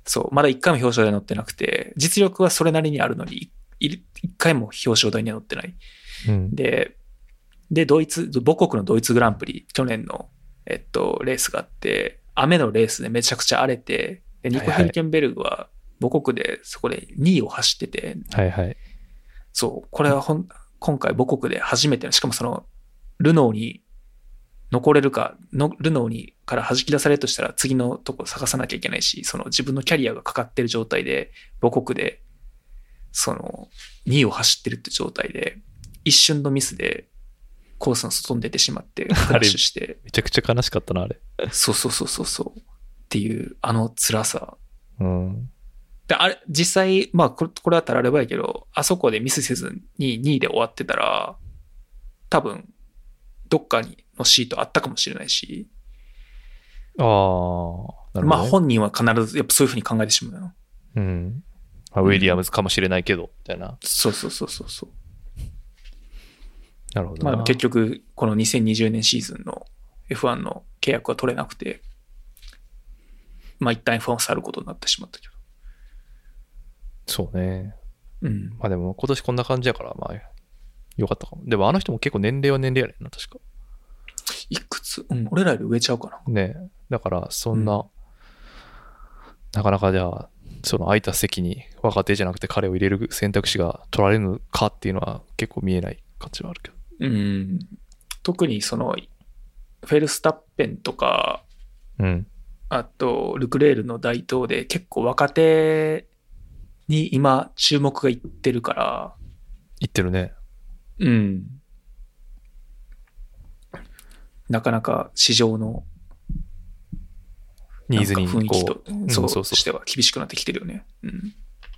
そう、まだ一回も表彰台に乗ってなくて、実力はそれなりにあるのに、一回も表彰台には乗ってない。
うん、
で、で、ドイツ、母国のドイツグランプリ、去年の、えっと、レースがあって、雨のレースでめちゃくちゃ荒れて、でニコ・ヘルケンベルグは母国でそこでにいを走ってて、
はいはい。
そう、これはほん今回母国で初めての、しかもその、ルノーに残れるかの、ルノーにから弾き出されるとしたら次のとこ探さなきゃいけないし、その自分のキャリアがかかってる状態で、母国で、その、にいを走ってるって状態で、一瞬のミスで、コースの外に出てしまって、クラッシュして。
めちゃくちゃ悲しかったな、あれ。
そうそうそうそうそう。っていう、あの辛さ。
うん。
で、あれ、実際、まあこれ、これはたらればやけど、あそこでミスせずににいで終わってたら、多分、どっかにのシートあったかもしれないし。
ああ、なるほど、ね。
まあ本人は必ず、やっぱそういうふうに考えてしまうよ。
うん。まあ、ウィリアムズかもしれないけど、うん、みたいな。
そうそうそうそうそう。
なるほどな。
まあ結局、このにせんにじゅうねんシーズンの エフワン の契約は取れなくて、まあ一旦 エフワン を去ることになってしまったけど。
そうね。
うん。
まあでも今年こんな感じやから、まあ、よかったかも。でもあの人も結構年齢は年齢やねんな、確か。
いくつうん、俺らより上ちゃうかな。
ねえ。だから、そんな、うん、なかなかじゃあ、その空いた席に若手じゃなくて彼を入れる選択肢が取られるのかっていうのは結構見えない感じはあるけど。
うん。特にその、フェルスタッペンとか、
うん。
あと、ルクレールの台頭で結構若手に今注目がいってるから。
いってるね。
うん。なかなか市場の
ニーズに
雰囲気と、
うん、
そうしては厳しくなってきてるよね。うん。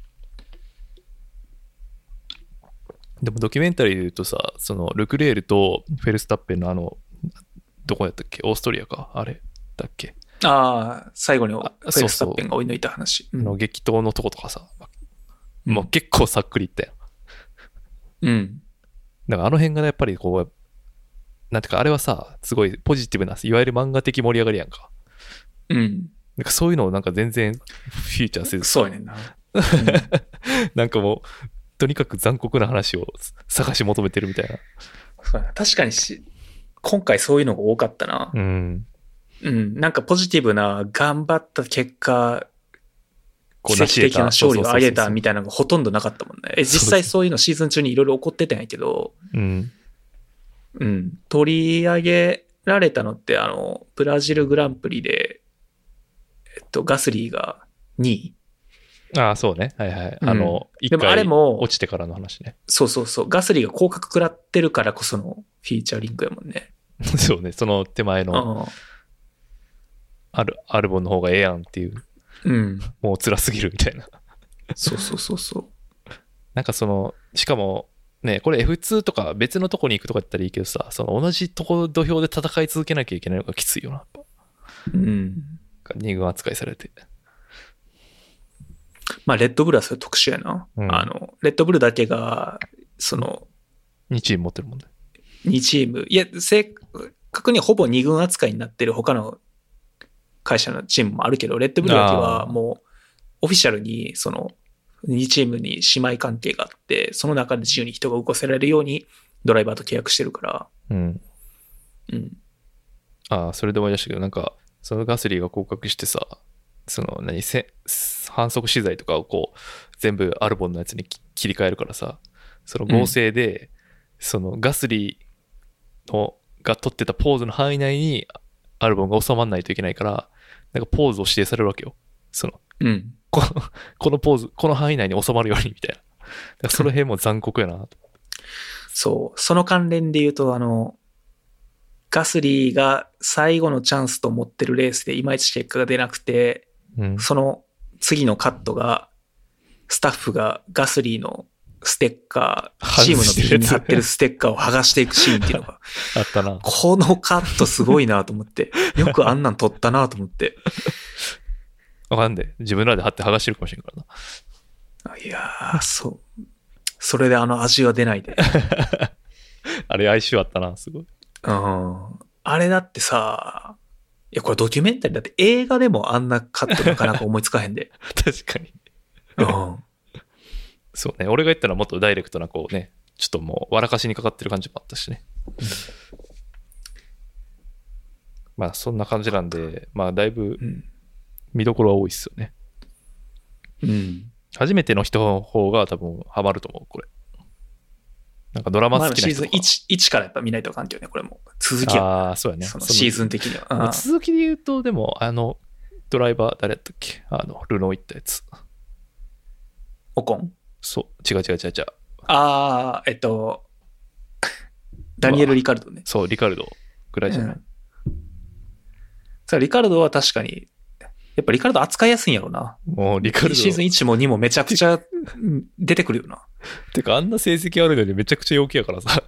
でもドキュメンタリーで言うとさ、そのルクレールとフェルスタッペンのあの、どこやったっけ？オーストリアかあれだっけ？
ああ、最後にフェルスタッペンが追い抜いた話。
そうそう、うん、の激闘のとことかさ、うん、もう結構さっくりいったよ。
うん。
だからあの辺がやっぱりこう、なんていうかあれはさ、すごいポジティブな、いわゆる漫画的盛り上がりやんか。
うん。
なんかそういうのをなんか全然フィーチャーせず。
そうやねんな。
うん、なんかもう、とにかく残酷な話を探し求めてるみたいな。
確かにし、今回そういうのが多かったな。
うん。
うん。なんかポジティブな、頑張った結果、奇跡的な勝利を挙げたみたいなのがほとんどなかったもんね。え、実際そういうのシーズン中にいろいろ起こってたんやけど、
うん。
うん。取り上げられたのって、あの、ブラジルグランプリで、えっと、ガスリーがにい。
ああ、そうね。はいはい。うん、あの、一回落ちてからの話ね。
そうそうそう。ガスリーが降格食らってるからこそのフィーチャリングやもんね。
そうね。その手前の、アル、アルボンの方がええやんっていう。
うん。
もう辛すぎるみたいな。
そうそうそうそう。
なんかその、しかも、ね、これ エフツー とか別のとこに行くとかだったらいいけどさ、その同じとこ土俵で戦い続けなきゃいけないのがきついよな、やっぱ。
うん。
に軍扱いされて。
まあ、レッドブルはそれ特殊やな。うん、あの、レッドブルだけが、その、
にチーム持ってるもんね。
にチーム。いや、正確にほぼに軍扱いになってる他の会社のチームもあるけど、レッドブルだけはもう、オフィシャルに、その、にチームに姉妹関係があって、その中で自由に人が動かせられるように、ドライバーと契約してるから。
うん。
うん。
ああ、それで思い出したけど、なんか、そのガスリーが降格してさ、その何せ反則資材とかをこう全部アルボンのやつに切り替えるからさ、その合成で、うん、そのガスリーのが取ってたポーズの範囲内にアルボンが収まらないといけないから、なんかポーズを指定されるわけよ。その、
うん、
このこのポーズこの範囲内に収まるようにみたいな。だからその辺も残酷やなと。
そう、その関連で言うとあの。ガスリーが最後のチャンスと思ってるレースでいまいち結果が出なくて、
うん、
その次のカットがスタッフがガスリーのステッカー、チームのビンに貼ってるステッカーを剥がしていくシーンっていうのが
あったな。
このカットすごいなと思って、よくあんなん撮ったなと思って。
わかんで、自分らで貼って剥がしてるかもしれんから
な。いやー、そう。それであの味は出ないで。
あれ哀愁あったな、すごい。
うん、あれだってさ、 や、これドキュメンタリーだって映画でもあんなカットなかなか思いつかへんで。
確かに。
うん。
そうね。俺が言ったのはもっとダイレクトなこうね、ちょっともう笑かしにかかってる感じもあったしね。まあそんな感じなんで、まあだいぶ見どころは多いっすよね。
うん。
初めての人の方が多分ハマると思う、これ。なんかドラマ好きな人とか。
シーズン 1, 1からやっぱ見ないとあかんけどね、これも。続き
は。ああ、そうやね。
そのシーズン的には。
続きで言うと、でも、あの、ドライバー誰やったっけ、あの、ルノー行ったやつ。
オコン？
そう、違う違う違う違う。
ああ、えっと、ダニエル・リカルドね。
そう、リカルドぐらいじゃない。うん、
さあ、リカルドは確かに、やっぱリカルド扱いやすいんやろな。
もうリカルド。
シーズンいちもにもめちゃくちゃ出てくるよな。
てか、あんな成績悪いのにめちゃくちゃ陽気やからさ。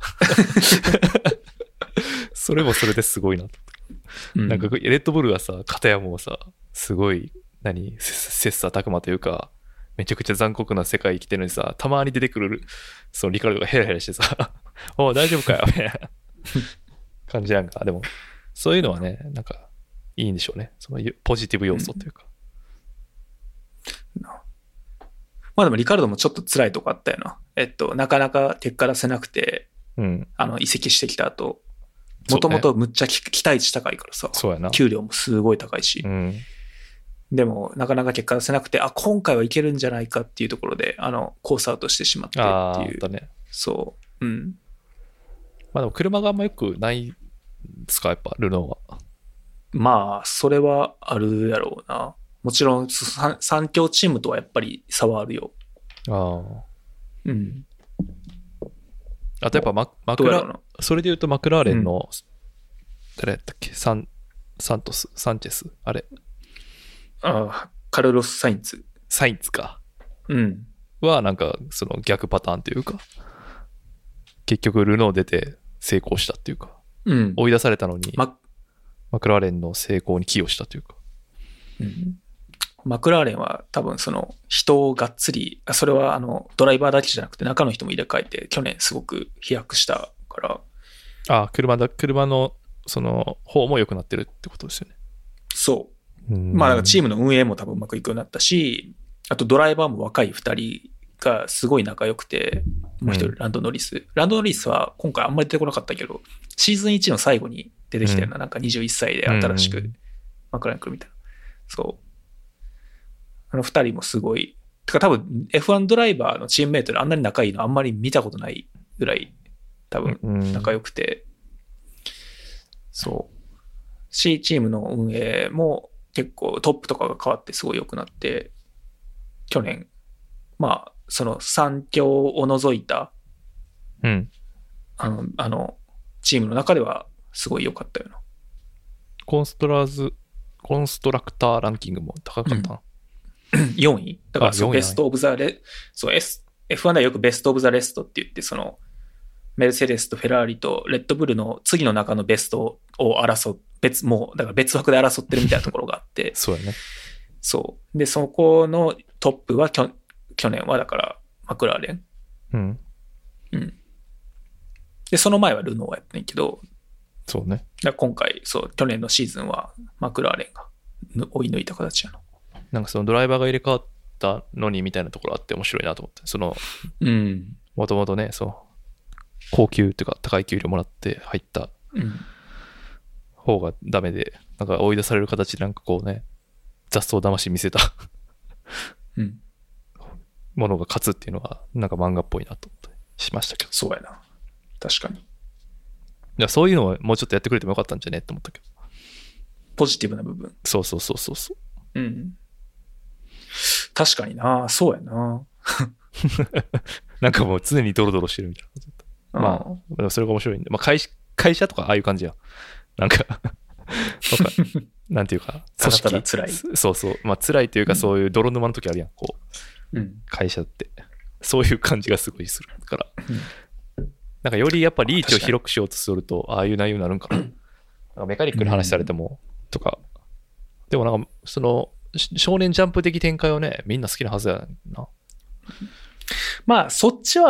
それもそれですごいなと。うん、なんか、レッドブルはさ、片やもうさ、すごい、何、切磋琢磨というか、めちゃくちゃ残酷な世界生きてるのにさ、たまに出てくる、そのリカルドがヘラヘラしてさ、おう大丈夫かよ、みたいな感じなんか。でも、そういうのはね、なんか、いいんでしょうね。そのポジティブ要素というか。
うん、まあでもリカルドもちょっと辛いとこあったよな。えっと、なかなか結果出せなくて、
うん、
あの移籍してきた後、もともとむっちゃ期待値高いからさ、
そうやな。
給料もすごい高いし、
うん、
でもなかなか結果出せなくて、あ、今回はいけるんじゃないかっていうところで、あのコースアウトしてしまってっていう。
ああ、だね。
そう。うん。
まあでも車があんま良くないですか、やっぱルノーは。
まあ、それはあるやろうな。もちろん、三強チームとはやっぱり差はあるよ。
ああ。
うん。
あとやっぱママクラ、それで言うとマクラーレンの、うん、誰やったっけ、サン、サントス、サンチェス、あれ。
ああ、カルロス・サインツ。
サインツか。
うん。
は、なんか、その逆パターンというか、結局ルノー出て成功したっていうか、
うん、
追い出されたのに、
ま
マクラーレンの成功に寄与したというか、
うん、マクラーレンは多分その人をがっつり、それはあのドライバーだけじゃなくて中の人も入れ替えて去年すごく飛躍したから。
ああ、車だ、車のその方も良くなってるってことですよね。
そう。まあだからチームの運営も多分うまくいくようになったし、あとドライバーも若いふたりがすごい仲良くて、もう一人ランドノリス、うん、ランドノリスは今回あんまり出てこなかったけど、シーズンいちの最後に出てきたような、うん、なんかにじゅういっさいで新しくマクラーレン来るみたいな。そう。あの二人もすごい、てか多分 エフワン ドライバーのチームメイトであんなに仲いいのあんまり見たことないぐらい多分仲良くて、うん、そう。C チームの運営も結構トップとかが変わってすごい良くなって、去年、まあ、その三強を除いた、
うん。
あの、あの、チームの中ではすごい良かったよな。
コンストラーズ、コンストラクターランキングも高かったな。
うん、よんいだからそう、ベストオブザレ、そう、S、エフワン ではよくベストオブザレストって言って、その、メルセデスとフェラーリとレッドブルの次の中のベストを争う、別、もう、だから別枠で争ってるみたいなところがあって。
そうやね。
そう。で、そこのトップはきょ、去年はだからマクラーレン。
うん。
うん。で、その前はルノーやったんやけど。
そうね。
だ今回、そう、去年のシーズンはマクラーレンが追い抜いた形やな。
なんかそのドライバーが入れ替わったのにみたいなところあって面白いなと思って。その、
うん。
もともとね、そう、高級っていうか高い給料もらって入った方がダメで、なんか追い出される形でなんかこうね、雑草魂見せた
うん、
ものが勝つっていうのはなんか漫画っぽいなと思ってしましたけど。
そうやな。確かに。い
や、そういうのをもうちょっとやってくれてもよかったんじゃねって思ったけど。
ポジティブな部分。
そうそうそうそうそう。
うん。確かにな。そうやな。
なんかもう常にドロドロしてるみたいな。まあ、それが面白いんで。まあ会、会社とかああいう感じや。なんか、なんていうか、
組織。ただ辛い。
そうそう。まあ辛いというか、そういう泥沼の時あるやん。こ
う、うん、
会社って。そういう感じがすごいするから。うん、なんかよりやっぱリーチを広くしようとすると、ああいう内容になるんかな。なんかメカニックの話されても、とか。でもなんか、その、少年ジャンプ的展開をね、みんな好きなはずやな。
まあ、そっち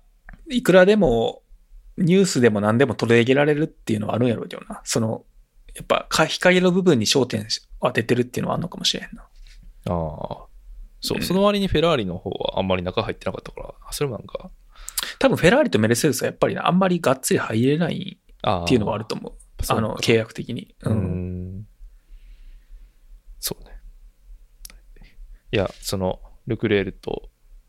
はいくらでもニュースでも何でも取り上げられるっていうのはあるんやろうけどな。そのやっぱ日陰の部分に焦点を当ててるっていうのはあるのかもしれへんな。
ああ。そう、うん、その割にフェラーリの方はあんまり中入ってなかったから、それもなんか。
多分フェラーリとメルセデスはやっぱりあんまりがっつり入れないっていうのはあると思う。あ, あの、契約的に。うん。うん
そうね。いや、その、ルクレールと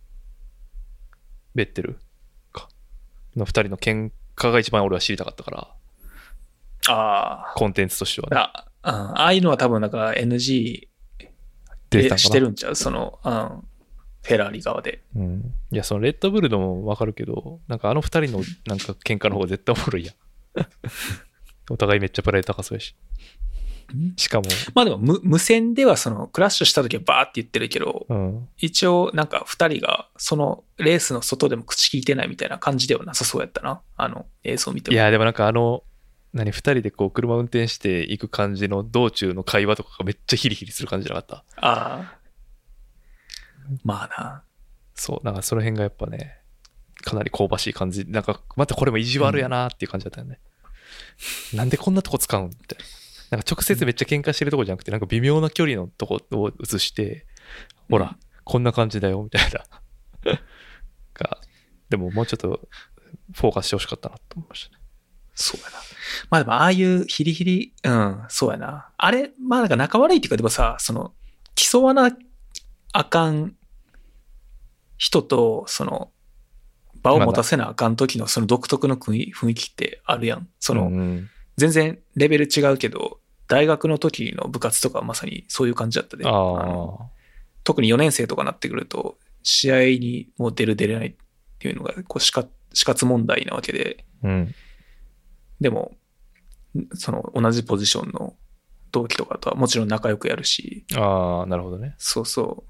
ベッテルかの二人の喧嘩が一番俺は知りたかったから。
ああ。
コンテンツとしてはね。
ああ、ああいうのは多分だから エヌジー でしてるんちゃうその、うん、フェラーリ側で。
うん。いや、そのレッドブルのもわかるけど、なんかあの二人のなんか喧嘩の方が絶対おもろいやん。お互いめっちゃプライド高そうやし。しかも。
まあでも無、無線ではそのクラッシュした時はバーって言ってるけど、
うん、
一応なんか二人がそのレースの外でも口聞いてないみたいな感じではなさそうやったな。あの映像を見ても。
いや、でもなんかあの、何、二人でこう車運転していく感じの道中の会話とかがめっちゃヒリヒリする感じじゃなかった。
ああ。まあな。
そう、なんかその辺がやっぱね、かなり香ばしい感じ。なんかまたこれも意地悪やなっていう感じだったよね。うん、なんでこんなとこ使うんみたいな。なんか直接めっちゃ喧嘩してるとこじゃなくて、なんか微妙な距離のとこを映して、ほら、うん、こんな感じだよ、みたいな。が、でももうちょっとフォーカスしてほしかったなと思いましたね。
そうやな。まあでもああいうヒリヒリ、うん、そうやな。あれ、まあなんか仲悪いっていうか、でもさ、その、競わなあかん人と、その、場を持たせなあかん時のその独特の雰囲気ってあるやん。その、うん、全然レベル違うけど、大学の時の部活とかはまさにそういう感じだったで、あの特によねん生とかになってくると、試合にもう出る出れないっていうのがこう死活、死活問題なわけで、
うん、
でも、その同じポジションの同期とかとはもちろん仲良くやるし、
ああ、なるほどね。
そうそう。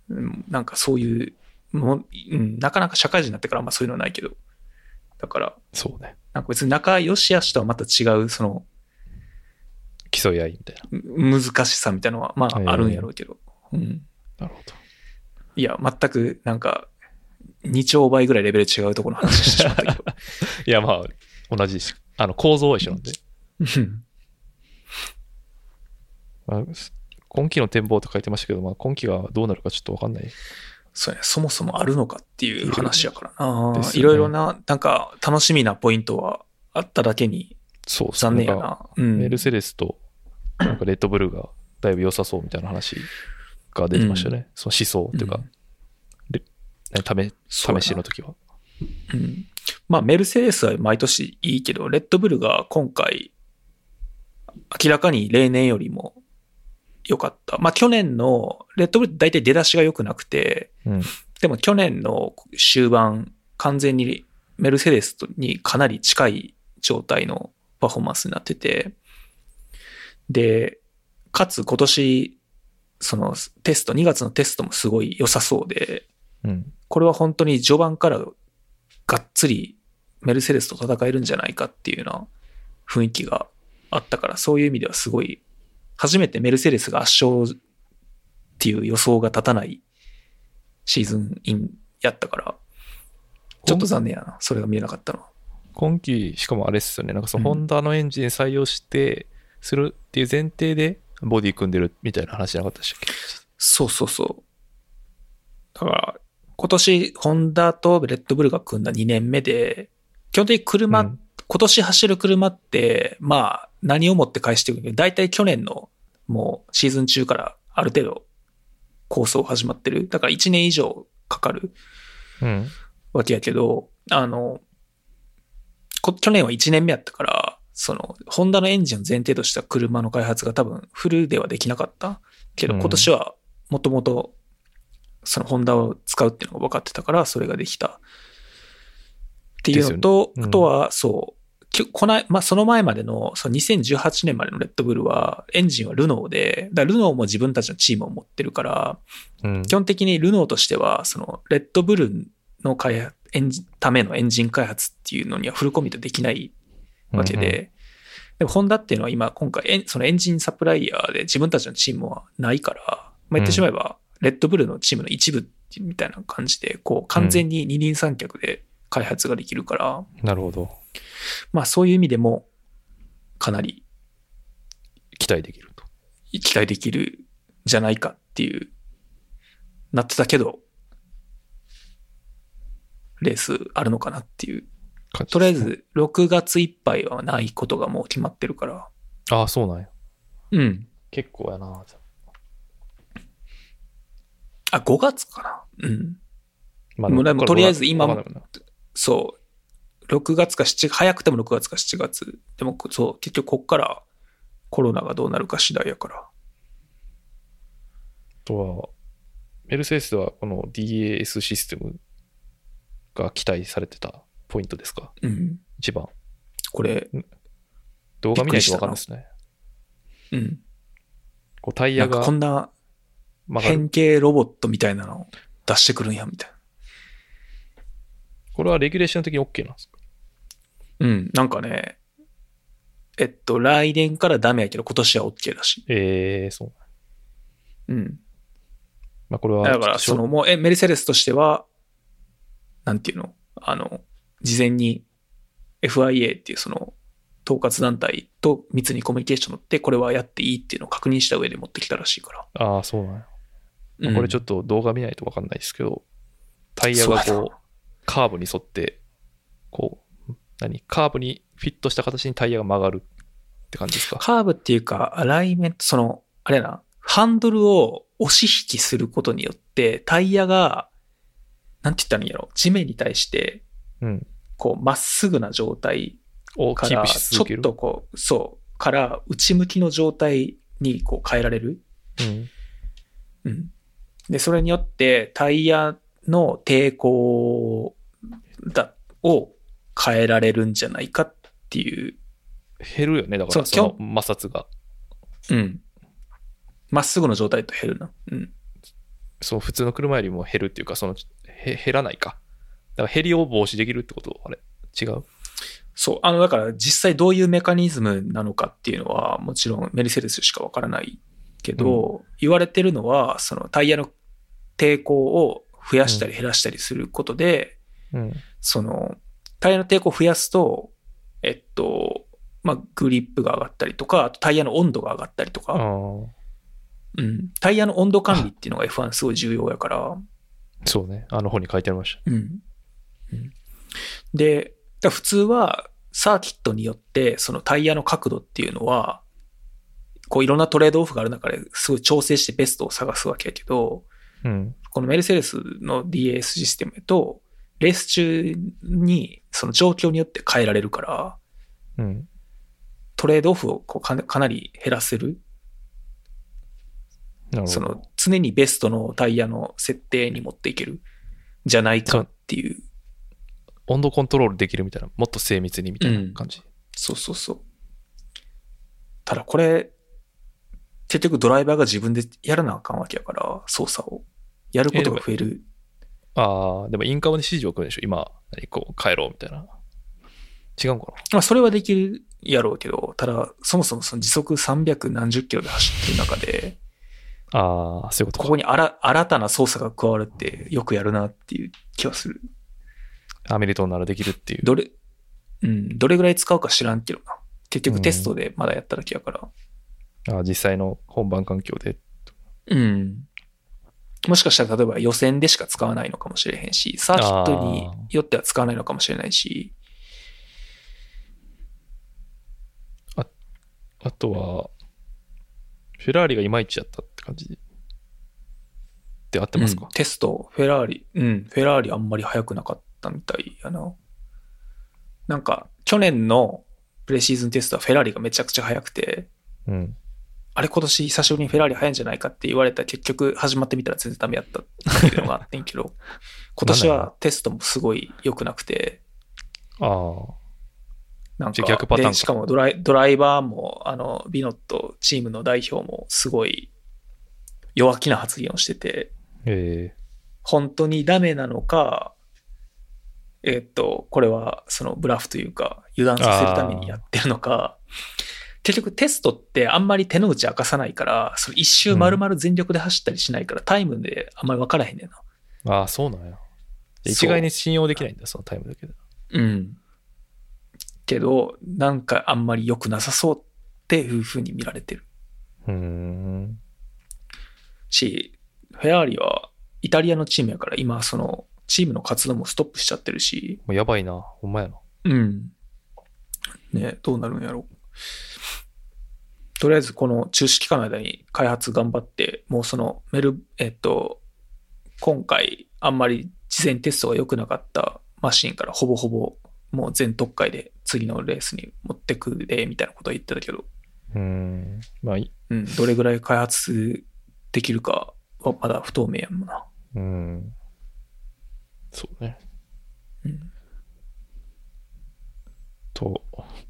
なんかそういう、もうん、なかなか社会人になってからあんまそういうのはないけど、だから、
そうね。
なんか別に仲良し悪しとはまた違う、その、
競い合いみたい
な。難しさみたいなのは、まああるんやろうけど。うん。
なるほど。
いや、全くなんか、に兆倍ぐらいレベル違うところの話してしまったけど。
いや、まあ、同じし、あの、構造は一緒なんで。まあ、今期の展望と書いてましたけど、まあ、今期がどうなるかちょっと分かんない。
そうね、そもそもあるのかっていう話やからな。ね、いろいろな、なんか楽しみなポイントはあっただけに、
そう
残念やな。
うん、メルセデスとなんかレッドブルがだいぶ良さそうみたいな話が出てましたね。うん、その思想というか、うん、試しの時は。
うん、まあメルセデスは毎年いいけど、レッドブルが今回明らかに例年よりも良かった。まあ去年のレッドブルって大体出だしが良くなくて、
うん、
でも去年の終盤完全にメルセデスにかなり近い状態のパフォーマンスになってて、で、かつ今年そのテストにがつのテストもすごい良さそうで、
うん、
これは本当に序盤からがっつりメルセデスと戦えるんじゃないかっていうような雰囲気があったから、そういう意味ではすごい初めてメルセデスが圧勝っていう予想が立たないシーズンインやったから、ちょっと残念やな、それが見えなかったのは。
今季しかもあれっすよね、なんかそのホンダのエンジン採用してするっていう前提でボディ組んでるみたいな話じゃなかったでしたっけ？
そうそうそう。だから今年ホンダとレッドブルが組んだにねんめで、基本的に車、うん、今年走る車ってまあ何をもって返していくけど、大体去年のもうシーズン中からある程度構想始まってる。だからいちねん以上かかるわけやけど、うん、あの去年はいちねんめやったから、そのホンダのエンジンを前提とした車の開発が多分フルではできなかったけど、今年はもともとそのホンダを使うっていうのが分かってたから、それができたっていうのと、ね、うん、あとはそうこの、まあ、その前までのそのにせんじゅうはちねんまでのレッドブルはエンジンはルノーで、だからルノーも自分たちのチームを持ってるから、
うん、
基本的にルノーとしてはそのレッドブルの開発エンジンためのエンジン開発っていうのにはフルコミットできないわけで、うんうん、でもホンダっていうのは今今回そのエンジンサプライヤーで自分たちのチームはないから、まあ、言ってしまえばレッドブルのチームの一部みたいな感じで、こう完全に二人三脚で開発ができるから、
うん、なるほど。
まあそういう意味でもかなり
期待できると。
期待できるじゃないかっていう、なってたけど、レースあるのかなっていう。とりあえず、ろくがついっぱいはないことがもう決まってるから。
ああ、そうなんや。
うん。
結構やな。
あ、ごがつかな。うん。
まあ、
もうでもとりあえず今も、そう、ろくがつかしちがつ、早くてもろくがつかしちがつ。でもそう、結局こっからコロナがどうなるか次第やから。あ
とは、メルセデスはこの ディーエーエス システムが期待されてたポイントですか？
うん。
一番。
これ、
動画見ないと分かんないですね。
うん。
こうタイヤが。
なんかこんな変形ロボットみたいなのを出してくるんや、みたいな。
これはレギュレーション的に OK なんですか？
うん。なんかね、えっと、来年からダメやけど今年は OK らしい。
ええー、そう。
うん。
まあこれは。
だから、そのもう、え、メルセデスとしては、なんていうの？あの、事前に エフアイエー っていうその、統括団体と密にコミュニケーションを取って、これはやっていいっていうのを確認した上で持ってきたらしいから。
ああ、そうなんや。
うん、
これちょっと動画見ないと分かんないですけど、タイヤがこう、カーブに沿って、こう、何カーブにフィットした形にタイヤが曲がるって感じですか？
カーブっていうか、アライメント、その、あれやな、ハンドルを押し引きすることによって、タイヤが、なんて言ったらいいんやろ、地面に対して、
うん、
こう、まっすぐな状態から、ちょっとこう、そう、から内向きの状態にこう変えられる。
うん。
うん。で、それによってタイヤの抵抗だを変えられるんじゃないかっていう。
減るよね、だからその摩擦が。
うん。まっすぐの状態と減るな。うん。
そう、普通の車よりも減るっていうか、その、へ減らないか。だから減りを防止できるってこと？あれ違う？
そう。あの、だから実際どういうメカニズムなのかっていうのは、もちろんメルセデスしかわからないけど、うん、言われてるのは、そのタイヤの抵抗を増やしたり減らしたりすることで、
うん、
その、タイヤの抵抗を増やすと、えっと、まあ、グリップが上がったりとか、あとタイヤの温度が上がったりとか、うん、タイヤの温度管理っていうのが エフワン すごい重要やから。
そうね。あの本に書いてありました。
うん。うん、で、だ普通はサーキットによってそのタイヤの角度っていうのは、こういろんなトレードオフがある中ですごい調整してベストを探すわけやけど、
うん、
このメルセデスの ディーエーエス システムと、レース中にその状況によって変えられるから、
うん、
トレードオフをこう か, かなり減らせる。
なるほど。
その常にベストのタイヤの設定に持っていけるじゃないかっていう。
温度コントロールできるみたいな、もっと精密にみたいな感じ。うん、
そうそうそう。ただこれ、結局ドライバーが自分でやらなあかんわけやから、操作を。やることが増える。
ああ、でもインカムで指示を送るでしょ。今、何こう帰ろうみたいな。違うかな。
まあそれはできるやろうけど、ただそもそもその時速さんびゃくなんじゅっキロで走ってる中で、
ああ、そういうことか。
ここにあら新たな操作が加わるってよくやるなっていう気はする。
アメリトンならできるっていう。
どれ、うん、どれぐらい使うか知らんけどな。結局テストでまだやっただけやから。
うん、ああ、実際の本番環境で。
うん。もしかしたら例えば予選でしか使わないのかもしれへんし、サーキットによっては使わないのかもしれないし。
あ、あとは、フェラーリがいまいちやったって感じで合ってますか？
うん、テスト、フェラーリ、うん、フェラーリあんまり速くなかったみたいやな。なんか、去年のプレシーズンテストはフェラーリがめちゃくちゃ速くて、
うん、
あれ今年久しぶりにフェラーリ速いんじゃないかって言われたら結局始まってみたら全然ダメやったっていうのがあってんけど、今年はテストもすごい良くなくて、
ああ。
なんか
逆パターンか。
でしかもドライ、ドライバーも、あの、ビノットチームの代表もすごい弱気な発言をしてて、
えー、
本当にダメなのか、えー、っと、これはそのブラフというか、油断させるためにやってるのか、結局テストってあんまり手の内明かさないから、それ一周丸々全力で走ったりしないから、うん、タイムであんまり分からへんねんな。
ああ、そうなんや。一概に信用できないんだ、そのタイムだけで。
うん。けど、なんかあんまり良くなさそうっていう風に見られてる。
うーん。
し、フェラーリはイタリアのチームやから今そのチームの活動もストップしちゃってるし。
もうやばいな。ほんまやな。
うん。ね、どうなるんやろ。とりあえずこの中止期間の間に開発頑張って、もうそのメル、えっと、今回あんまり事前テストが良くなかったマシンからほぼほぼもう全特会で次のレースに持ってくでみたいなことは言ってたけど、
うーん。まあいい。
うん、どれぐらい開発できるかはまだ不透明やもんな。
うーん。そうね。
うん。
と、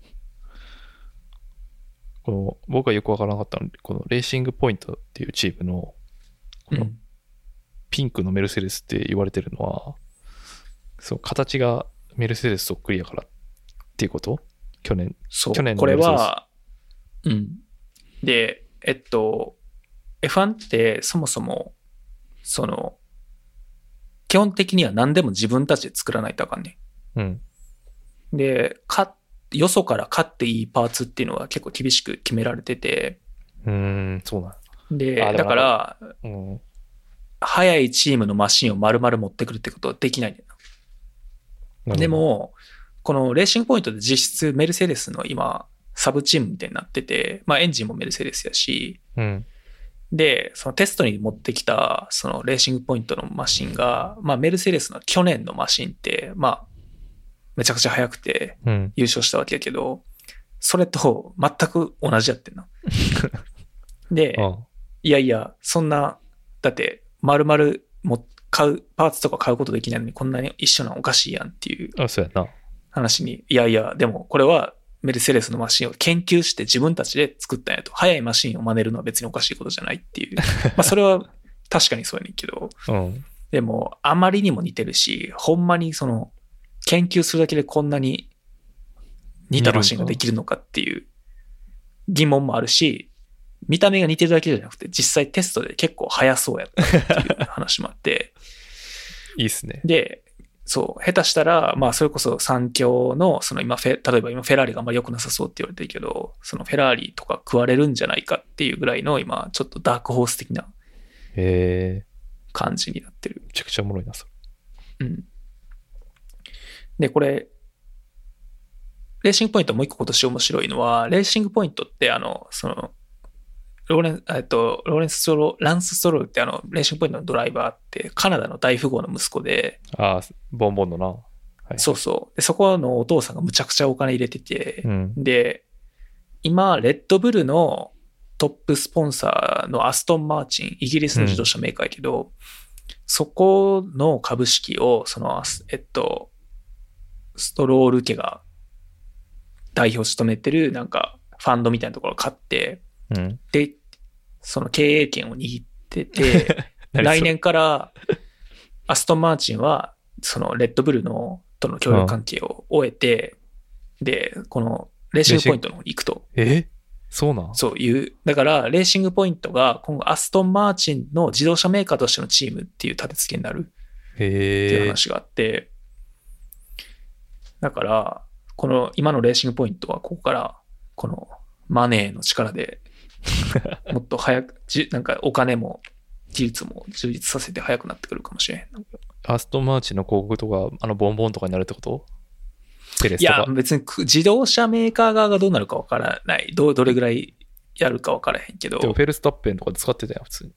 この僕がよくわからなかったのは、このレーシングポイントっていうチームの、このピンクのメルセデスって言われてるのは、その形がメルセデスそっくりやからっていうこと？去年。
そう。
去年の
これは、うん。で、えっと、エフワン ってそもそも、その、基本的には何でも自分たちで作らないとあかんね。
うん。
で、か、よそから買っていいパーツっていうのは結構厳しく決められてて。
うーん、そうなん
で、だから、
うん、
速いチームのマシンを丸々持ってくるってことはできないんだよ。でも、このレーシングポイントで実質メルセデスの今、サブチームみたいになってて、まあエンジンもメルセデスやし、
うん、
で、そのテストに持ってきた、そのレーシングポイントのマシンが、まあメルセデスの去年のマシンって、まあ、めちゃくちゃ速くて優勝したわけやけど、うん、それと全く同じやってんな。で、ああいやいや、そんな、だって丸々も買う、パーツとか買うことできないのにこんなに一緒なのおかしいやんっていう話に、いやいや、でもこれはメルセデスのマシンを研究して自分たちで作ったんやと。速いマシンを真似るのは別におかしいことじゃないっていう。まあそれは確かにそうやねんけど、うん、でもあまりにも似てるし、ほんまにその、研究するだけでこんなに似たマシンができるのかっていう疑問もあるし、見た目が似てるだけじゃなくて実際テストで結構速そうやったっていう話もあって
いいっすね。
で、そう下手したらまあそれこそ三強のその今フェ例えば今フェラーリがあんまり良くなさそうって言われてるけど、そのフェラーリとか食われるんじゃないかっていうぐらいの今ちょっとダークホース的な感じになってる。
めちゃくちゃおもろいなそれ。
うん。で、これ、レーシングポイントもう一個今年面白いのは、レーシングポイントって、あの、その、ローレン、えっと、ローレンス・ストロー、ランス・ストロールってあの、レーシングポイントのドライバーって、カナダの大富豪の息子で、
ああ、ボンボンのな。はい、
そうそう。で、そこのお父さんがむちゃくちゃお金入れてて、
うん、
で、今、レッドブルのトップスポンサーのアストン・マーチン、イギリスの自動車メーカーやけど、うん、そこの株式を、その、えっと、ストロール家が代表を務めてるなんかファンドみたいなところを買って、
うん、
で、その経営権を握ってて、来年からアストンマーチンはそのレッドブルのとの協力関係を終えて、うん、で、このレーシングポイントの方に行くと。
えそうなん？
そういう。だからレーシングポイントが今後アストンマーチンの自動車メーカーとしてのチームっていう立て付けになるっていう話があって、だから、この今のレーシングポイントはここからこのマネーの力でもっと早く、なんかお金も技術も充実させて早くなってくるかもしれへん。
アストンマーチンの広告とか、あのボンボンとかになるってこと？ペレスとか。
いや、別に自動車メーカー側がどうなるかわからない。ど、どれぐらいやるかわからへんけど。
でもフェルスタッペンとかで使ってたよ、普通に。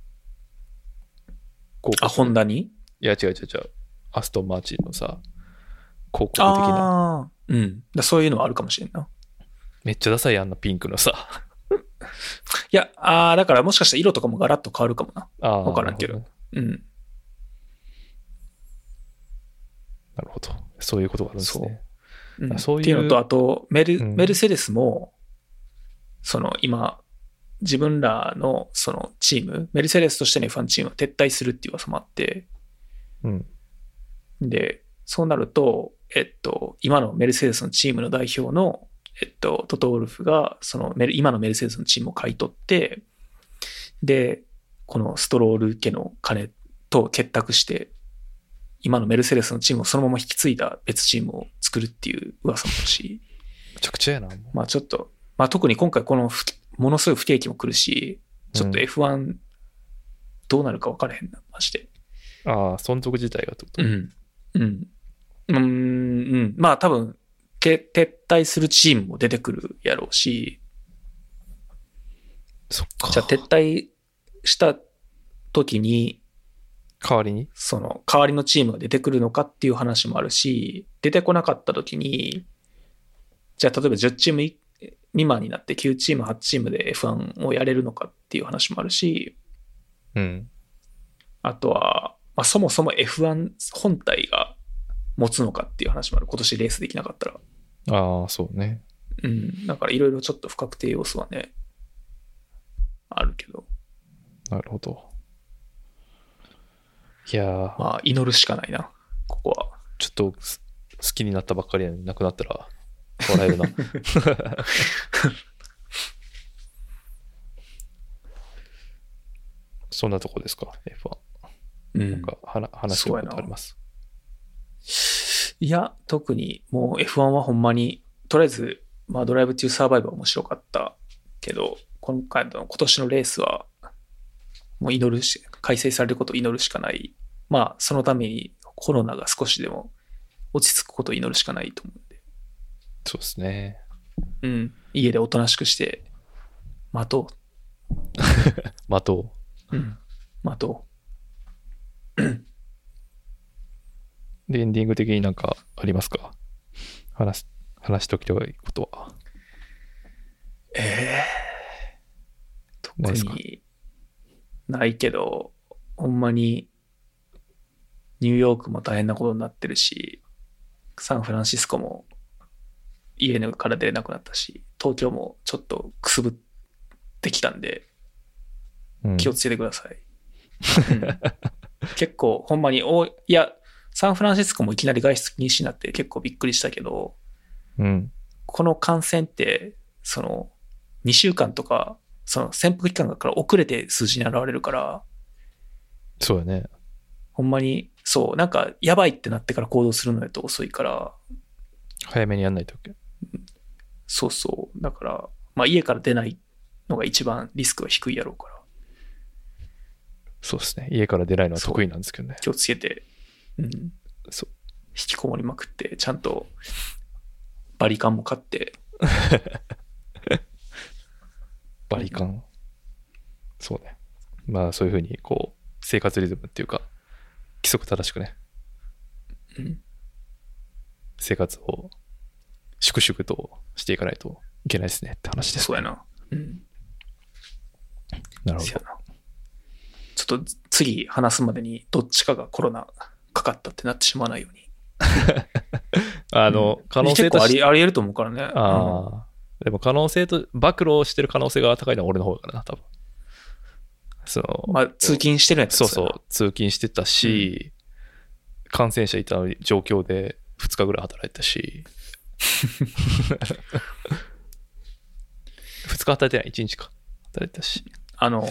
あ、ホンダに？
いや、違う違う違う。アストンマーチンのさ、広告的な。
あうん。だそういうのはあるかもしれんな。
めっちゃダサいあんなピンクのさ。
いや、あだからもしかしたら色とかもガラッと変わるかもな。
あ
わからんけど。うん。
なるほど。そういうことがあるんですね。
そう。うん、そういう。っていうのと、あとメル、うん、メルセデスも、その今、自分らのそのチーム、メルセデスとしての エフワン チームは撤退するっていう噂もあって、
うん。
で、そうなると、えっと、今のメルセデスのチームの代表の、えっと、トト・ウルフが、そのメル、今のメルセデスのチームを買い取って、で、このストロール家の金と結託して、今のメルセデスのチームをそのまま引き継いだ別チームを作るっていう噂もあるし。
めちゃくちゃやな。
まあちょっと、まあ特に今回このものすごい不景気も来るし、ちょっと エフワン どうなるか分からへんな、マジで。
ああ、存続自体がってこと。
うん。うん。うーん、うん。まあ多分、撤退するチームも出てくるやろうし、
そっか。
じゃあ撤退した時に、
代わりに
その代わりのチームが出てくるのかっていう話もあるし、出てこなかった時に、じゃあ例えばじゅうチーム未満になってきゅうチーム、はちチームで エフワン をやれるのかっていう話もあるし、
うん。
あとは、まあ、そもそも エフワン 本体が持つのかっていう話もある。今年レースできなかったら。
ああ、そうね。
うん。だからいろいろちょっと不確定要素はね、あるけど。
なるほど。いやー、
まあ祈るしかないな、ここは。
ちょっと好きになったばっかりなのになくなったら笑えるな。そんなとこですか、エフワン。
うん。
なんか話話したいことあります？
いや、特にもう エフワン はほんまに、とりあえず、まあドライブトゥーサーバイブは面白かったけど、今回の今年のレースは、もう祈るし、開催されることを祈るしかない。まあそのためにコロナが少しでも落ち着くことを祈るしかないと思うんで。
そうですね。
うん。家でおとなしくして、待とう。
待と
う。うん。待と
う。で、エンディング的になんかありますか？話す、話しときたいことは。
ええー。特にないけど、ほんまにニューヨークも大変なことになってるし、サンフランシスコも家から出れなくなったし、東京もちょっとくすぶってきたんで、気をつけてください。うんうん、結構ほんまにお、いや、サンフランシスコもいきなり外出禁止になって結構びっくりしたけど、
うん、こ
の感染って、その、にしゅうかんとか、その潜伏期間から遅れて数字に現れるから、
そうやね。
ほんまに、そう、なんか、やばいってなってから行動するのやと遅いから、
早めにやんないと。
そうそう。だから、まあ家から出ないのが一番リスクが低いやろうから。
そうですね。家から出ないのは得意なんですけどね。
気をつけて、うん。
そう。
引きこもりまくって、ちゃんとバリカンも買って。
バリカン。そうね。まあそういうふうに、こう、生活リズムっていうか、規則正しくね。
うん。
生活を粛々としていかないといけないですねって話です、ね。
そうやな。うん。
なるほど。
ちょっと次話すまでにどっちかがコロナかかったってなってしまわないように。
あの、うん、可能性
として。結構あり得ると思うからね。
ああ、うん。でも可能性と、暴露してる可能性が高いのは俺の方だからな、多分。その、
まあ、通勤してるやつ
そうそう、通勤してたし、うん、感染者いた状況でふつかぐらい働いたし、ふつか働いてない、いちにちか。働いたし。
あの、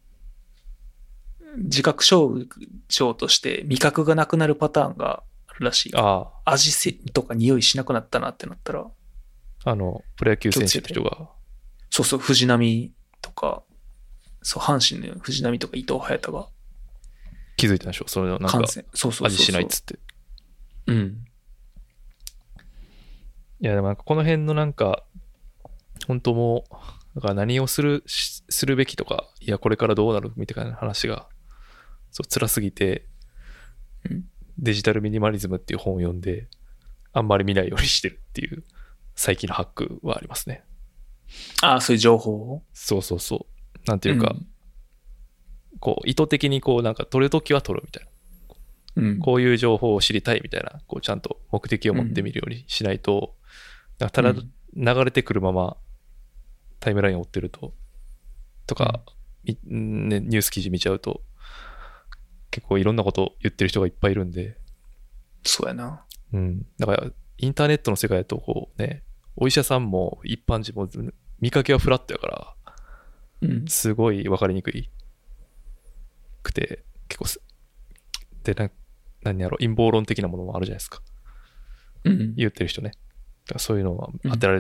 自覚症状として味覚がなくなるパターンがあるらしい。
ああ。
味せとか匂いしなくなったなってなったら。
あの、プロ野球選手の人が。
そうそう、藤浪とか、そう、阪神の藤浪とか伊藤隼太が。
気づいたでしょ？それのなんか、味しないっつって。
うん。
いや、でもなんかこの辺のなんか、本当もう、だから何をする、するべきとか、いや、これからどうなるみたいな話が、そう、辛すぎて、
うん、
デジタルミニマリズムっていう本を読んで、あんまり見ないようにしてるっていう、最近のハックはありますね。
ああ、そういう情報を？
そうそうそう。なんていうか、うん、こう、意図的にこう、なんか取るときは取るみたいな。うん、こういう情報を知りたいみたいな、こう、ちゃんと目的を持ってみるようにしないと、うん、ただ流れてくるままタイムラインを追ってると、とか、うんね、ニュース記事見ちゃうと、結構いろんなことを言ってる人がいっぱいいるんで。
そうやな。
うん。だから、インターネットの世界だと、こうね、お医者さんも一般人も見かけはフラットやから、
うん、
すごい分かりにくいくて、結構す、で、な、何やろ、陰謀論的なものもあるじゃないですか。
うん、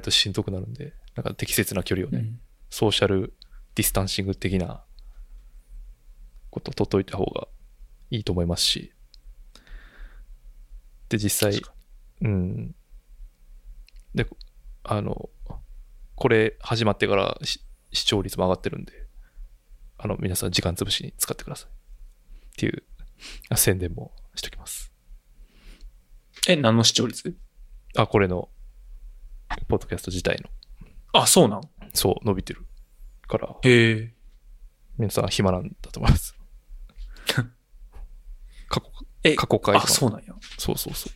言ってる人ね。だからそういうのは当てられるとしんどくなるんで、うん、なんか適切な距離をね、うん、 ソーシャルディスタンシング的なことを取っといた方がいいと思いますし、で実際うんであのこれ始まってから視聴率も上がってるんで、あの皆さん時間つぶしに使ってくださいっていう宣伝もしときます。
え、何の視聴率？
あ、これのポッドキャスト自体の。
あ、そうなん？
そう、伸びてるから。
へえ。
皆さん暇なんだと思います。過去、
え、
過去回。
あ、そうなんや。
そうそうそう。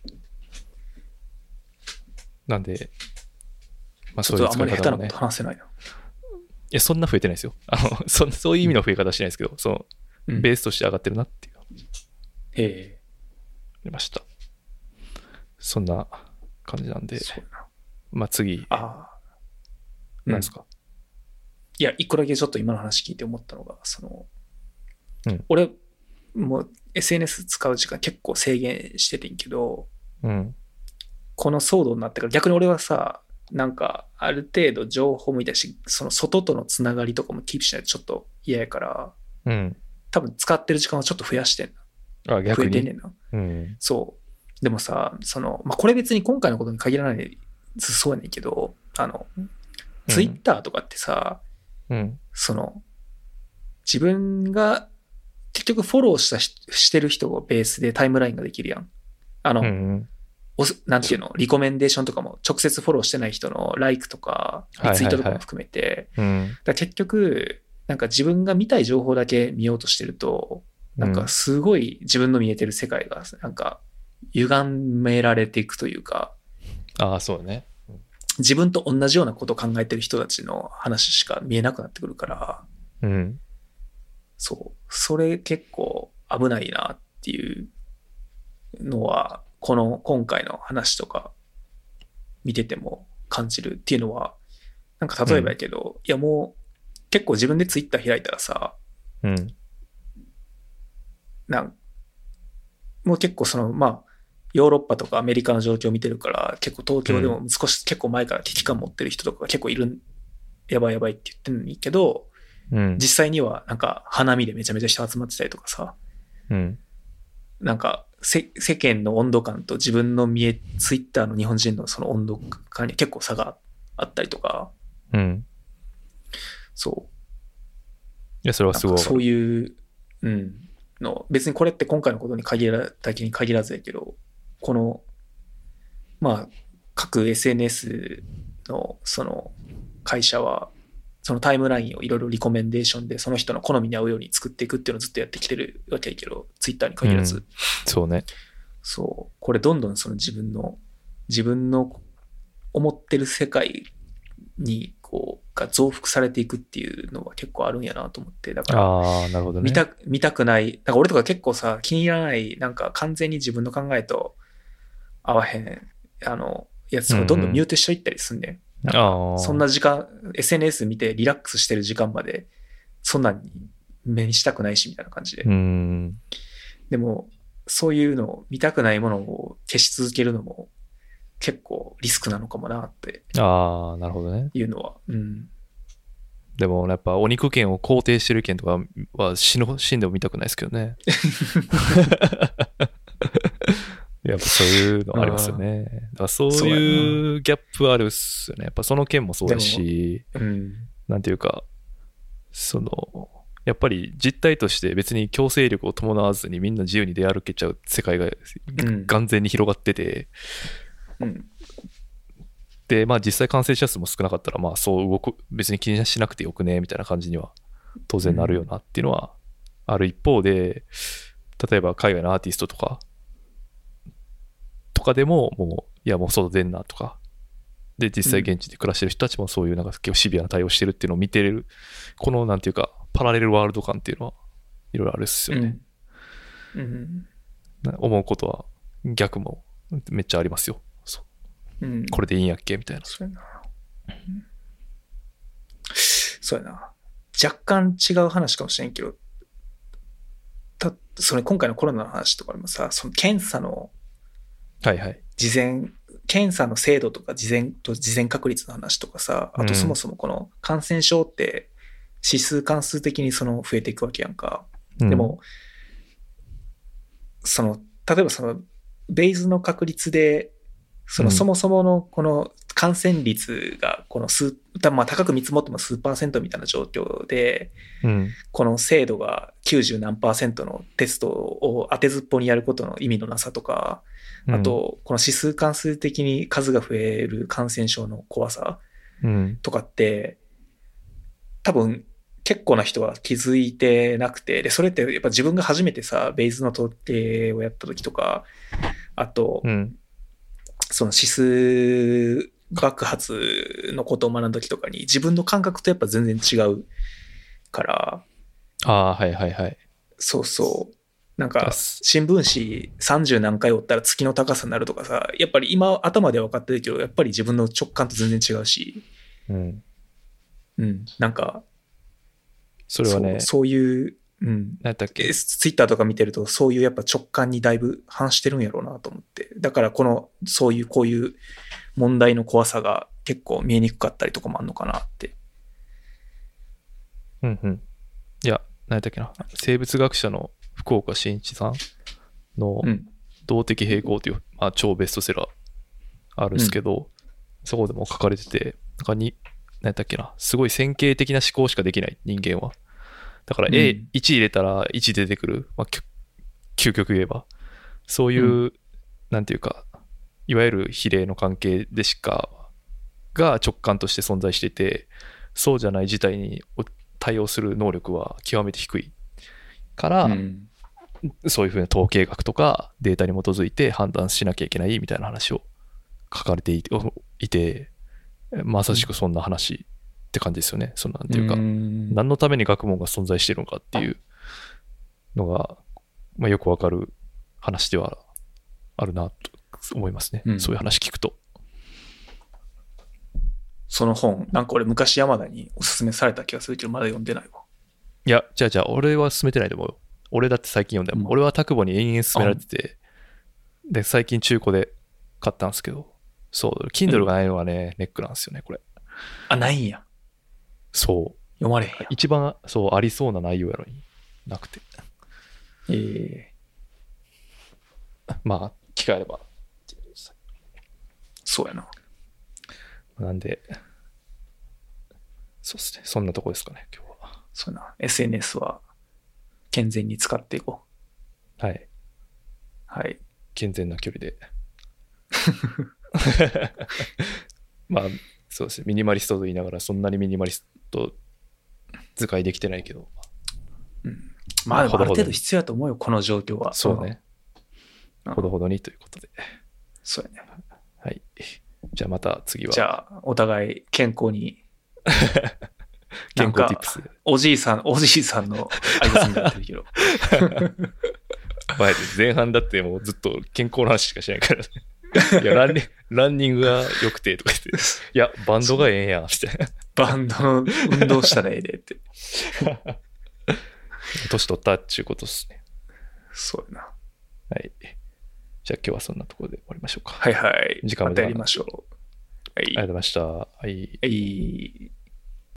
なんで、
まあそういう使い方もね。ちょっとあんまり下手なこと話せないな。い
や、そんな増えてないですよ。あの、そ, そういう意味の増え方はしないですけど、その、うん、ベースとして上がってるなっていう。
へえ。
出ました。そんな感じなんで、まあ次、
ああ、
何ですか、うん、
いや、一個だけちょっと今の話聞いて思ったのが、その、
うん、
俺、もう エスエヌエス 使う時間結構制限しててんけど、
うん、
この騒動になってから逆に俺はさ、なんかある程度情報もいたし、その外とのつながりとかもキープしないとちょっと嫌やから、
うん、
多分使ってる時間はちょっと増やしてんな。
あ、逆に
増えてんねんな。
うん、
そう。でもさ、その、まあ、これ別に今回のことに限らないそうやねんけど、あの、うん、ツイッターとかってさ、
うん、
その、自分が結局フォローしたし、してる人をベースでタイムラインができるやん。あの、
うん、
おなんていうの、リコメンデーションとかも直接フォローしてない人のライクとか、リツイートとかも含めて、
はいはいはい、うん、
だ結局、なんか自分が見たい情報だけ見ようとしてると、なんかすごい自分の見えてる世界が、なんか、歪められていくというか、
ああ、そうね。
自分と同じようなことを考えてる人たちの話しか見えなくなってくるから、
うん、
そう、それ結構危ないなっていうのは、この今回の話とか見てても感じるっていうのは、なんか例えばやけど、うん、いやもう結構自分でツイッター開いたらさ、
うん、
なんもう結構そのまあヨーロッパとかアメリカの状況を見てるから結構東京でも少し、うん、結構前から危機感持ってる人とかが結構いる、やばいやばいって言ってるのにけど、
うん、
実際にはなんか花見でめちゃめちゃ人集まってたりとかさ、
うん、
なんか世間の温度感と自分の見えツイッターの日本人のその温度感に結構差があったりとか、
うん、
そう
いやそれはすごい
そういう、うん、の別にこれって今回のことに限らだけに限らずやけど、このまあ各 エスエヌエス のその会社はそのタイムラインをいろいろリコメンデーションでその人の好みに合うように作っていくっていうのをずっとやってきてるわけやけど、ツイッターに限らず、うん、
そうね、
そうこれどんどんその自分の自分の思ってる世界にこうが増幅されていくっていうのは結構あるんやなと思って、だから
あ、なるほどね、
見た見たくない、だから俺とか結構さ気に入らないなんか完全に自分の考えと合わへんあのやつとかどんどんミュートしといったりすんねん。うんうん、なんかそんな時間 エスエヌエス 見てリラックスしてる時間までそんなに目にしたくないしみたいな感じで、
うん、
でもそういうのを見たくないものを消し続けるのも結構リスクなのかもなって
ああなるほどね
いうのは、うん、
でもやっぱお肉券を肯定してる券とかは死の死んでも見たくないですけどねやっぱそういうのありますよね。だからそういうギャップあるっすよね。やっぱその件もそうだし、
うん、
なんていうかそのやっぱり実態として別に強制力を伴わずにみんな自由に出歩けちゃう世界が完全に広がってて、
うん、
でまあ実際感染者数も少なかったらまあそう動く別に気にしなくてよくねみたいな感じには当然なるよなっていうのはある一方で、例えば海外のアーティストとかとかでももういやもう外出んなとかで実際現地で暮らしてる人たちもそういうなんか結構シビアな対応してるっていうのを見てれるこのなんていうかパラレルワールド感っていうのはいろいろあるっすよね、
うんうん、
思うことは逆もめっちゃありますよ。そう、うん、これでいいんやっけみたいな。
そうやな、うん、そうやな若干違う話かもしれんけど、たそれ今回のコロナの話とかでもさ、その検査の
はいはい
事前検査の精度とか事前と事前確率の話とかさ、あとそもそもこの感染症って指数関数的にその増えていくわけやんか。うん、でも、その、例えばその、ベイズの確率で、そのそもそものこの感染率がこの数、まあ高く見積もっても数パーセントみたいな状況で、うん、この精度がきゅうじゅう何パーセントのテストを当てずっぽにやることの意味のなさとか、あと、この指数関数的に数が増える感染症の怖さとかって、多分結構な人は気づいてなくて、で、それってやっぱ自分が初めてさ、ベイズの統計をやった時とか、あと、うん、その指数爆発のことを学んだ時とかに自分の感覚とやっぱ全然違うから。
ああ、はいはいはい。
そうそう。なんか、新聞紙さんじゅう何回折ったら月の高さになるとかさ、やっぱり今頭では分かってるけど、やっぱり自分の直感と全然違うし。うん。うん。なんか、
それはね、
そう、そういう、うん。
何だっけ？
ツイッターとか見てると、そういうやっぱ直感にだいぶ反してるんやろうなと思って。だからこの、そういう、こういう問題の怖さが結構見えにくかったりとかもあるのかなって。
うんうん。いや、何だっけな。生物学者の福岡伸一さんの動的平衡という、まあ、超ベストセラーあるんですけど、うん、そこでも書かれてて、なんかに、何だっけな。すごい線形的な思考しかできない、人間は。だから エーいち 入れたらいち出てくる、まあ、究極言えばそういう、うん、なんていうかいわゆる比例の関係でしかが直感として存在していて、そうじゃない事態に対応する能力は極めて低いから、うん、そういうふうな統計学とかデータに基づいて判断しなきゃいけないみたいな話を書かれていて、いてまさしくそんな話、うんって感じですよね。そのなんていうか、何のために学問が存在しているのかっていうのが、まあ、よくわかる話ではあるなと思いますね、うん、そういう話聞くと。
その本なんか俺昔山田におすすめされた気がするけどまだ読んでないわ。
いやじゃあじゃあ俺は勧めてないと思うよ。俺だって最近読んだよ、うん、俺はタクボに延々勧められてて、で最近中古で買ったんですけど、そう Kindle がないのがね、うん、ネックなんですよねこれ。
あ、ないんや。
そう
読まれへんやん。
一番そうありそうな内容やのになくて、
え
ー、まあ機会あれば。
そうやな。
なんでそうですね、そんなとこですかね今日は。
そうやな。 エスエヌエス は健全に使っていこ
う。はい
はい
健全な距離でまあそうですね、ミニマリストと言いながらそんなにミニマリスト使いできてないけど、
うん、まあでもある程度必要だと思うよこの状況は。
そうね、うん、ほどほどにということで。
そうやね。
はい、じゃあまた次は。
じゃあお互い健康に
健康ティップス。
おじいさんおじいさんの挨拶になってるけど
前半だってもうずっと健康の話しかしないからいやランニランニングが良くてとか言って、いやバンドがええんやみたいな。
バンドの運動したらええでって
年取ったっていうことですね。
そうやな。
はい、じゃあ今日はそんなところで終わりましょうか。
はいはい、
時間ま
でやりましょう。
はい、ありがとうございました。はい、
はい。